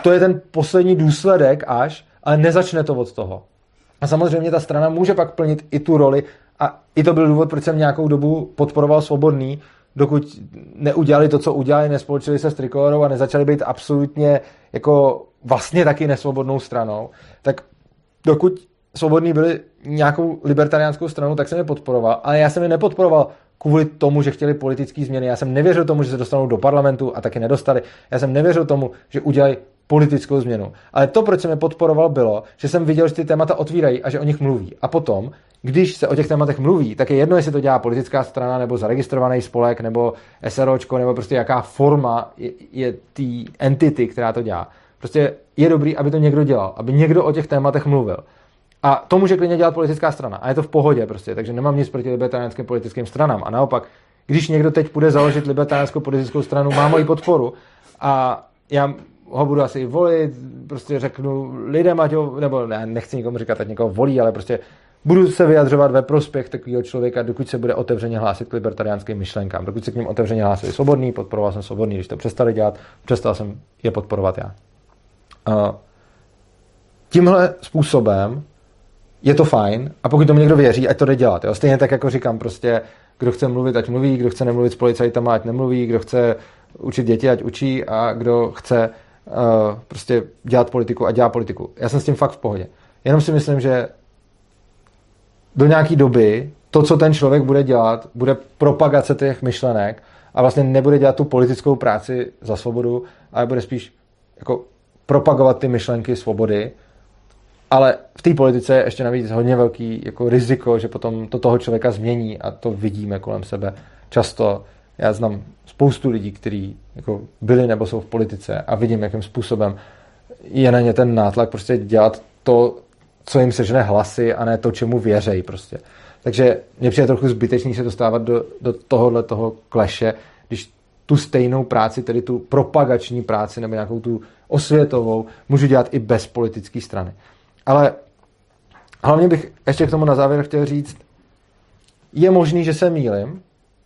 to je ten poslední důsledek až, ale nezačne to od toho. A samozřejmě ta strana může pak plnit i tu roli a i to byl důvod, proč jsem nějakou dobu podporoval Svobodný, dokud neudělali to, co udělali, nespolčili se s Trikolorou a nezačali být absolutně jako vlastně taky nesvobodnou stranou, tak dokud Svobodní byli nějakou libertariánskou stranou, tak jsem je podporoval, ale já jsem je nepodporoval kvůli tomu, že chtěli politické změny. Já jsem nevěřil tomu, že se dostanou do parlamentu a taky nedostali. Já jsem nevěřil tomu, že udělají politickou změnu. Ale to, proč jsem je podporoval, bylo, že jsem viděl, že ty témata otvírají a že o nich mluví. A potom, když se o těch tématech mluví, tak je jedno, jestli to dělá politická strana, nebo zaregistrovaný spolek, nebo SROčko, nebo prostě jaká forma je, je té entity, která to dělá. Prostě je dobrý, aby to někdo dělal, aby někdo o těch tématech mluvil. A to může klidně dělat politická strana. A je to v pohodě prostě, takže nemám nic proti libertariánským politickým stranám. A naopak, když někdo teď půjde založit libertariánskou politickou stranu, má moji podporu a já ho budu asi volit, prostě řeknu lidem, ať ho, nebo ne, nechci nikomu říkat, ať někoho volí, ale prostě budu se vyjadřovat ve prospěch takového člověka, dokud se bude otevřeně hlásit k libertariánským myšlenkám. Dokud se k ním otevřeně hlásili Svobodný, podporoval jsem Svobodný, když to přestali dělat, přestal jsem je podporovat já. Uh, tímhle způsobem je to fajn a pokud tomu někdo věří, ať to jde dělat. Jo? Stejně tak, jako říkám, prostě kdo chce mluvit, ať mluví, kdo chce nemluvit s policajtama, ať nemluví, kdo chce učit děti, ať učí a kdo chce uh, prostě dělat politiku a dělá politiku. Já jsem s tím fakt v pohodě. Jenom si myslím, že do nějaký doby to, co ten člověk bude dělat, bude propagace těch myšlenek a vlastně nebude dělat tu politickou práci za svobodu, ale bude spíš jako propagovat ty myšlenky svobody. Ale v té politice je ještě navíc hodně velký jako riziko, že potom to toho člověka změní a to vidíme kolem sebe často. Já znám spoustu lidí, kteří jako byli nebo jsou v politice a vidím, jakým způsobem je na ně ten nátlak prostě dělat to, co jim sežene hlasy a ne to, čemu věří prostě. Takže mně přijde trochu zbytečný se dostávat do, do tohohle toho kleše, když tu stejnou práci, tedy tu propagační práci nebo nějakou tu osvětovou, můžu dělat i bez politické strany. Ale hlavně bych ještě k tomu na závěr chtěl říct, je možný, že se mýlim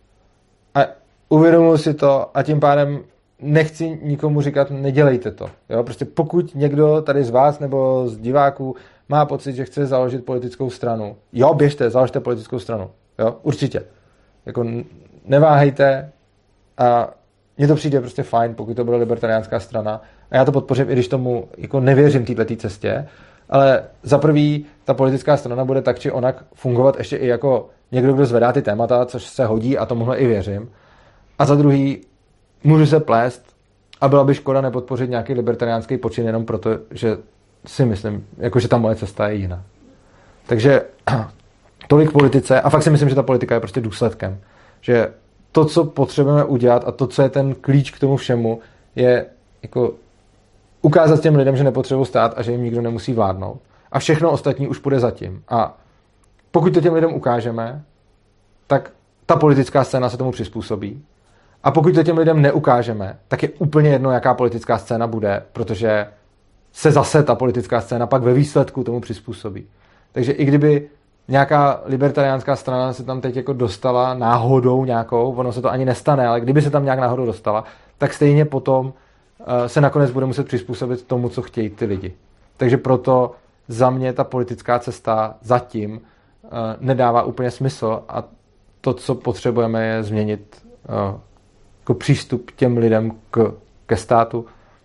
a uvědomuji si to a tím pádem nechci nikomu říkat, nedělejte to. Jo? Prostě pokud někdo tady z vás nebo z diváků má pocit, že chce založit politickou stranu, jo, běžte, založte politickou stranu. Jo? Určitě. Jako neváhejte a mně to přijde prostě fajn, pokud to bude libertariánská strana a já to podpořím, i když tomu jako nevěřím této cestě, ale za prvý ta politická strana bude tak či onak fungovat ještě i jako někdo, kdo zvedá ty témata, což se hodí a tomuhle i věřím. A za druhý můžu se plést a byla by škoda nepodpořit nějaký libertariánský počin jenom proto, že si myslím, jako že ta moje cesta je jiná. Takže tolik politice a fakt si myslím, že ta politika je prostě důsledkem. Že to, co potřebujeme udělat a to, co je ten klíč k tomu všemu, je jako ukázat těm lidem, že nepotřebují stát a že jim nikdo nemusí vládnout. A všechno ostatní už půjde zatím. A pokud to těm lidem ukážeme, tak ta politická scéna se tomu přizpůsobí. A pokud to těm lidem neukážeme, tak je úplně jedno, jaká politická scéna bude, protože se zase ta politická scéna pak ve výsledku tomu přizpůsobí. Takže i kdyby nějaká libertariánská strana se tam teď jako dostala náhodou nějakou, ono se to ani nestane, ale kdyby se tam nějak náhodou dostala, tak stejně potom se nakonec bude muset přizpůsobit tomu, co chtějí ty lidi. Takže proto za mě ta politická cesta zatím nedává úplně smysl a to, co potřebujeme, je změnit jako přístup těm lidem k, ke státu,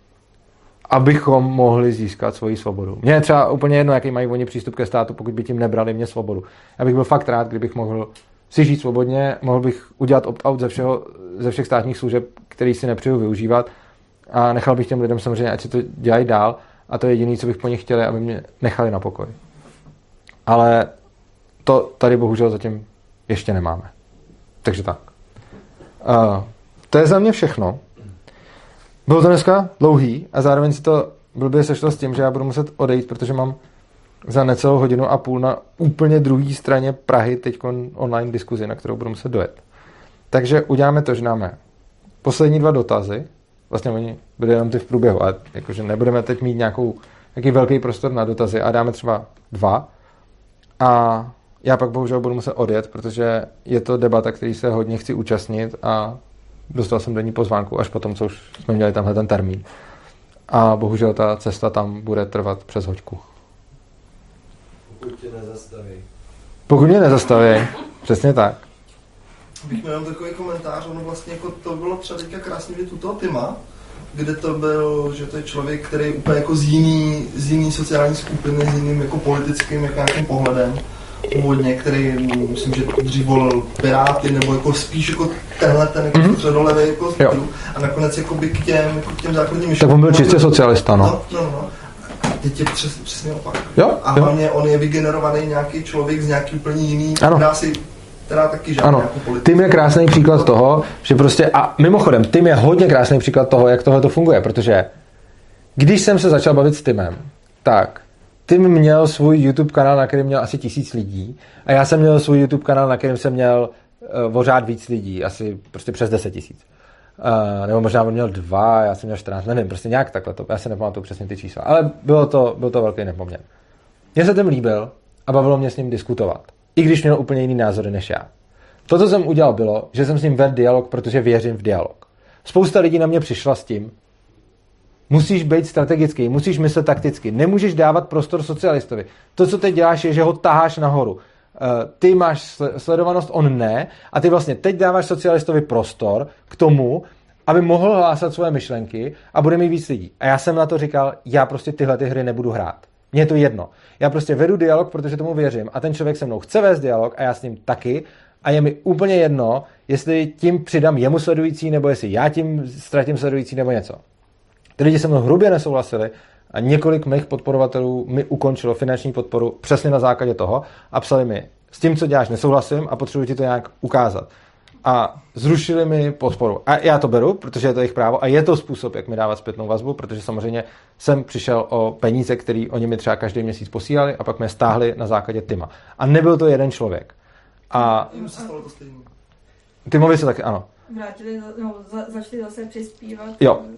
abychom mohli získat svoji svobodu. Mně je třeba úplně jedno, jaký mají oni přístup ke státu, pokud by tím nebrali mě svobodu. Já bych byl fakt rád, kdybych mohl si žít svobodně, mohl bych udělat opt-out ze, všeho, ze všech státních služeb, který si nepřeju využívat a nechal bych těm lidem samozřejmě, ať si to dělají dál a to je jediné, co bych po nich chtěl, aby mě nechali na pokoj. Ale to tady bohužel zatím ještě nemáme. Takže tak. Uh, to je za mě všechno. Bylo to dneska dlouhý a zároveň si to blbě sešlo s tím, že já budu muset odejít, protože mám za necelou hodinu a půl na úplně druhé straně Prahy teď online diskuzi, na kterou budu muset dojet. Takže uděláme to, že dáme poslední dva dotazy. Vlastně oni byli jenom ty v průběhu, ale jakože nebudeme teď mít nějakou, nějaký velký prostor na dotazy a dáme třeba dva. A já pak bohužel budu muset odjet, protože je to debata, který se hodně chci účastnit a dostal jsem do ní pozvánku až potom, co už jsme měli tamhle ten termín. a bohužel ta cesta tam bude trvat přes hoďku. Pokud tě nezastaví. Pokud mě nezastaví, přesně tak. Bych měl takový komentář, ono vlastně jako to bylo třeba teďka krásně vidět u toho Tima, kde to byl, že to je člověk, který je úplně jako z jiný, z jiný sociální skupiny, s jiným jako politickým jako nějakým pohledem. Původně, který myslím, že dřív volil Piráty, nebo jako spíš jako tenhle ten jako mm-hmm. středolevý jako styl, a nakonec jako by k těm, jako k těm základním myšlenkám. Tak on byl čistě socialista, no. No, no, no. A teď je přes, přesně opak. Jo, a hlavně on je vygenerovaný nějaký člověk z nějaký úplně jiný, která si teda taky žádný nějakou politiku. Tim je krásný příklad toho, že prostě, a mimochodem, Tim je hodně krásný příklad toho, jak tohle to funguje, protože když jsem se začal bavit s Timem, tak Tim měl svůj YouTube kanál, na kterém měl asi tisíc lidí, a já jsem měl svůj YouTube kanál, na kterém jsem měl uh, ořád víc lidí, asi prostě přes deset tisíc. Uh, nebo možná on měl dva, já jsem měl čtrnáct, nevím, prostě nějak takhle to, já se nepamatuju přesně ty čísla, ale bylo to, byl to velký nepoměr. Mně se Tim líbil a bavilo mě s ním diskutovat, i když měl úplně jiný názory než já. To, co jsem udělal, bylo, že jsem s ním vedl dialog, protože věřím v dialog. Spousta lidí na mě přišla s tím, musíš být strategický, musíš myslet takticky, nemůžeš dávat prostor socialistovi. To, co teď děláš, je, že ho taháš nahoru. Ty máš sledovanost, on ne, a ty vlastně teď dáváš socialistovi prostor k tomu, aby mohl hlásat svoje myšlenky a bude mít víc lidí. A já jsem na to říkal, já prostě tyhle ty hry nebudu hrát. Mně je to jedno. Já prostě vedu dialog, protože tomu věřím, a ten člověk se mnou chce vést dialog a já s ním taky, a je mi úplně jedno, jestli tím přidám jemu sledující, nebo jestli já tím ztratím sledující, nebo něco. Ty lidi se mnou hrubě nesouhlasili a několik mých podporovatelů mi ukončilo finanční podporu přesně na základě toho a psali mi, s tím, co děláš, nesouhlasím a potřebuji ti to nějak ukázat. A zrušili mi podporu. A já to beru, protože je to jejich právo a je to způsob, jak mi dávat zpětnou vazbu, protože samozřejmě jsem přišel o peníze, které oni mi třeba každý měsíc posílali, a pak mě stáhli na základě Tima. A nebyl to jeden člověk. A jim se stalo to stejné. Timovi se taky, ano. Vrátili, no, za, začali zase přispívat. Jo. Uh,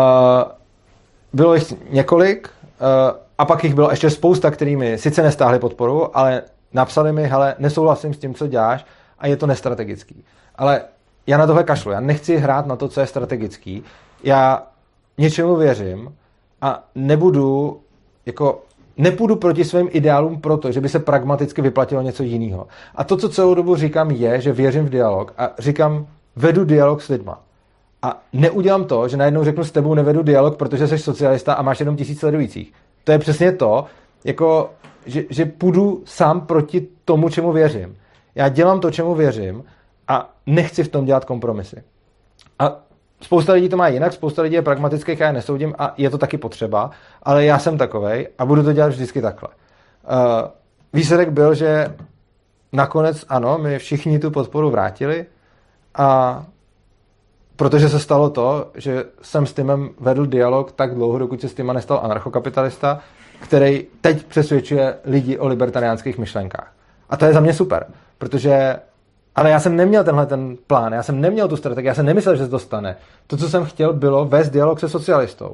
bylo jich několik uh, a pak jich bylo ještě spousta, kterými sice nestáhli podporu, ale napsali mi, hele, nesouhlasím s tím, co děláš a je to nestrategický. Ale já na tohle kašlu. Já nechci hrát na to, co je strategický. Já něčemu věřím a nebudu jako nepůjdu proti svým ideálům proto, že by se pragmaticky vyplatilo něco jiného. A to, co celou dobu říkám, je, že věřím v dialog a říkám, vedu dialog s lidma. A neudělám to, že najednou řeknu, s tebou nevedu dialog, protože jsi socialista a máš jenom tisíc sledujících. To je přesně to, jako, že, že půjdu sám proti tomu, čemu věřím. Já dělám to, čemu věřím a nechci v tom dělat kompromisy. A spousta lidí to má jinak, spousta lidí je pragmatických a já nesoudím a je to taky potřeba, ale já jsem takovej a budu to dělat vždycky takhle. Uh, výsledek byl, že nakonec ano, my všichni tu podporu vrátili, a protože se stalo to, že jsem s Timem vedl dialog tak dlouho, dokud se s Tima nestal anarchokapitalista, který teď přesvědčuje lidi o libertariánských myšlenkách. A to je za mě super, protože ale já jsem neměl tenhle ten plán, já jsem neměl tu strategii, já jsem nemyslel, že se to stane. To, co jsem chtěl, bylo vést dialog se socialistou.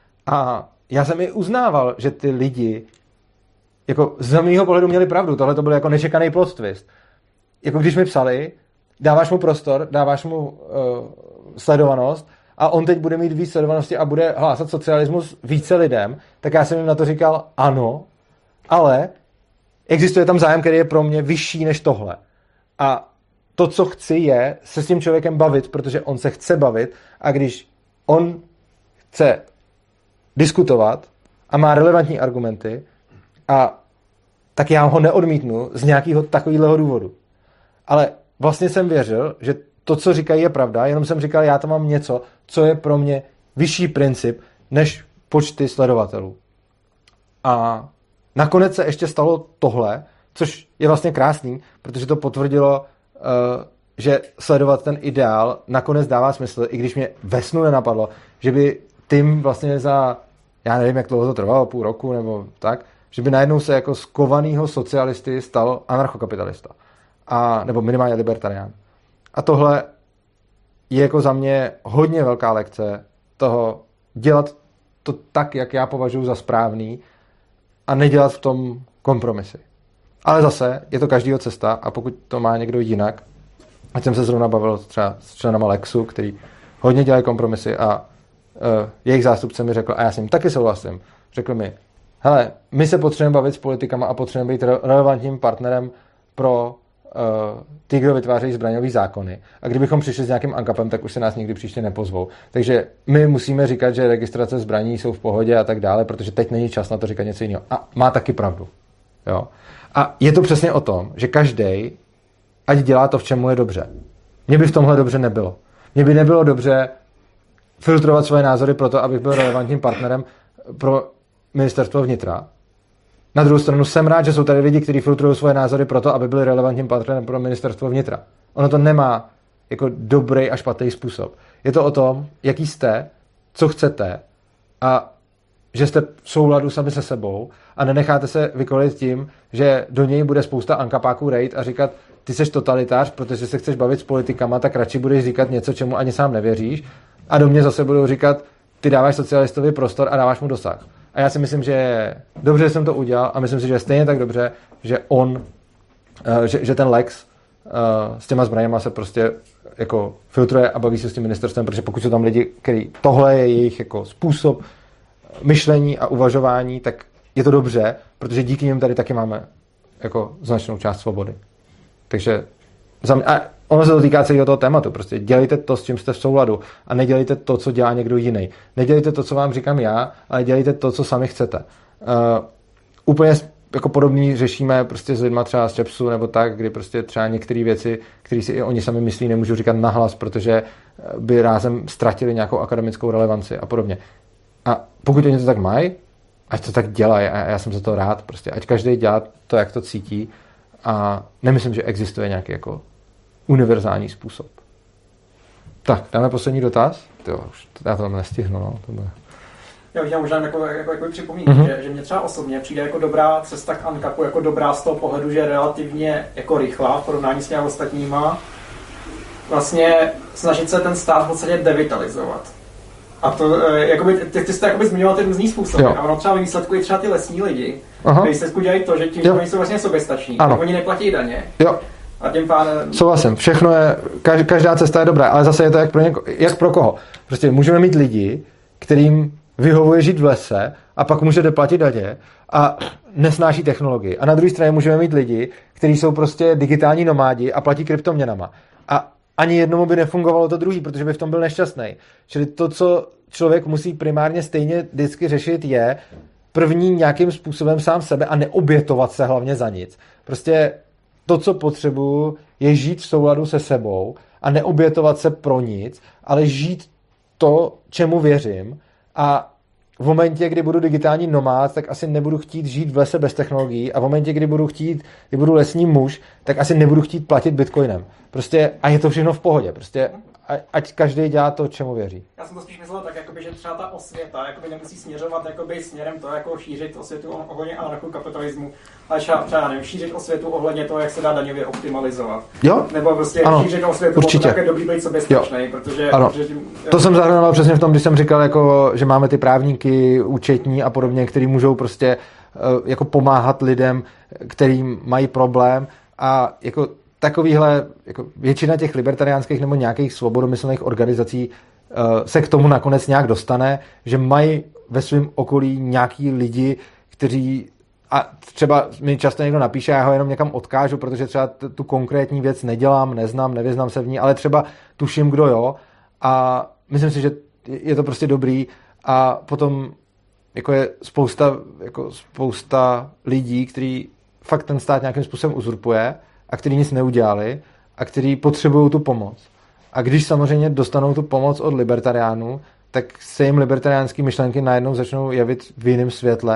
A já jsem i uznával, že ty lidi jako z mýho pohledu měli pravdu. Tohle to byl jako nečekaný plot twist. Jako když mi psali, dáváš mu prostor, dáváš mu uh, sledovanost a on teď bude mít víc sledovanosti a bude hlásat socialismus více lidem, tak já jsem jim na to říkal ano, ale existuje tam zájem, který je pro mě vyšší než tohle. A to, co chci, je se s tím člověkem bavit, protože on se chce bavit, a když on chce diskutovat a má relevantní argumenty, a tak já ho neodmítnu z nějakého takového důvodu. Ale vlastně jsem věřil, že to, co říkají, je pravda, jenom jsem říkal, já tam mám něco, co je pro mě vyšší princip než počty sledovatelů. A nakonec se ještě stalo tohle, což je vlastně krásný, protože to potvrdilo, že sledovat ten ideál nakonec dává smysl, i když mě ve snu nenapadlo, že by Tim vlastně za, já nevím, jak dlouho to trvalo, půl roku nebo tak, že by najednou se jako z kovanýho socialisty stal anarchokapitalista. A, nebo minimálně libertarián. A tohle je jako za mě hodně velká lekce toho dělat to tak, jak já považuji za správný, a nedělat v tom kompromisy. Ale zase je to každýho cesta, a pokud to má někdo jinak, ať jsem se zrovna bavil třeba s členama Lexu, který hodně dělají kompromisy a jejich zástupce mi řekl, a já s ním taky souhlasím, řekl mi, hele, my se potřebujeme bavit s politikama a potřebujeme být relevantním partnerem pro uh, ty, kdo vytvářejí zbraňové zákony. A kdybychom přišli s nějakým ankapem, tak už se nás nikdy příště nepozvou. Takže my musíme říkat, že registrace zbraní jsou v pohodě a tak dále, protože teď není čas na to říkat něco jiného. A má taky pravdu. Jo? A je to přesně o tom, že každý, ať dělá to, v čemu je dobře. Mně by v tomhle dobře nebylo. Mně by nebylo dobře filtrovat svoje názory pro to, abych byl relevantním partnerem pro ministerstvo vnitra. Na druhou stranu jsem rád, že jsou tady lidi, kteří filtrují svoje názory pro to, aby byli relevantním partnerem pro ministerstvo vnitra. Ono to nemá jako dobrý a špatný způsob. Je to o tom, jaký jste, co chcete a že jste v souladu sami se sebou a nenecháte se vykolit tím, že do něj bude spousta ankapáků rejt a říkat, ty seš totalitář, protože se chceš bavit s politikama, tak radši budeš říkat něco, čemu ani sám nevěříš, a do mě zase budou říkat, ty dáváš socialistovi prostor a dáváš mu dosah. A já si myslím, že dobře jsem to udělal a myslím si, že je stejně tak dobře, že on, že, že ten Lex s těma zbraněma se prostě jako filtruje a baví se s tím ministerstvem, protože pokud jsou tam lidi, který tohle je jejich jako způsob myšlení a uvažování, tak je to dobře, protože díky nim tady taky máme jako značnou část svobody. Takže za mě, a ono se to týká celého toho tématu. Prostě dělejte to, s čím jste v souladu a nedělejte to, co dělá někdo jiný. Nedělejte to, co vám říkám já, ale dělejte to, co sami chcete. Uh, úplně jako podobný řešíme prostě s lidma třeba z Čepsu nebo tak, kdy prostě třeba některé věci, které si i oni sami myslí, nemůžou říkat nahlas, protože by rázem ztratili nějakou akademickou relevanci a podobně. A pokud oni to tak mají, ať to tak dělají a já jsem za to rád, prostě ať každý dělá to, jak to cítí, a nemyslím, že existuje nějaký jako univerzální způsob. Tak, dáme poslední dotaz. Jo, už to, já to tam nestihnu, no. To bude... Já už já možná jako, jako, jako připomínku, mm-hmm. že, že mě třeba osobně přijde jako dobrá cesta k ankapu, jako dobrá z toho pohledu, že je relativně jako rychlá v porovnání s těmi ostatníma. Vlastně snažit se ten stát v podstatě devitalizovat. A to, jakoby, ty, ty jste jakoby zmiňoval ty různý způsoby. Jo. A ono třeba ve výsledku je třeba ty lesní lidi. Aha. Ve výsledku dělají to, že tím, že oni jsou vlastně soběstační, tak oni neplatí daně. Jo. A tím pádem... Souhlasím, všechno je, každá cesta je dobrá, ale zase je to jak pro, něko, jak pro koho. Prostě můžeme mít lidi, kterým vyhovuje žít v lese a pak můžete platit daně a nesnáší technologii. A na druhé straně můžeme mít lidi, kteří jsou prostě digitální nomádi a platí kryptoměnama. A ani jednomu by nefungovalo to druhý, protože by v tom byl nešťastný. Čili to, co člověk musí primárně stejně vždycky řešit, je první nějakým způsobem sám sebe a neobětovat se hlavně za nic. Prostě to, co potřebuju, je žít v souladu se sebou a neobětovat se pro nic, ale žít to, čemu věřím. A v momentě, kdy budu digitální nomád, tak asi nebudu chtít žít v lese bez technologií a v momentě, kdy budu chtít, kdy budu lesní muž, tak asi nebudu chtít platit bitcoinem. Prostě a je to všechno v pohodě. Prostě ať každý dělá to, čemu věří. Já jsem to spíš myslel tak, jakoby, že třeba ta osvěta jakoby nemusí směřovat jakoby, směrem to, jako šířit osvětu ohledně anarchokapitalismu, ale třeba, třeba nevím, šířit osvětu ohledně toho, jak se dá daňově optimalizovat. Jo? Nebo prostě ano, šířit osvětu, určitě. To je dobrý být soběstačnej, protože... Ano. protože tím, to jsem zahrnoval přesně v tom, když jsem říkal, jako, že máme ty právníky, účetní a podobně, který můžou prostě jako pomáhat lidem, kterým mají problém a jako takovýhle, jako většina těch libertariánských nebo nějakých svobodomyslných organizací uh, se k tomu nakonec nějak dostane, že mají ve svém okolí nějaký lidi, kteří a třeba mi často někdo napíše, já ho jenom někam odkážu, protože třeba t- tu konkrétní věc nedělám, neznám, nevyznám se v ní, ale třeba tuším, kdo jo a myslím si, že je to prostě dobrý a potom jako je spousta, jako spousta lidí, kteří fakt ten stát nějakým způsobem uzurpuje a kteří nic neudělali a kteří potřebují tu pomoc. A když samozřejmě dostanou tu pomoc od libertariánů, tak se jim libertariánské myšlenky najednou začnou jevit v jiném světle,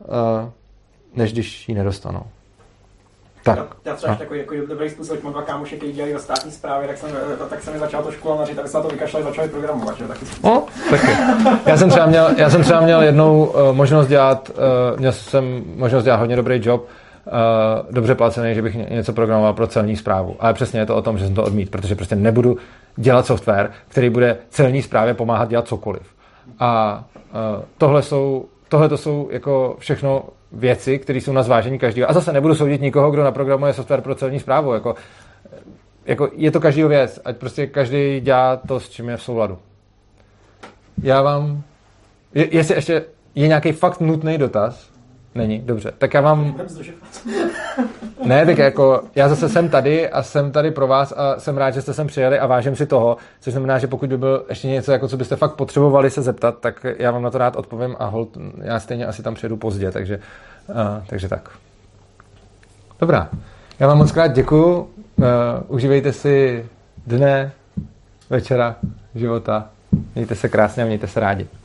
než když ji nedostanou. Tak. Já, já třeba takový jako dobrý způsob, mám dva kámoše, kteří dělají ve státní správě, tak jsem, tak jsem mi začal to školu nařít, tak se na to vykašlali, začali programovat, že taky. No, taky. Já jsem třeba měl, já jsem třeba měl jednou uh, možnost dělat, uh, měl jsem možnost dělat hodně dobrý job, uh, dobře placený, že bych něco programoval pro celní správu. Ale přesně je to o tom, že jsem to odmít, protože prostě nebudu dělat software, který bude celní správě pomáhat dělat cokoliv. A uh, tohle jsou, tohle to jsou jako všechno věci, které jsou na zvážení každého. A zase nebudu soudit nikoho, kdo naprogramuje software pro celní správu. Jako, jako je to každýho věc, ať prostě každý dělá to, s čím je v souladu. já vám... Je, jestli ještě je nějaký fakt nutný dotaz? Není? Dobře. Tak já vám... Ne, tak jako já zase jsem tady a jsem tady pro vás a jsem rád, že jste sem přijeli a vážím si toho, což znamená, že pokud by byl ještě něco, jako co byste fakt potřebovali se zeptat, tak já vám na to rád odpovím a hold, já stejně asi tam přijedu pozdě, takže, uh, takže tak. Dobrá. Já vám moc krát děkuju. Uh, užívejte si dne, večera, života. Mějte se krásně a mějte se rádi.